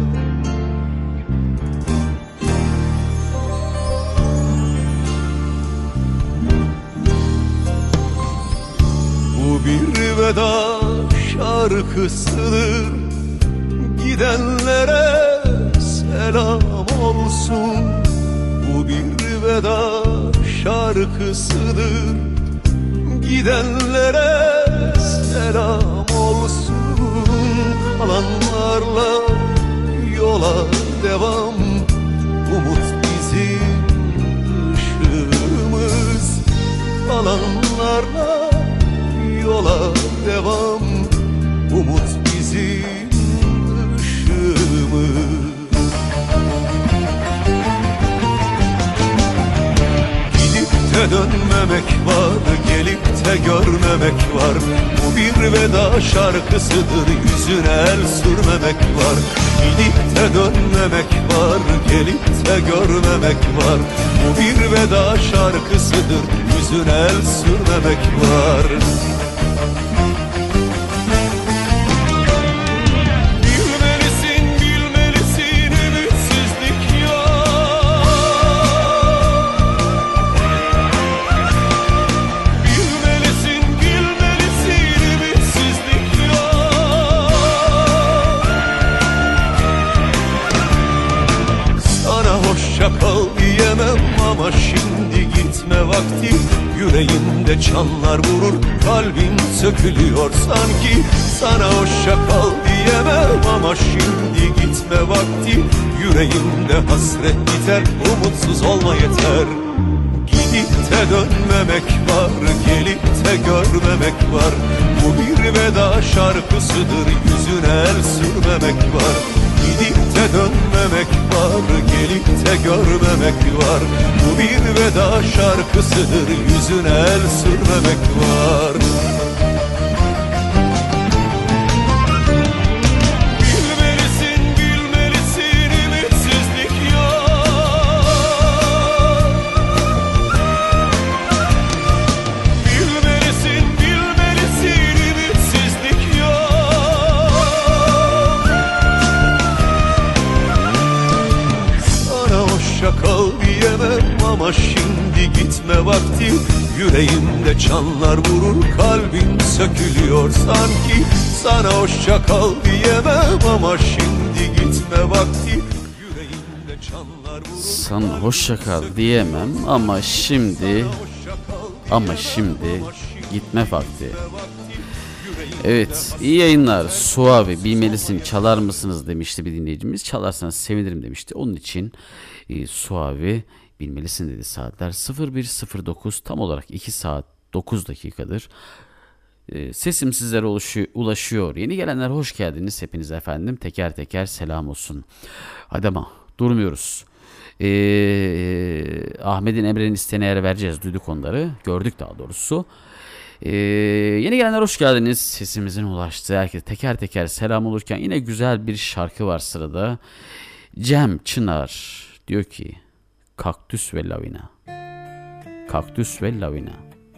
Bu bir veda şarkısıdır, gidenlere selam olsun. Bu bir veda şarkısıdır, gidenlere selam olsun. Alanlarla yola devam, umut bizim ışığımız. Alanlarla yola devam, umut bizim ışığımız. Gidip de dönmemek var, gelip de görmemek var. Bu bir veda şarkısıdır, yüzüne el sürmemek var. Gidip de dönmemek var, gelip de görmemek var. Bu bir veda şarkısıdır, yüzüne el sürmemek var. Bilmelisin, bilmelisin, ümitsizlik yok. Bilmelisin, bilmelisin, ümitsizlik yok. Sana hoşça kal diyemem ama şimdi gitme vakti. Yüreğimde çanlar vurur, kalbin sökülüyor sanki. Sana hoşça kal diyemem ama şimdi gitme vakti. Yüreğimde hasret biter, umutsuz olma yeter. Gidip de dönmemek var, gelip de görmemek var. Bu bir veda şarkısıdır, yüzüne el sürmemek var. Gidip de dönmemek sevmemek var, gelip de görmemek var. Bu bir veda şarkısıdır, yüzüne el sürmemek var. Bilmelisin, bilmelisin, ümitsizlik yok. Bilmelisin, bilmelisin, ümitsizlik yok. Sana hoşça kal diyemem ama şimdi gitme vakti. Yüreğimde çanlar vurur, kalbim sökülüyor sanki. Sana hoşça kal diyemem ama şimdi gitme vakti. Yüreğimde çanlar vurur. Sana hoşça kal diyemem ama şimdi ama şimdi gitme vakti. Evet, iyi yayınlar. Suavi, bilmelisin, çalar mısınız demişti bir dinleyicimiz. Çalarsanız sevinirim demişti. Onun için e, Suavi bilmelisin dedi. Saatler sıfır bir sıfır dokuz, tam olarak iki saat dokuz dakikadır. E, sesim sizlere ulaşıyor, ulaşıyor. Yeni gelenler hoş geldiniz hepiniz efendim. Teker teker selam olsun. Hadi ama durmuyoruz. E, Ahmet'in Emre'nin isteğine yer vereceğiz. Duyduk onları. Gördük daha doğrusu. Ee, yeni gelenler hoş geldiniz. Sesimizin ulaştığı herkese teker teker selam olurken yine güzel bir şarkı var sırada. Cem Çınar diyor ki Kaktüs ve Lavina. Kaktüs ve Lavina.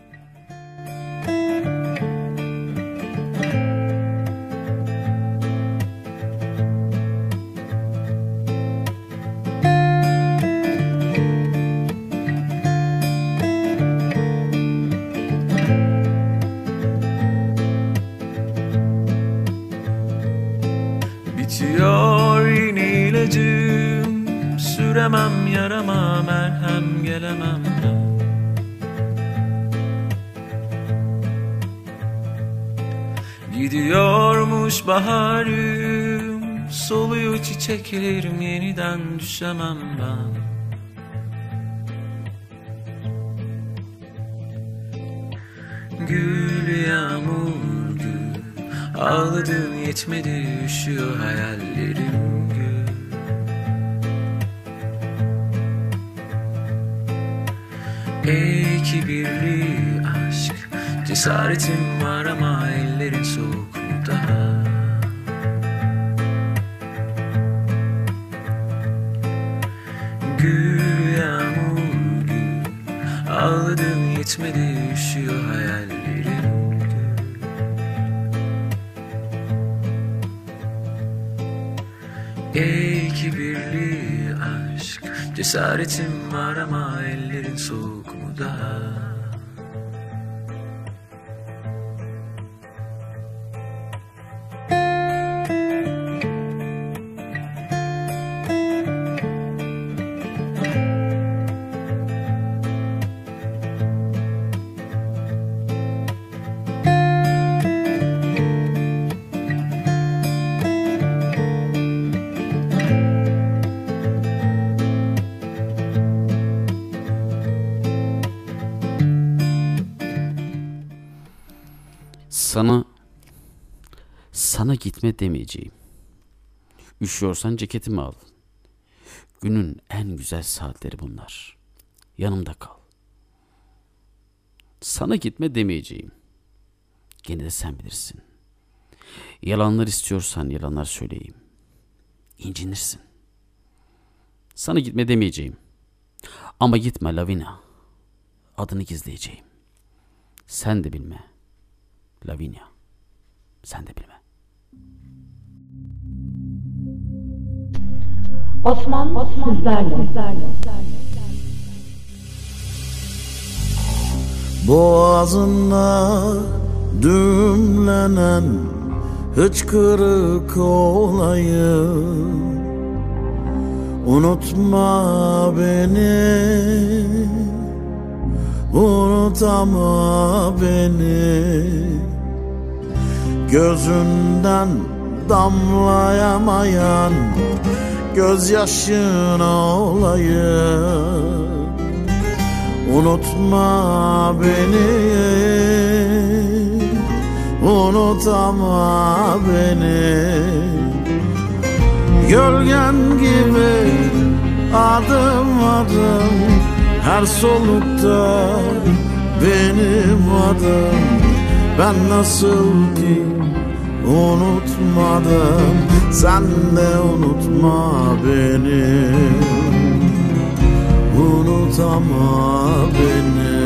Bitiyor yine ilacım, süremem yarama, merhem gelemem ben. Gidiyormuş baharım, soluyor çiçeklerim, yeniden düşemem ben. Gül yağmur gül, ağladığım yetmedi, üşüyor hayallerim gül. Ey kibirli aşk, cesaretim var ama ellerin soğuk mu daha? Gül yağmur gül, ağladığım yetmedi, üşüyor hayallerim gül. Ey kibirli aşk, cesaretim var ama ellerin soğuk mu daha? Sana sana gitme demeyeceğim. Üşüyorsan ceketimi al. Günün en güzel saatleri bunlar. Yanımda kal. Sana gitme demeyeceğim. Gene de sen bilirsin. Yalanlar istiyorsan yalanlar söyleyeyim. İncinirsin. Sana gitme demeyeceğim. Ama gitme Lavina. Adını gizleyeceğim. Sen de bilme. Lavinia, sen de bilme. Osman, Osman sizlerle. Boğazında düğümlenen hıçkırık olayım, unutma beni, unutama beni. Gözünden damlayamayan gözyaşın olayım, unutma beni, unutama beni. Gölgen gibi adım adım, her solukta benim adım. Ben nasıl ki unutmadım, sen de unutma beni. Unutama beni.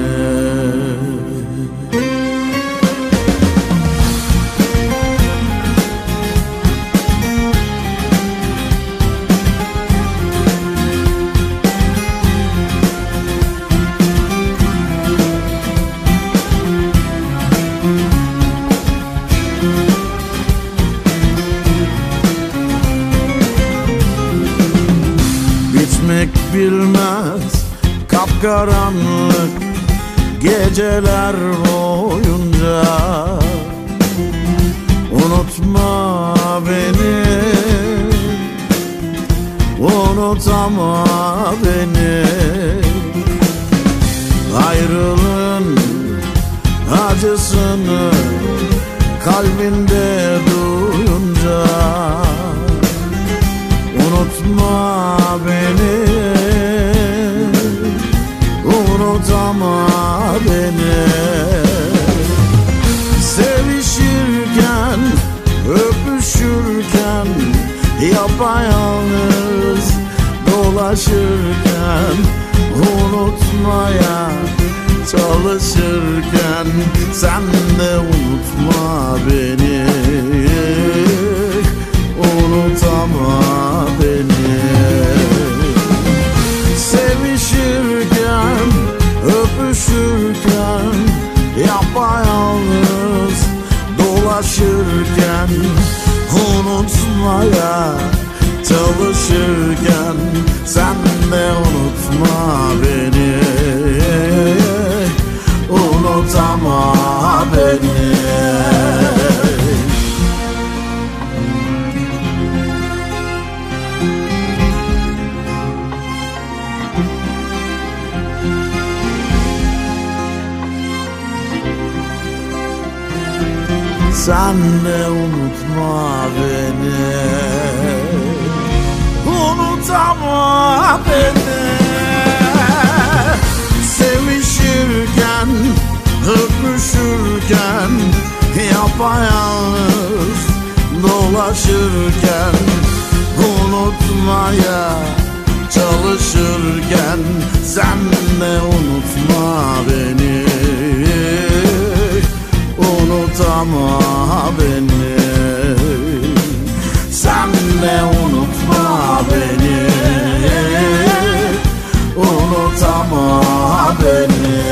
Bitmek bilmez kapkaranlık geceler boyunca. Unutma beni, unutama beni. Ayrılığın acısını kalbinde duyunca. Unutma beni, unutama beni. Sevişirken, öpüşürken, yapayalnız dolaşırken, unutmaya çalışırken, sen de unutma beni. Unutama beni. Sevişirken, öpüşürken, yapayalnız dolaşırken, unutmaya çalışırken, sen de unutma beni. Unutama beni. Sen de unutma beni. Unutama beni. Sevişirken, öpüşürken, yapayalnız dolaşırken, unutmaya çalışırken, sen de unutma beni. Unutama beni. Sen de unutma beni. Unutama beni.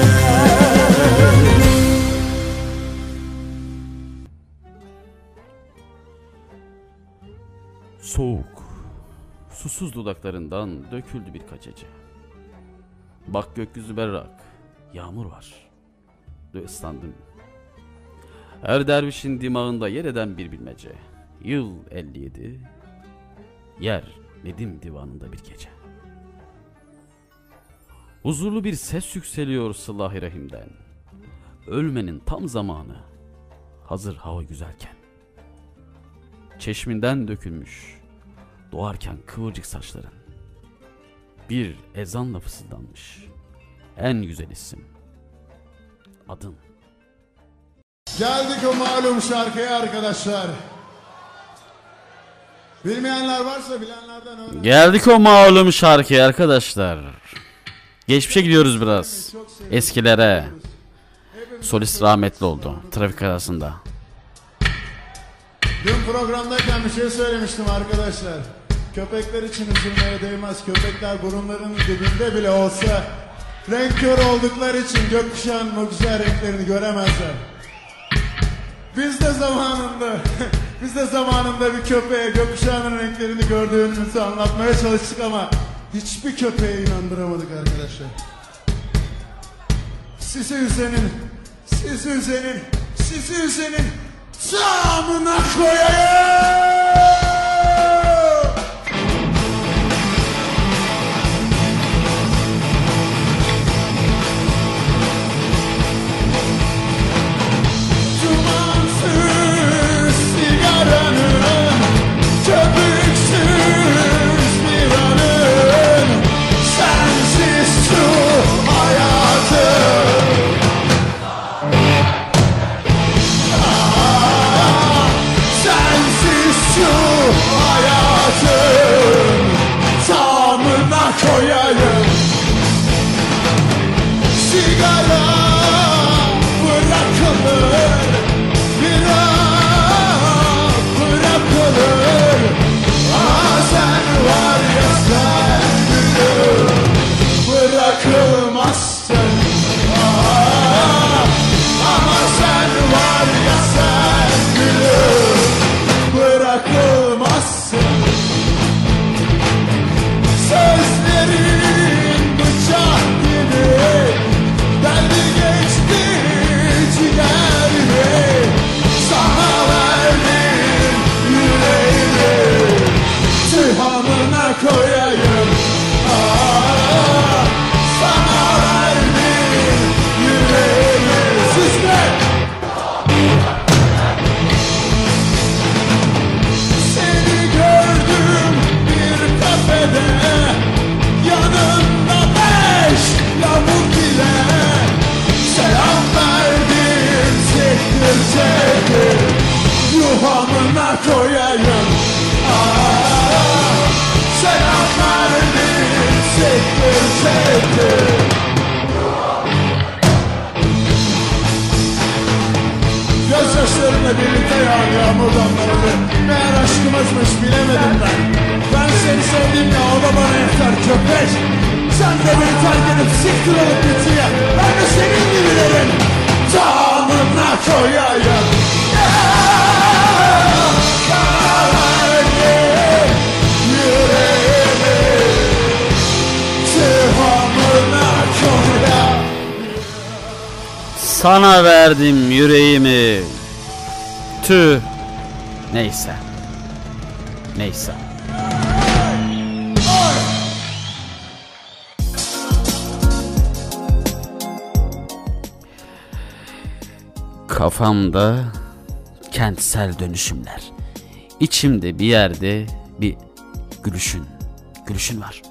Soğuk, susuz dudaklarından döküldü birkaç ece. Bak gökyüzü berrak, yağmur var ve ıslandım. Her dervişin dimağında yer eden bir bilmece. Yıl elli yedi, yer Nedim divanında bir gece. Huzurlu bir ses yükseliyor sıla-i rahimden. Ölmenin tam zamanı, hazır hava güzelken. Çeşminden dökülmüş, doğarken kıvırcık saçların. Bir ezanla fısıldanmış, en güzel isim, adın. Geldik o malum şarkıya arkadaşlar. Bilmeyenler varsa bilenlerden öğren. Geldik o malum şarkıya arkadaşlar. Geçmişe gidiyoruz biraz. Eskilere. Solist rahmetli oldu trafik kazasında. Dün programdayken bir şey söylemiştim arkadaşlar. Köpekler için üzülmeye değmez. Köpekler burunlarının dibinde bile olsa renk kör oldukları için gökkuşağının o güzel renklerini göremezler. Biz de zamanında, biz de zamanında bir köpeğe gökkuşağının renklerini gördüğümüzü anlatmaya çalıştık ama hiçbir köpeğe inandıramadık arkadaşlar. Sizi üzenin, sizi üzenin, sizi üzenin tamına koyayım. Dumansız sigaranın köpüksüz Siktir siktir. Gözyaşlarımla birlikte yağan yağmur damlaları meğer aşkımızmış bilemedim ben. Ben seni sevdim ya, o da bana yeter köpek. Sen de beni terk edip siktir olup gitsin ya, ben de senin gibilerin tamamına koyayım. Sana verdim yüreğimi. Tüh. Neyse. Neyse. Kafamda kentsel dönüşümler. İçimde bir yerde bir gülüşün. Gülüşün var.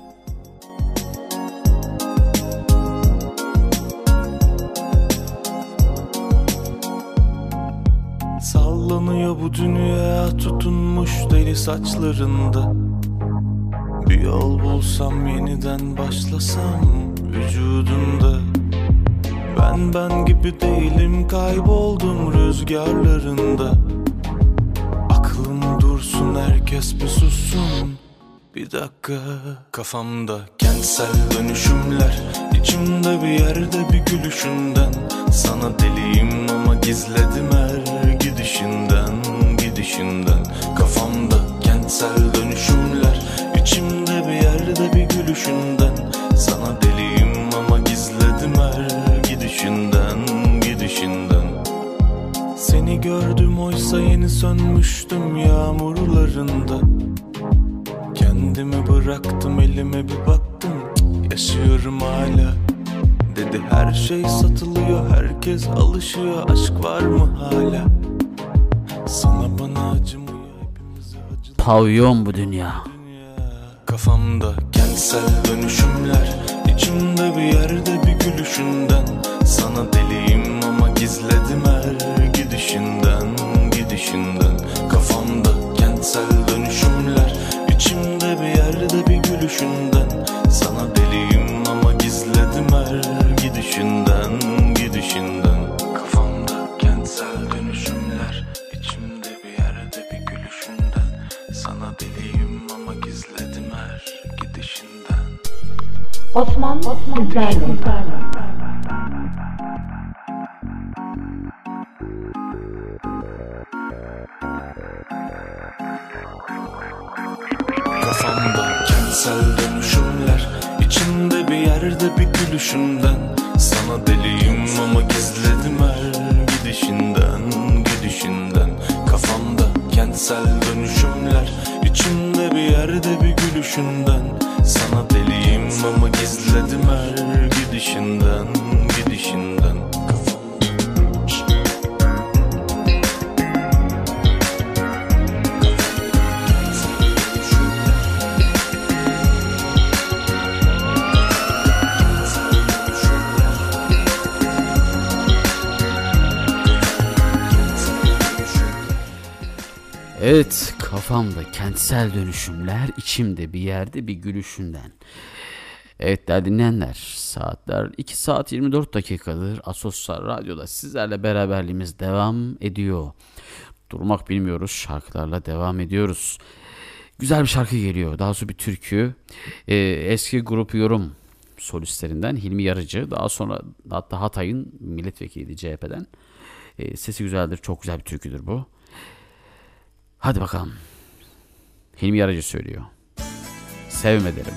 Sallanıyor bu dünya tutunmuş deli saçlarında. Bir yol bulsam yeniden başlasam vücudunda. Ben ben gibi değilim, kayboldum rüzgarlarında. Aklım dursun, herkes bir sussun bir dakika. Kafamda kentsel dönüşümler, içimde bir yerde bir gülüşünden. Sana deliyim ama gizledim her gidişinden, gidişinden. Kafamda kentsel dönüşümler, içimde bir yerde bir gülüşünden. Sana deliyim ama gizledim her gidişinden, gidişinden. Seni gördüm oysa yeni sönmüştüm yağmurlarında. Kendimi bıraktım, elime bir baktım, yaşıyorum hala. Dedi her şey satılıyor, herkes alışıyor, aşk var mı hala? Sana bana acımıyor, hepimize acı. Pavyon bu dünya. Kafamda kentsel dönüşümler, içimde bir yerde bir gülüşünden. Sana deliyim ama gizledim her gidişinden, gidişinden. Kafamda kentsel dönüşümler, içimde bir yerde bir gülüşünden. Sana deliyim ama gizledim her gidişinden, gidişinden. Kafamda kentsel dönüşümler, içimde bir yerde bir gülüşünden. Sana deliyim ama gizledim her gidişinden. Osman, Osman sizlerle. Kafamda kentsel dönüşümler, içimde bir yerde bir gülüşünden. Sana deliyim ama gizledim her gidişinden, gidişinden. Kafamda kentsel dönüşümler, içimde bir yerde bir gülüşünden. Sana deliyim ama gizledim her gidişinden, gidişinden. Evet, kafamda kentsel dönüşümler, içimde bir yerde bir gülüşünden. Evet değerli dinleyenler, saatler iki saat yirmi dört dakikadır Asosyal Radyo'da sizlerle beraberliğimiz devam ediyor. Durmak bilmiyoruz, şarkılarla devam ediyoruz. Güzel bir şarkı geliyor, daha doğrusu bir türkü. Ee, eski grup Yorum solistlerinden Hilmi Yarıcı, daha sonra hatta Hatay'ın milletvekiliydi C H P'den. Ee, sesi güzeldir, çok güzel bir türküdür bu. Hadi bakalım. Hilmi Yarıcı söylüyor. Sevme derim.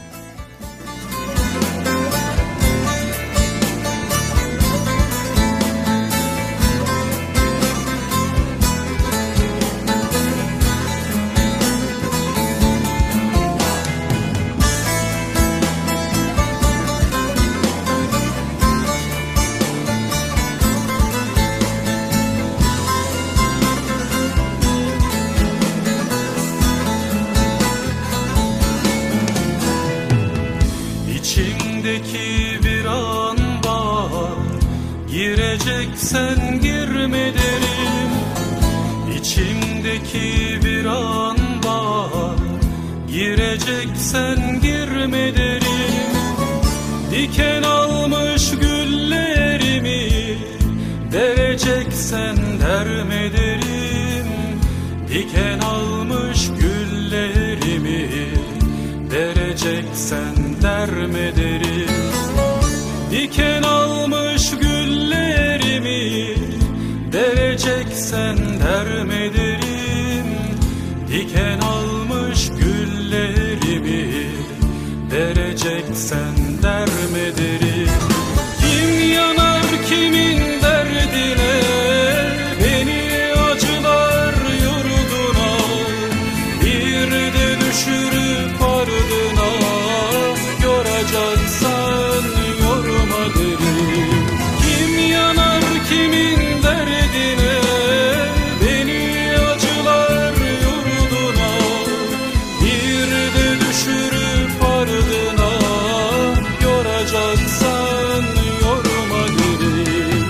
Sen girme derim, içimdeki bir an var. Gireceksen girme derim, Diken almış güllerimi dereceksen dermederim. Diken almış güllerimi dereceksen dermederim. Diken almış güllerimi dereceksen dermederim. Diken almış güllerimi dereceksen dermederim. Kim yanar kimin derdine, beni acılar yurduna, bir de düşürüp ardına, yoracaksan yorma derim. Kim yanar kimin derdine, beni acılar yurduna, bir de düşürüp ardına, yoracaksan yorma derim.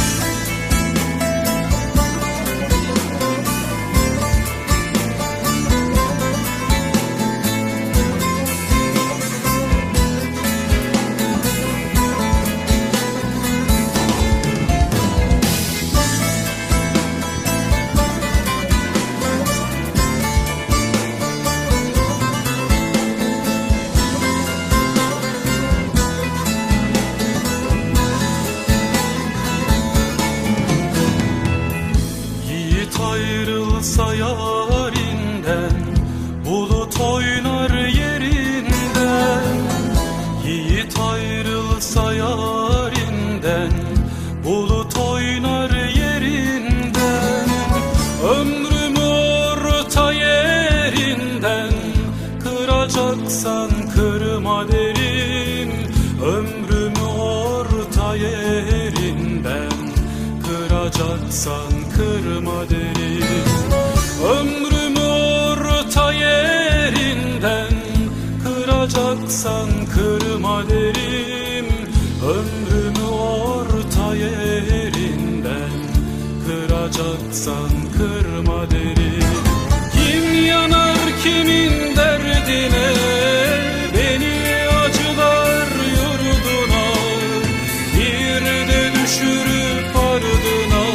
Yiğit ayrılsa yarinden, bulut oynar yerinden. Yiğit ayrılsa yarinden, bulut oynar yerinden. Ömrümü orta yerinden, kıracaksan kırma derim. Ömrümü orta yerinden, kıracaksan kırma derim. Ömrümü orta yerinden, kıracaksan kırma derim. Ömrümü orta yerinden, kıracaksan kırma derim. Kim yanar kimin derdine, beni acılar yurduna, bir de düşürüp ardına,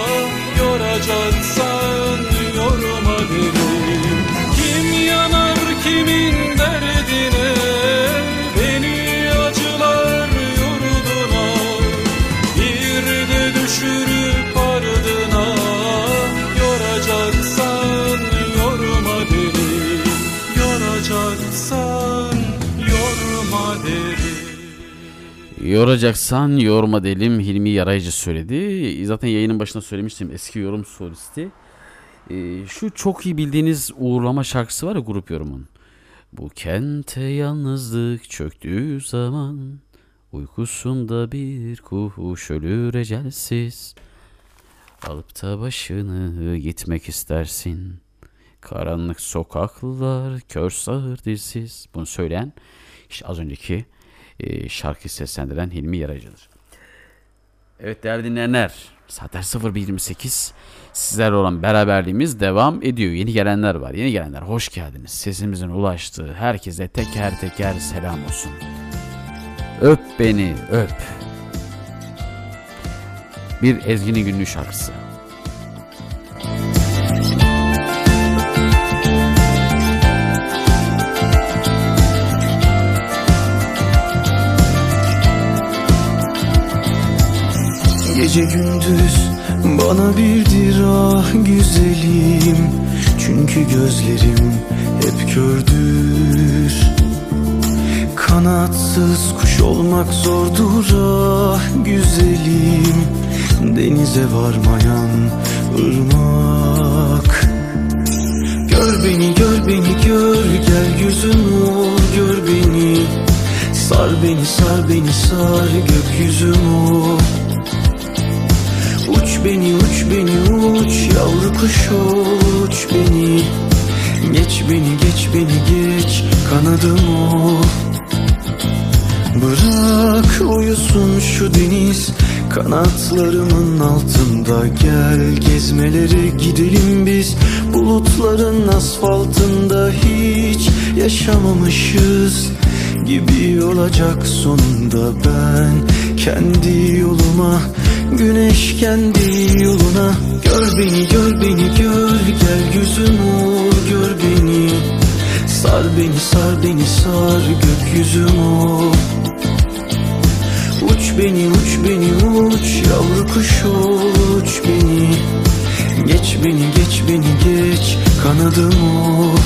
yoracaksan yorma derim. Kim yanar kimin derdine, beni acılar yurduna, bir de düşürüp ardına, yoracaksan yorma derim. Yoracaksan yorma derim. Yoracaksan yorma delim, Hilmi Yaraycı söyledi. Zaten yayının başında söylemiştim, eski yorum solisti. Ee, şu çok iyi bildiğiniz uğurlama şarkısı var ya, grup yorumun. Bu kente yalnızlık çöktüğü zaman, uykusunda bir kuş ölür ecelsiz. Alıp da başını gitmek istersin. Karanlık sokaklar, kör sağır dilsiz. Bunu söyleyen işte az önceki e, şarkı seslendiren Hilmi Yaraycı'dır. Evet değerli dinleyenler, saatler sıfır bir yirmi sekiz. Sizlerle olan beraberliğimiz devam ediyor. Yeni gelenler var. Yeni gelenler hoş geldiniz. Sesimizin ulaştığı herkese teker teker selam olsun. Öp beni öp. Bir Ezgi'nin günlüğü şarkısı. Gece gündüz bana birdir ah güzelim. Çünkü gözlerim hep kördür. Kanatsız kuş olmak zordur ah güzelim. Denize varmayan ırmak. Gör beni gör beni gör, gel gözün ol gör beni. Sar beni sar beni sar, gökyüzüm ol. Uç beni uç beni uç, yavru kuş uç beni. Geç beni geç beni geç, kanadım ol. Bırak uyusun şu deniz kanatlarımın altında. Gel gezmelere gidelim biz, bulutların asfaltında hiç yaşamamışız. gibi olacak sonunda. Ben kendi yoluma, güneş kendi yoluna. Gör beni, gör beni, gör, gel gözüm ol, gör beni. Sar beni, sar beni, sar gökyüzüm ol. Uç beni, uç beni, uç, yavru kuş ol, uç beni. Geç beni, geç beni, geç, kanadım ol.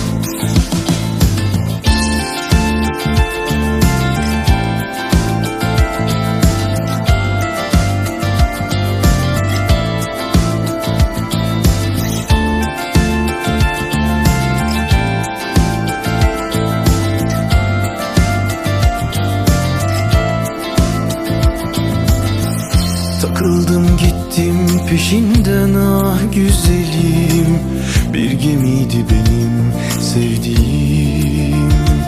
Takıldım gittim peşinden ah güzelim. Bir gemiydi benim sevdiğim.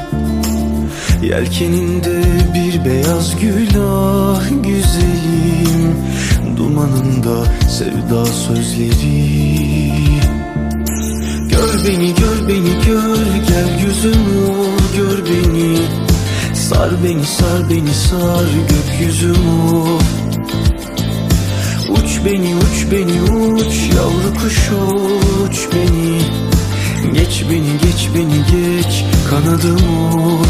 Yelkeninde bir beyaz gül ah güzelim. Dumanında sevda sözleri. Gör beni, gör beni, gör, gel gözüm ol, gör beni. Sar beni, sar beni, sar gökyüzüm ol. Uç beni, uç beni, uç, yavru kuş uç beni. Geç beni, geç beni, geç, kanadım ol.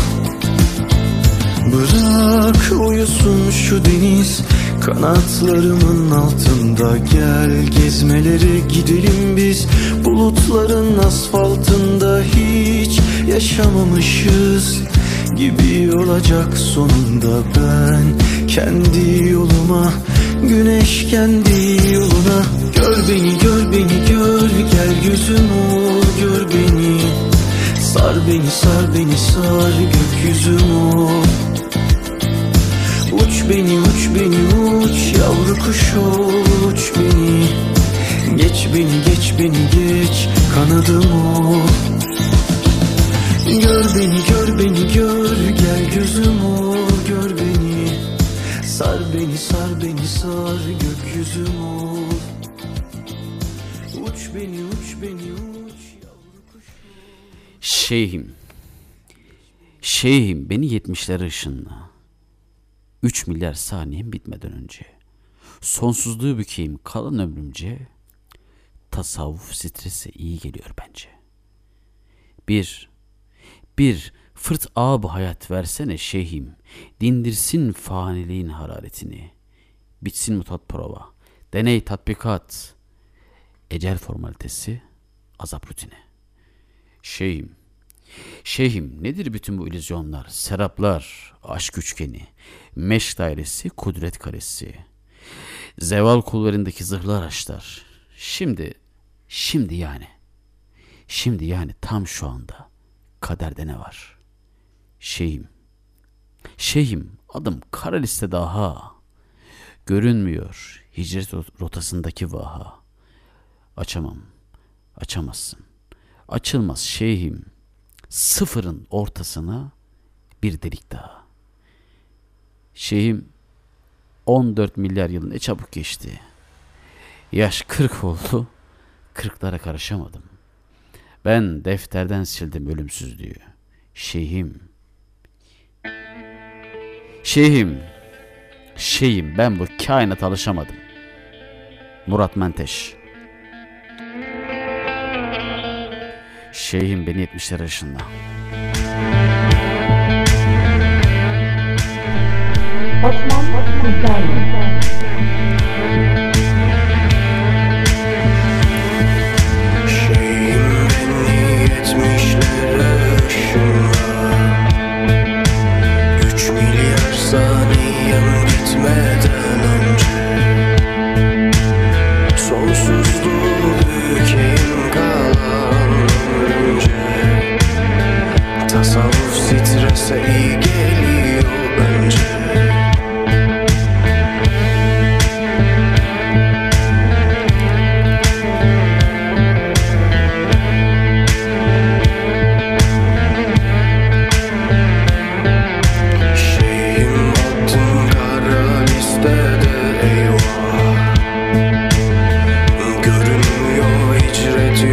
Bırak uyusun şu deniz kanatlarımın altında. Gel gezmelere gidelim biz bulutların asfaltında. Hiç yaşamamışız gibi olacak sonunda. Ben kendi yoluma, güneş kendi yoluna. Gör beni, gör beni, gör, gel gözüm ol, gör beni. Sar beni, sar beni, sar gökyüzüm ol. Uç beni, uç beni, uç, yavru kuş uç beni. Geç beni, geç beni, geç, kanadım ol. Gör beni, gör beni, gör, gel gözüm ol, gör beni. Sar beni, sar beni, sar gökyüzüm ol. Uç beni, uç beni, uç, yavru kuş. Şeyhim, şeyhim beni yetmişlere ışınla. Üç milyar saniyem bitmeden önce. Sonsuzluğu bükeyim kalan ömrümce. Tasavvuf strese iyi geliyor bence. Bir, bir fırt ağabey hayat versene şeyhim. Dindirsin faniliğin hararetini. Bitsin mutat prova. Deney tatbikat. Ecel formalitesi. Azap rutini. Şeyhim. Şeyhim nedir bütün bu illüzyonlar, seraplar, aşk üçgeni, meşk dairesi, kudret karesi, zeval kullarındaki zırhlı araçlar. Şimdi, şimdi yani, şimdi yani tam şu anda kaderde ne var? Şeyhim, şeyhim adım kara liste daha, görünmüyor hicret rotasındaki vaha. Açamam, açamazsın, açılmaz şeyhim. Sıfırın ortasına bir delik daha. Şeyhim on dört milyar yıl ne çabuk geçti. Yaş kırk oldu. Kırklara karışamadım. Ben defterden sildim ölümsüzlüğü. Şeyhim. Şeyhim. Şeyhim ben bu kainata alışamadım. Murat Menteş. Şeyhim beni yetmişler yaşında. Osman Kuzerli. Şeyhim beni yetmişler yaşında. Üç milyar saniyem bitmeden önce. Sonsuzluğu bükeyim kalan önce. Tasavvuf strese iyi geliyor bence.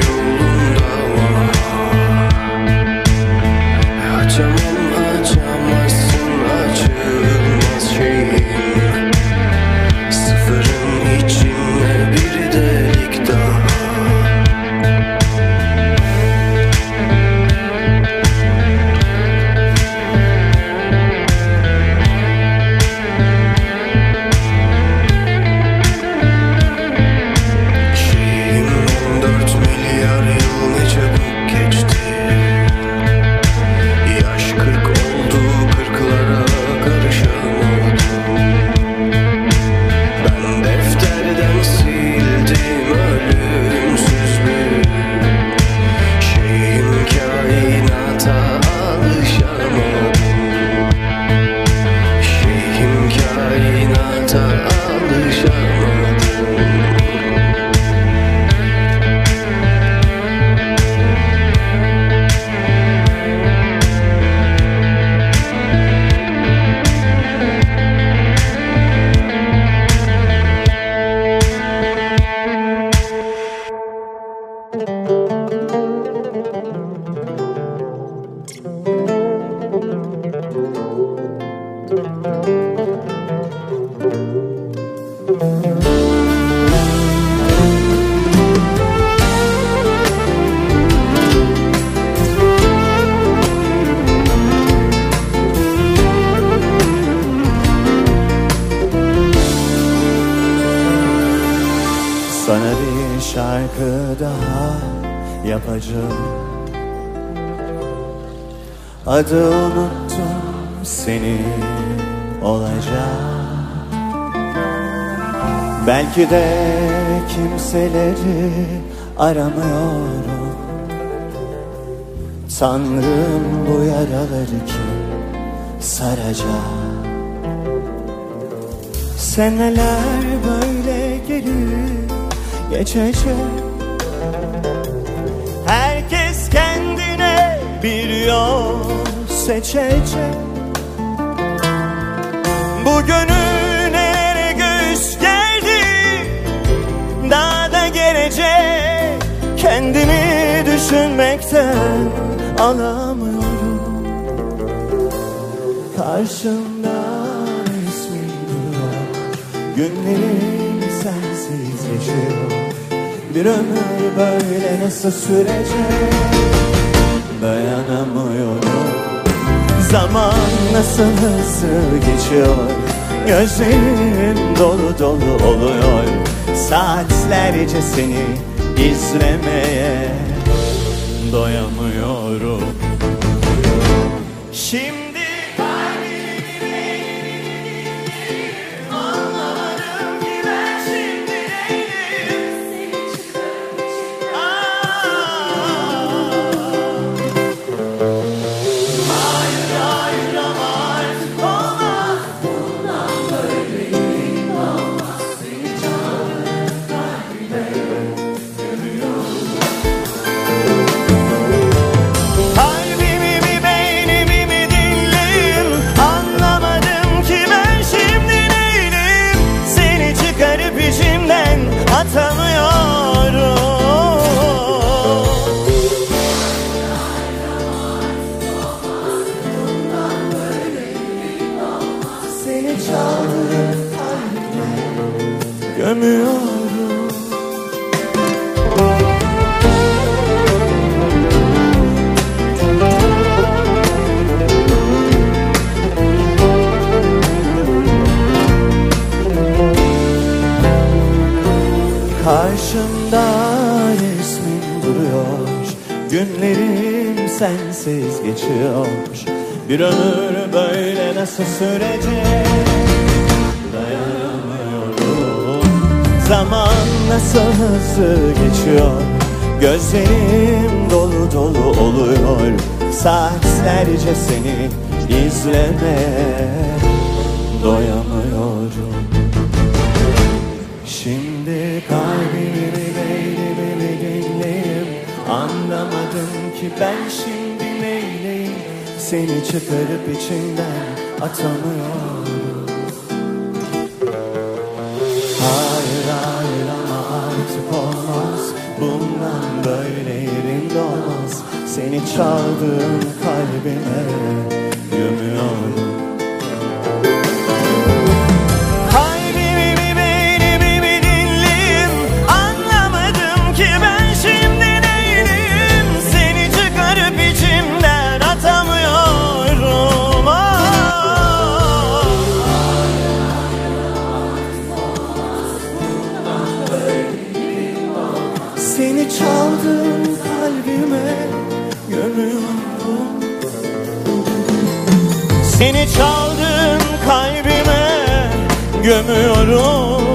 Açamam, açamam şarkı daha yapacağım. Adı unuttum seni olacak. Belki de kimseleri aramıyorum. Tanrım bu yaraları kim saracak? Seneler böyle gelip geçecek. Herkes kendine bir yol seçecek. Bu gönül nereye göğüs geldi, daha da gelecek. Kendimi düşünmekten alamıyorum. Karşımda ismin duruyor, günlerim sensiz geçiyor. Bir ömür böyle nasıl sürecek? Dayanamıyorum. Zaman nasıl hızlı geçiyor. Gözlerim dolu dolu oluyor. Saatlerce seni izlemeye doyamıyorum. Şimdi gömüyorum. Karşımda resmin duruyor, günlerim sensiz geçiyor. Bir ömür böyle nasıl sürecek? Zaman nasıl hızlı geçiyor. Gözlerim dolu dolu oluyor. Saatlerce seni izlemeye doyamıyorum. Şimdi kalbimi beynimi dinleyip anlamadım ki ben şimdi neyleyim. Seni çıkarıp içimden atamıyorum. Hayır hayır ama artık olmaz. Bundan böyle yerim dolmaz. Seni çaldığım kalbime gömüyorum. Kalbimi beynimi dinleyip anlamadım ki ben şimdi neyleyim. Seni çıkarıp içimden atamıyorum. Ah. Seni çaldığım kalbime gömüyorum. Seni çaldığın kalbime gömüyorum.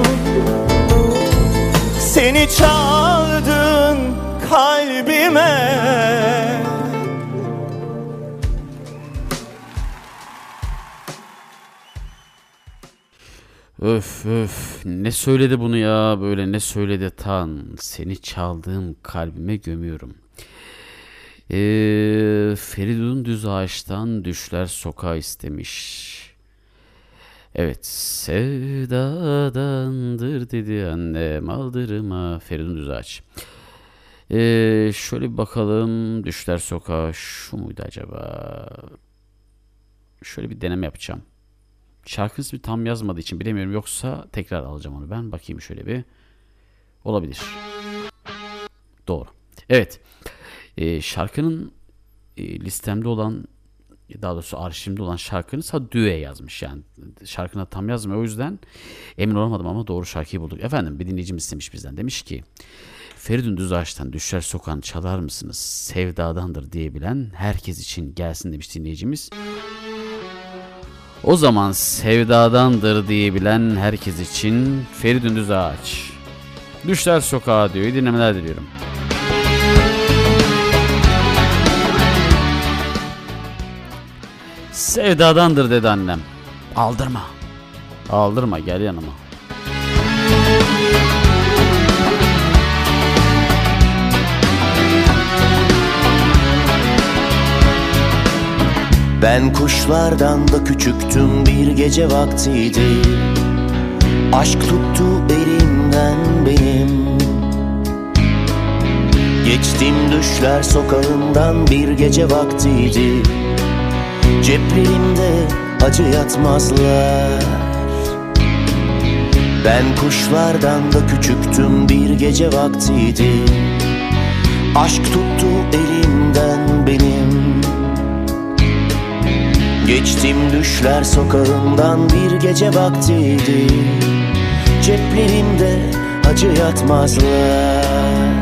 Seni çaldığın kalbime. Öf öf, ne söyledi bunu ya, böyle ne söyledi Tan. Seni çaldığım kalbime gömüyorum. Ee, Feridun Düz Ağaç'tan Düşler Sokağı istemiş. Evet, sevdadandır dedi annem aldırma. Feridun Düz Ağaç. Ee, şöyle bir bakalım, Düşler Sokağı şu muydu acaba? Şöyle bir deneme yapacağım. Şarkı ismi tam yazmadığı için bilemiyorum, yoksa tekrar alacağım onu ben. Bakayım şöyle bir. Olabilir. Doğru. Evet. Ee, şarkının e, listemde olan, daha doğrusu arşivimde olan şarkının sadece düğe yazmış. Yani şarkına tam yazmıyor. O yüzden emin olamadım ama doğru şarkıyı bulduk. Efendim bir dinleyicimiz istemiş bizden. Demiş ki Feridun Düzağaç'tan Düşler Sokağı'nı çalar mısınız? Sevdadandır diyebilen herkes için gelsin demiş dinleyicimiz. O zaman sevdadandır diyebilen herkes için Feridun Düzağaç, Düşler Sokağı diyor. İyi dinlemeler diliyorum. Sevdadandır dedi annem. Aldırma. Aldırma, gel yanıma. Ben kuşlardan da küçüktüm, bir gece vaktiydi. Aşk tuttu elimden benim. Geçtim Düşler Sokağı'ndan, bir gece vaktiydi. Ceplerimde acı yatmazlar. Ben kuşlardan da küçüktüm, bir gece vaktiydi. Aşk tuttu elimden benim. Geçtim Düşler Sokağı'ndan, bir gece vaktiydi. Ceplerimde acı yatmazlar.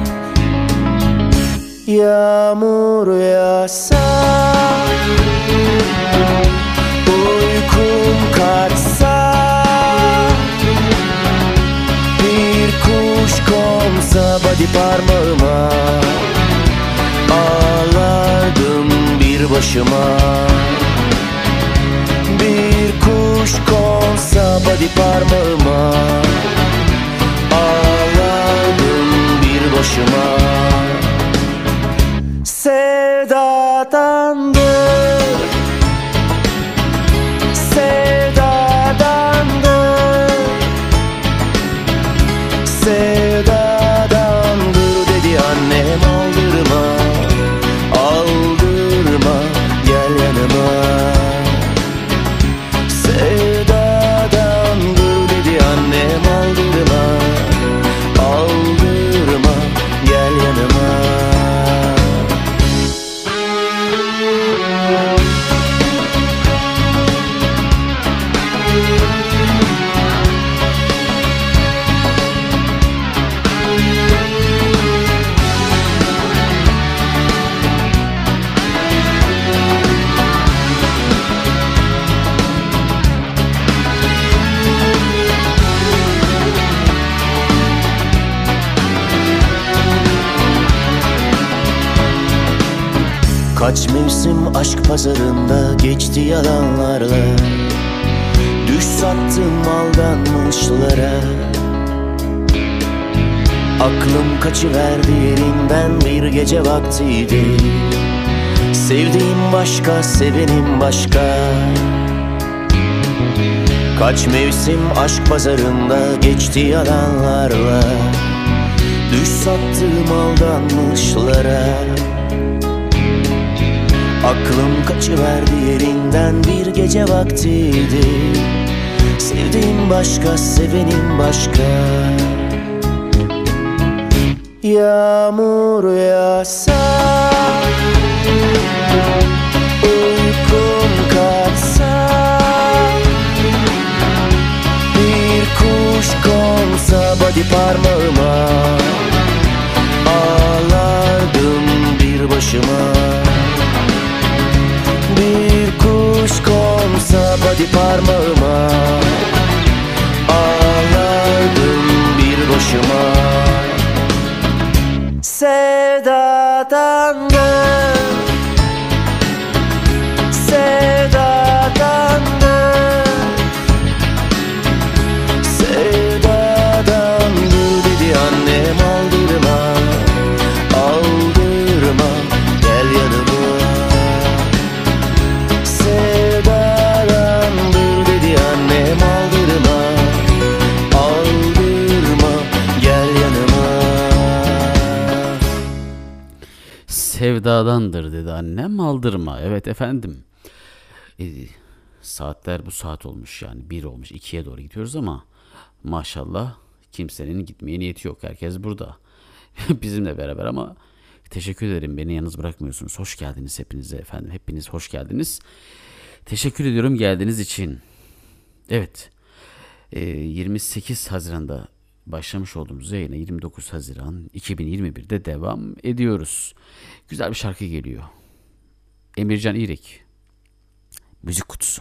Yağmur yağsa, uykum kaçsa, bir kuş konsa body parmağıma, ağlardım bir başıma. Bir kuş konsa body parmağıma, ağlardım bir başıma. Sevdadandır, sevdadandır, sevdadandır dedi annem. Aldırma, aldırma, gel yanıma. Sevdadandır dedi annem. Aldırma, aldırma, gel yanıma. Kaç mevsim aşk pazarında geçti yalanlarla. Düş sattım aldanmışlara. Aklım kaçıverdi yerinden, bir gece vaktiydi. Sevdiğim başka, sevenim başka. Kaç mevsim aşk pazarında geçti yalanlarla. Düş sattım aldanmışlara. Aklım kaçıverdi yerinden, bir gece vaktiydi. Sevdiğim başka, sevenim başka. Yağmur yağsa, uykum kaçsa, bir kuş konsa body parmağıma, ağlardım bir başıma. Bir kuş konsa body parmağıma, ağlardım bir başıma. Sevdadandır, sevdadandır, sevdadandır dedi annem. Aldırma, aldırma, gel yanıma. Sevdadandır dedi annem. Aldırma, aldırma, gel yanıma. Sevdadandır dedi annem, aldırma. Evet efendim. Ee, saatler bu saat olmuş, yani bir olmuş, ikiye doğru gidiyoruz ama maşallah kimsenin gitmeye niyeti yok. Herkes burada. Bizimle beraber ama teşekkür ederim. Beni yalnız bırakmıyorsunuz. Hoş geldiniz hepinize efendim. Hepiniz hoş geldiniz. Teşekkür ediyorum geldiğiniz için. Evet. Ee, yirmi sekiz Haziran'da başlamış olduğumuz yayına yirmi dokuz Haziran iki bin yirmi bir'de devam ediyoruz. Güzel bir şarkı geliyor. Emircan İrek, Müzik Kutusu.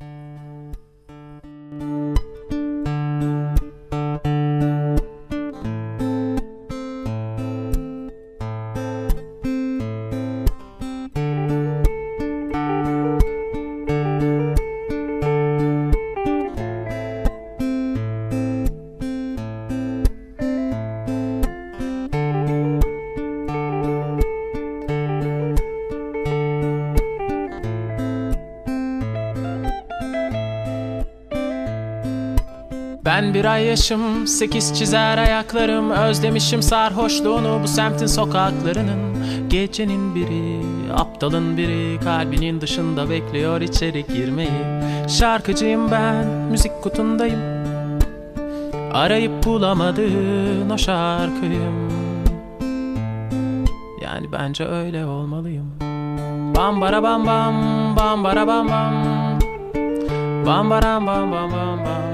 Ben bir ay yaşım, sekiz çizer ayaklarım. Özlemişim sarhoşluğunu bu semtin sokaklarının. Gecenin biri, aptalın biri, kalbinin dışında bekliyor içeri girmeyi. Şarkıcıyım ben, müzik kutundayım. Arayıp bulamadığın o şarkıyım. Yani bence öyle olmalıyım. Bam bara bam bam, bam bara bam bam, bam bara bam bam bam bam.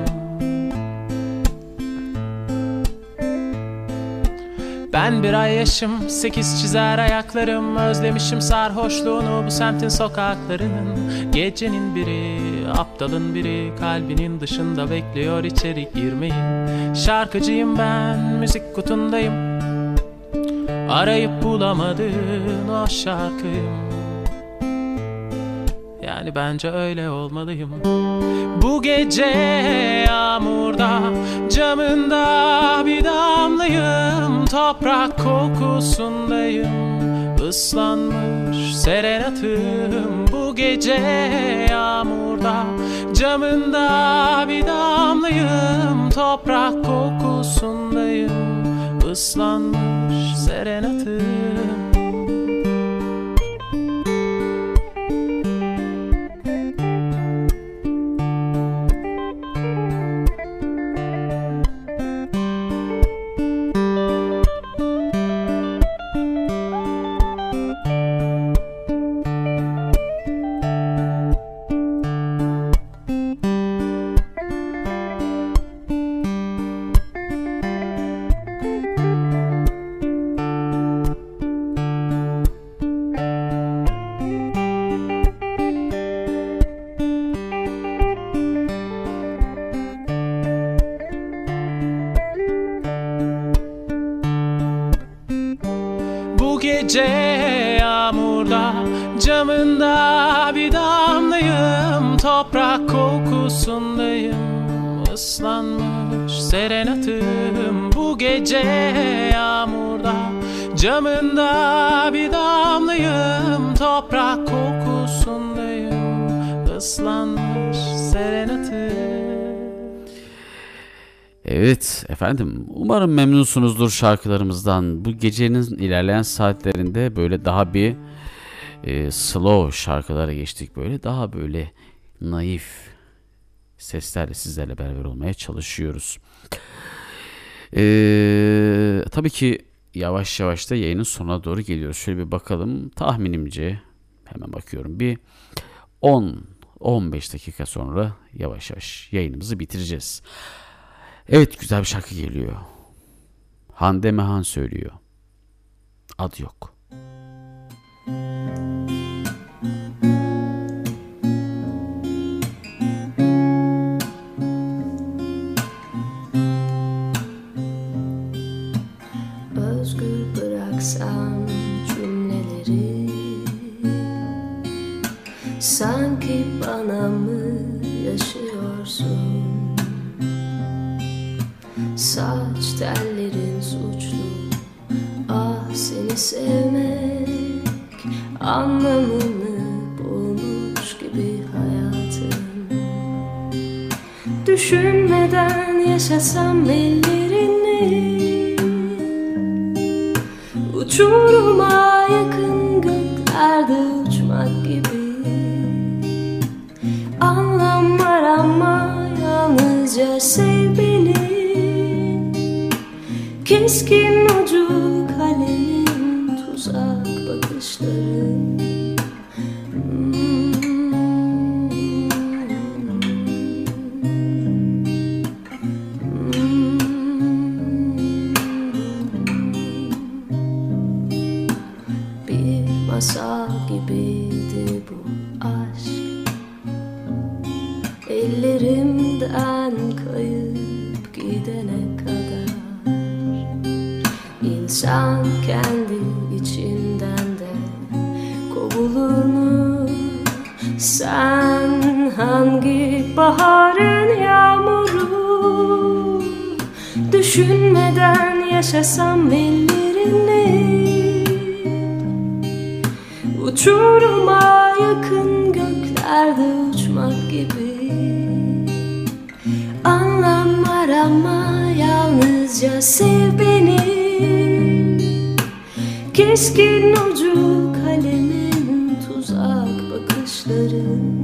Ben bir ay yaşım, sekiz çizer ayaklarım. Özlemişim sarhoşluğunu bu semtin sokaklarının. Gecenin biri, aptalın biri, kalbinin dışında bekliyor içeri girmeyi. Şarkıcıyım ben, müzik kutundayım. Arayıp bulamadığın o şarkıyım. Yani bence öyle olmalıyım. Bu gece yağmurda, camında bir damlayım. Toprak kokusundayım, ıslanmış serenatım. Bu gece yağmurda, camında bir damlayım. Toprak kokusundayım, ıslanmış serenatım. Gece yağmurda, camında bir damlayım. Toprak kokusundayım, ıslanmış serenatım. Bu gece yağmurda, camında bir damlayım. Toprak kokusundayım, ıslanmış serenatım. Evet efendim, umarım memnunsunuzdur şarkılarımızdan. Bu gecenin ilerleyen saatlerinde böyle daha bir e, slow şarkılara geçtik. Böyle daha böyle naif seslerle sizlerle beraber olmaya çalışıyoruz. E, tabii ki yavaş yavaş da yayının sonuna doğru geliyoruz. Şöyle bir bakalım, tahminimce hemen bakıyorum, bir on on beş dakika sonra yavaş yavaş yayınımızı bitireceğiz. Evet, güzel bir şarkı geliyor. Hande Mehan söylüyor. Adı yok. Özgür bıraksam cümleleri, sanki bana mı yaşıyorsun? Saç tellerin suçlu, ah seni sevmek anlamını bulmuş gibi hayatım. Düşünmeden yaşasam ellerini, uçuruma yakın göklerde uçmak gibi. Anlam var ama yalnızca sev beni. Keskin ucu kalemin, tuzak bakışların. ellerimden kayıp gidene kadar. İnsan kendi içinden de kovulur mu? Sen hangi baharın yağmuru? Düşünmeden yaşasam ellerini, uçuruma yakın göklerde uçmak gibi. Anlam arama, yalnızca sev beni. Keskin ucu kalemin, tuzak bakışların.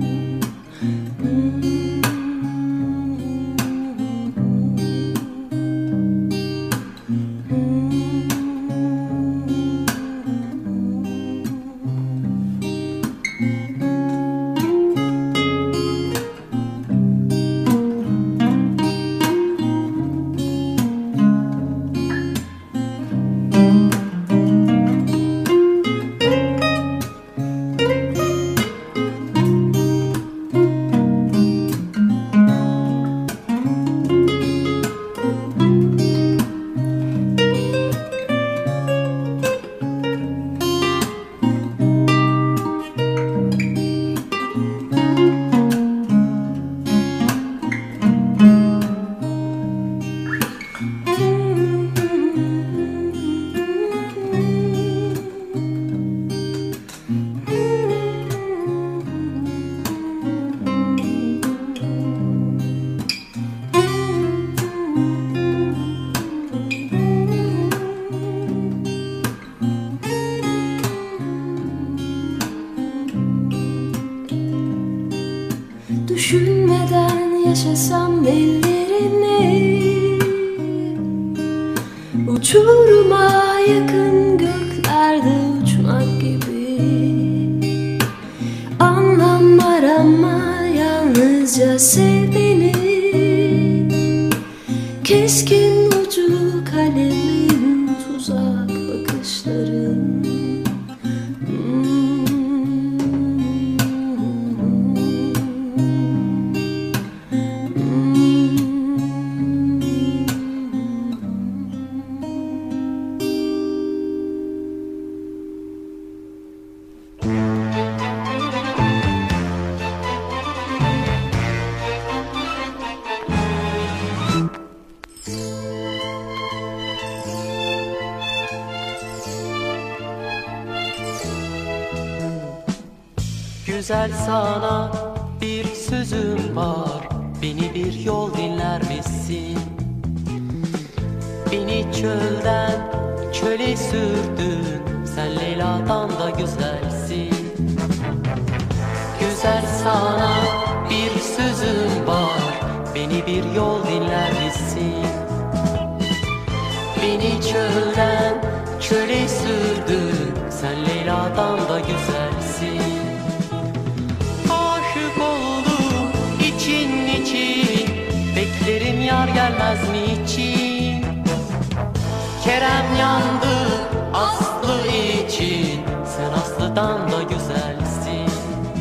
Düşünmeden yaşasam ellerini, uçuruma yakın göklerde uçmak gibi. Anlam arama, yalnızca sev beni. Keskin ucu kalemin, tuzak bakışların. Güzel, sana bir sözüm var, beni bir yol dinler misin? Beni çölden çöle sürdün, sen Leyla'dan da güzelsin. Güzel, sana bir sözüm var, beni bir yol dinler misin? Beni çölden çöle sürdün, sen Leyla'dan da güzelsin. Beklerim yar gelmez mi için? Kerem yandı Aslı için, sen Aslı'dan da güzelsin.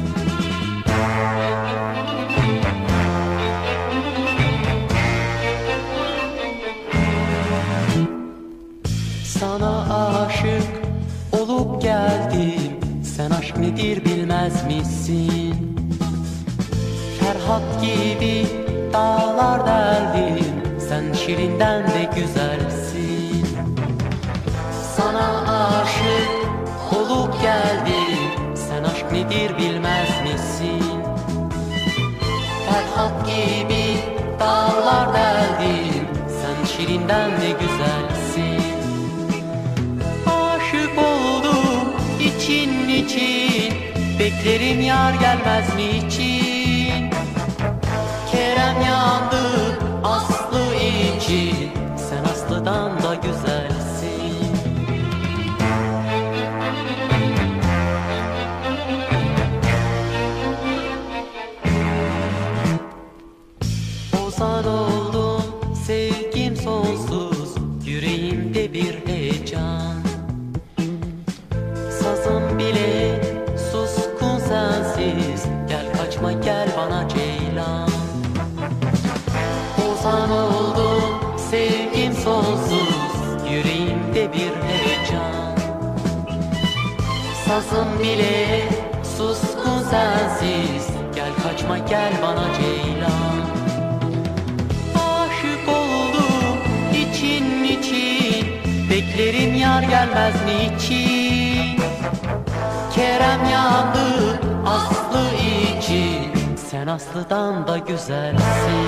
Sana aşık olup geldim, sen aşk nedir bilmez misin? Ferhat gibi dağlar deldim, sen Şirin'den de güzelsin. Sana aşık olup geldim, sen aşk nedir bilmez misin? Ferhat gibi dağlar deldim, sen Şirin'den de güzelsin. Aşık oldum için için, beklerim yar gelmez mi için? Kerem yandı Aslı için, sen Aslı'dan da güzelsin. Ozan oldum, sevgim sonsuz, yüreğimde bir heyecan. Sazım bile suskun sensiz, gel kaçma gel bana Ceylan. ceylan. Ozan oldum sevgim sonsuz, yüreğimde bir heyecan. Sazım bile suskun sensiz, gel kaçma gel bana ceylan. Aşık oldum için için, beklerim yar gelmez niçin. Kerem yandı Aslı için, sen Aslı'dan da güzelsin.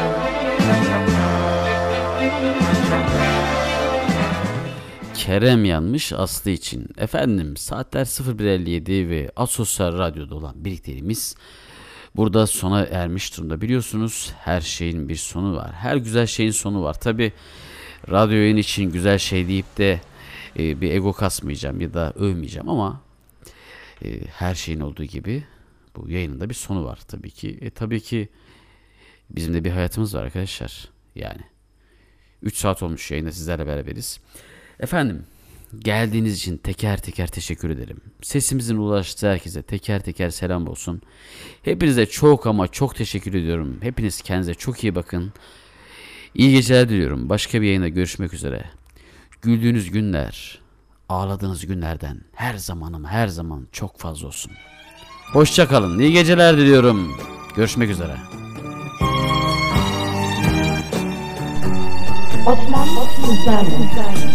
Kerem yanmış Aslı için. Efendim saatler sıfır bir elli yedi ve Asosyal Radyo'da olan birlikteliğimiz burada sona ermiş durumda. Biliyorsunuz her şeyin bir sonu var. Her güzel şeyin sonu var. Tabi radyo yayın için güzel şey deyip de e, bir ego kasmayacağım ya da övmeyeceğim ama e, her şeyin olduğu gibi bu yayının da bir sonu var tabii ki. E, tabii ki bizim de bir hayatımız var arkadaşlar. Yani üç saat olmuş yayında sizlerle beraberiz. Efendim geldiğiniz için teker teker teşekkür ederim. Sesimizin ulaştığı herkese teker teker selam olsun. Hepinize çok ama çok teşekkür ediyorum. Hepiniz kendinize çok iyi bakın. İyi geceler diliyorum. Başka bir yayında görüşmek üzere. Güldüğünüz günler, ağladığınız günlerden her zaman ama her zaman çok fazla olsun. Hoşça kalın. İyi geceler diliyorum. Görüşmek üzere. Osman Kuzerli.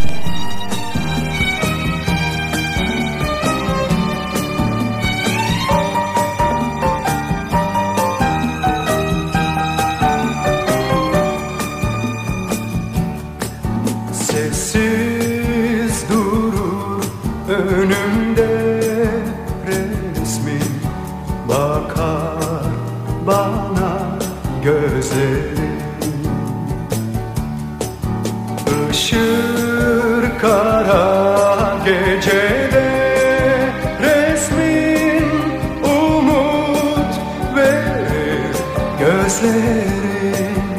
Sessiz durur önümde resmin, bakar bana gözlerin. Işır kara gecede resmin, umut verir gözlerin.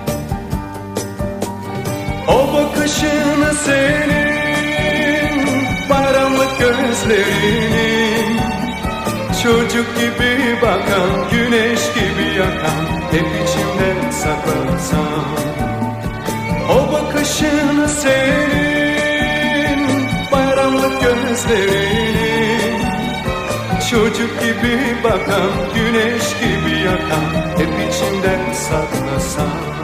O bakışını senin, karanlık gözlerinin, çocuk gibi bakan, güneş gibi yakan, hep içimde saklansam. O bakışını senin, bayramlık gözlerin, çocuk gibi bakan, güneş gibi yakan, hep içimde saklasam.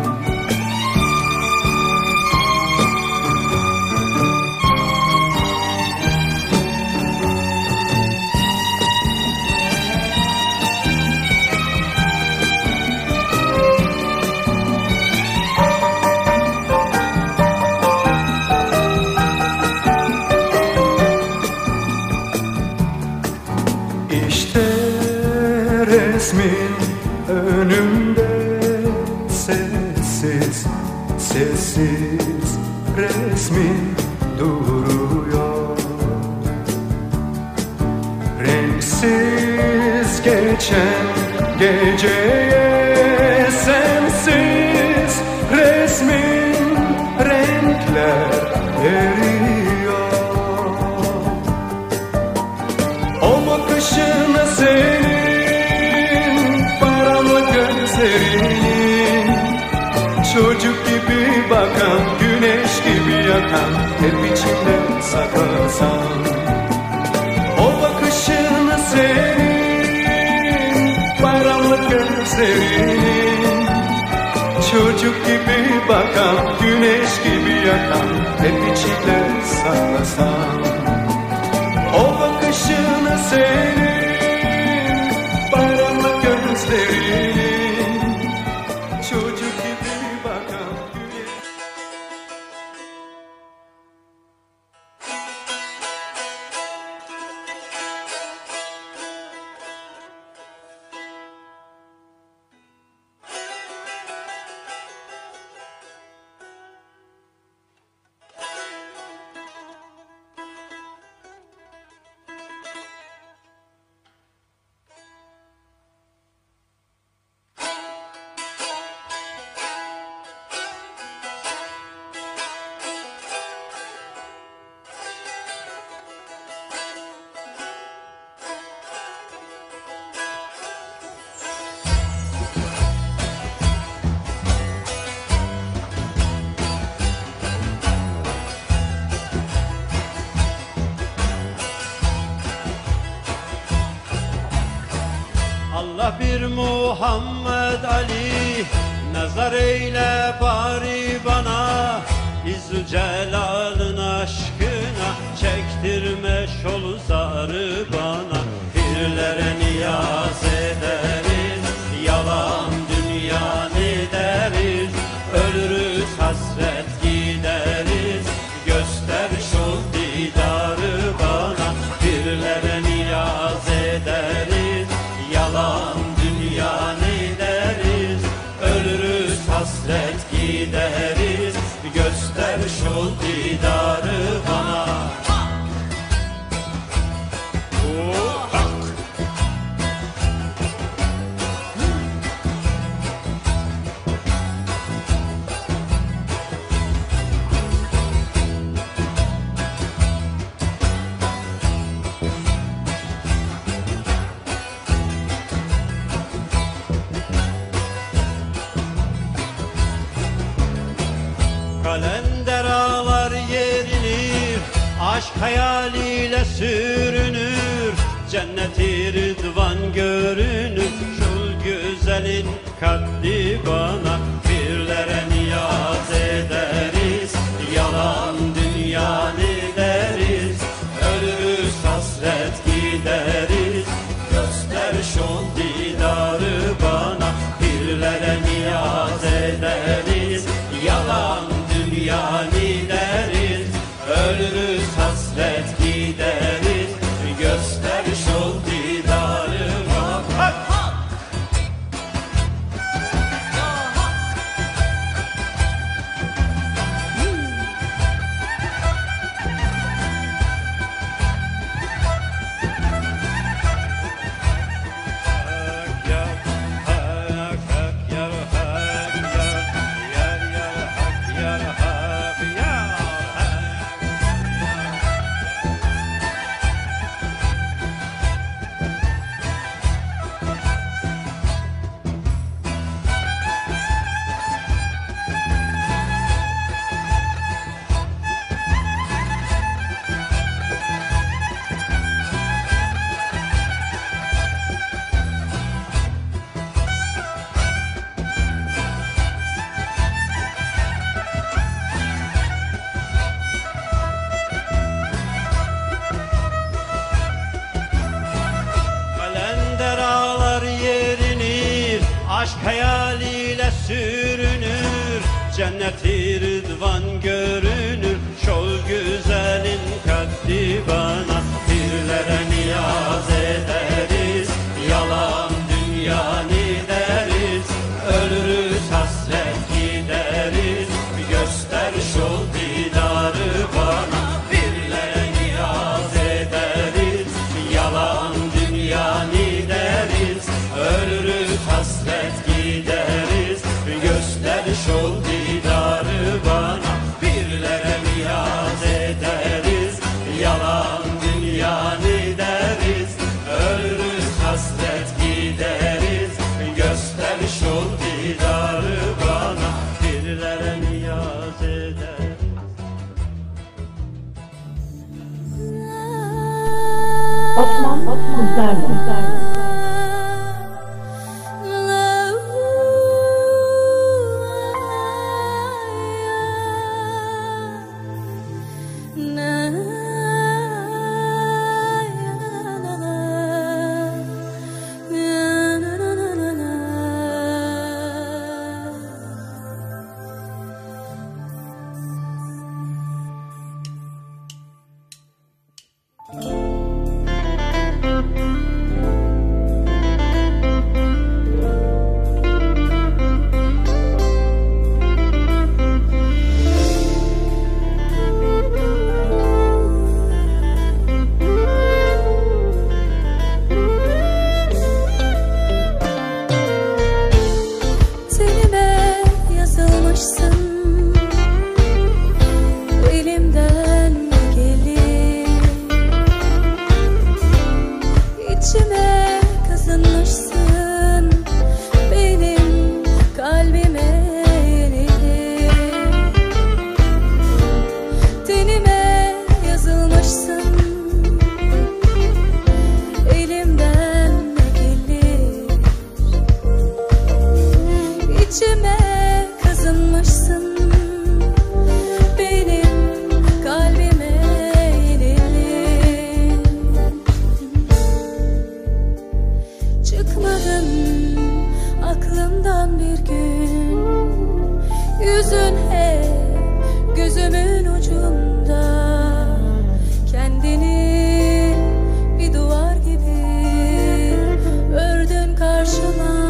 Resmin önümde sessiz, sessiz resmin duruyor. Renksiz geçen geceye sensiz resmin renkler veriyor. O bakışını senin, gözlerinin, çocuk gibi bakan, güneş gibi yakan, hep içimde saklasam. O bakışını senin, bayramlık gözlerinin, çocuk gibi bakan, güneş gibi yakan, hep içimde saklasam. O bakışını senin, bayramlık gözlerinin, çocuk gibi bakan güneş. Muhammed Ali, nazar eyle bari bana, İzzü Celal'ın aşkına çektirme şolu zarı bana. Pirlere niyaz ederiz, yalan dünya ne deriz, ölürüz hasret gideriz, göster şol didarı bana. Pirlere niyaz ederiz, yalan dünya ne deriz, ölürüz hasret gideriz, göster şol didarı bana. Kalender ağlar yerinir, aşk hayaliyle sürünür, cenneti rıdvan görünür, şul güzelin kaddi bana. Pirlere niyaz ederiz, yalan dünya ne deriz, ölürüz hasret gideriz, göster şol didarı bana. Pirlere niyaz ederiz, yalan dünya ne deriz, ölürüz hasret gideriz, göster şol didarı bana. Aşk hayaliyle sürünür, cenneti rıdvan görünür, şol güzelin kaddi bana. Pirlere niyaz ederiz, yalan dünya ne deriz, ölürüz hasret gideriz, göster şol didarı bana. Pirlere niyaz ederiz, yalan dünya ne deriz, ölürüz hasret gideriz, göster şol didarı bana. Pirlere niyaz ederiz, yalan dünya ne deriz, ölürüz hasret gideriz, göster şol didarı bana. Pirlere niyaz ederiz. Osman Kuzlarlı. İçime kazınmışsın, benim kalbime yenildin. Çıkmadın aklımdan bir gün, yüzün hep gözümün ucunda. Kendini bir duvar gibi ördün karşıma.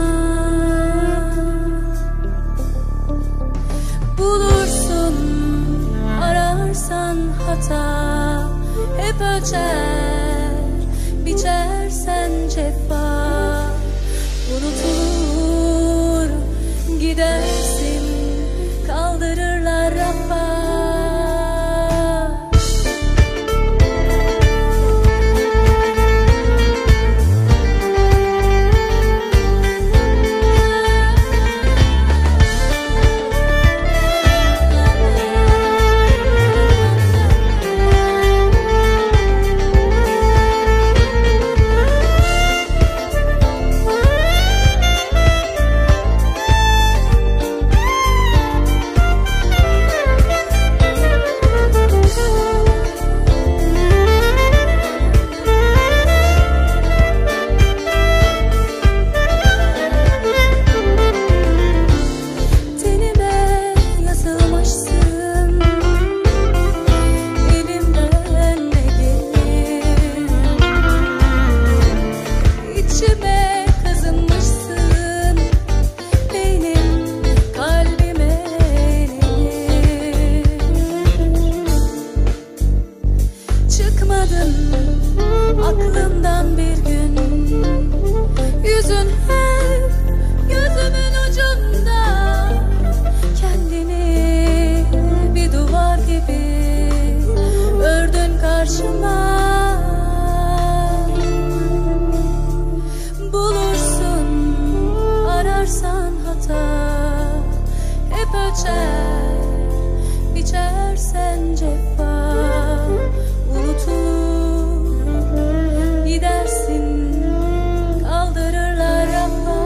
Bulursun ararsan hata, hep ölçer biçersen cefa. Unutulur gidersin, kaldırırlar rafa. Aklımdan bir gün, yüzün hep gözümün ucunda. Kendini bir duvar gibi ördün karşıma. Bulursun ararsan hata, hep ölçer biçersen cefa. Unutulur gidersin, kaldırırlar rafa.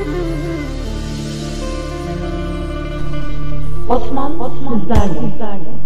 Osman, Osman sizlerle.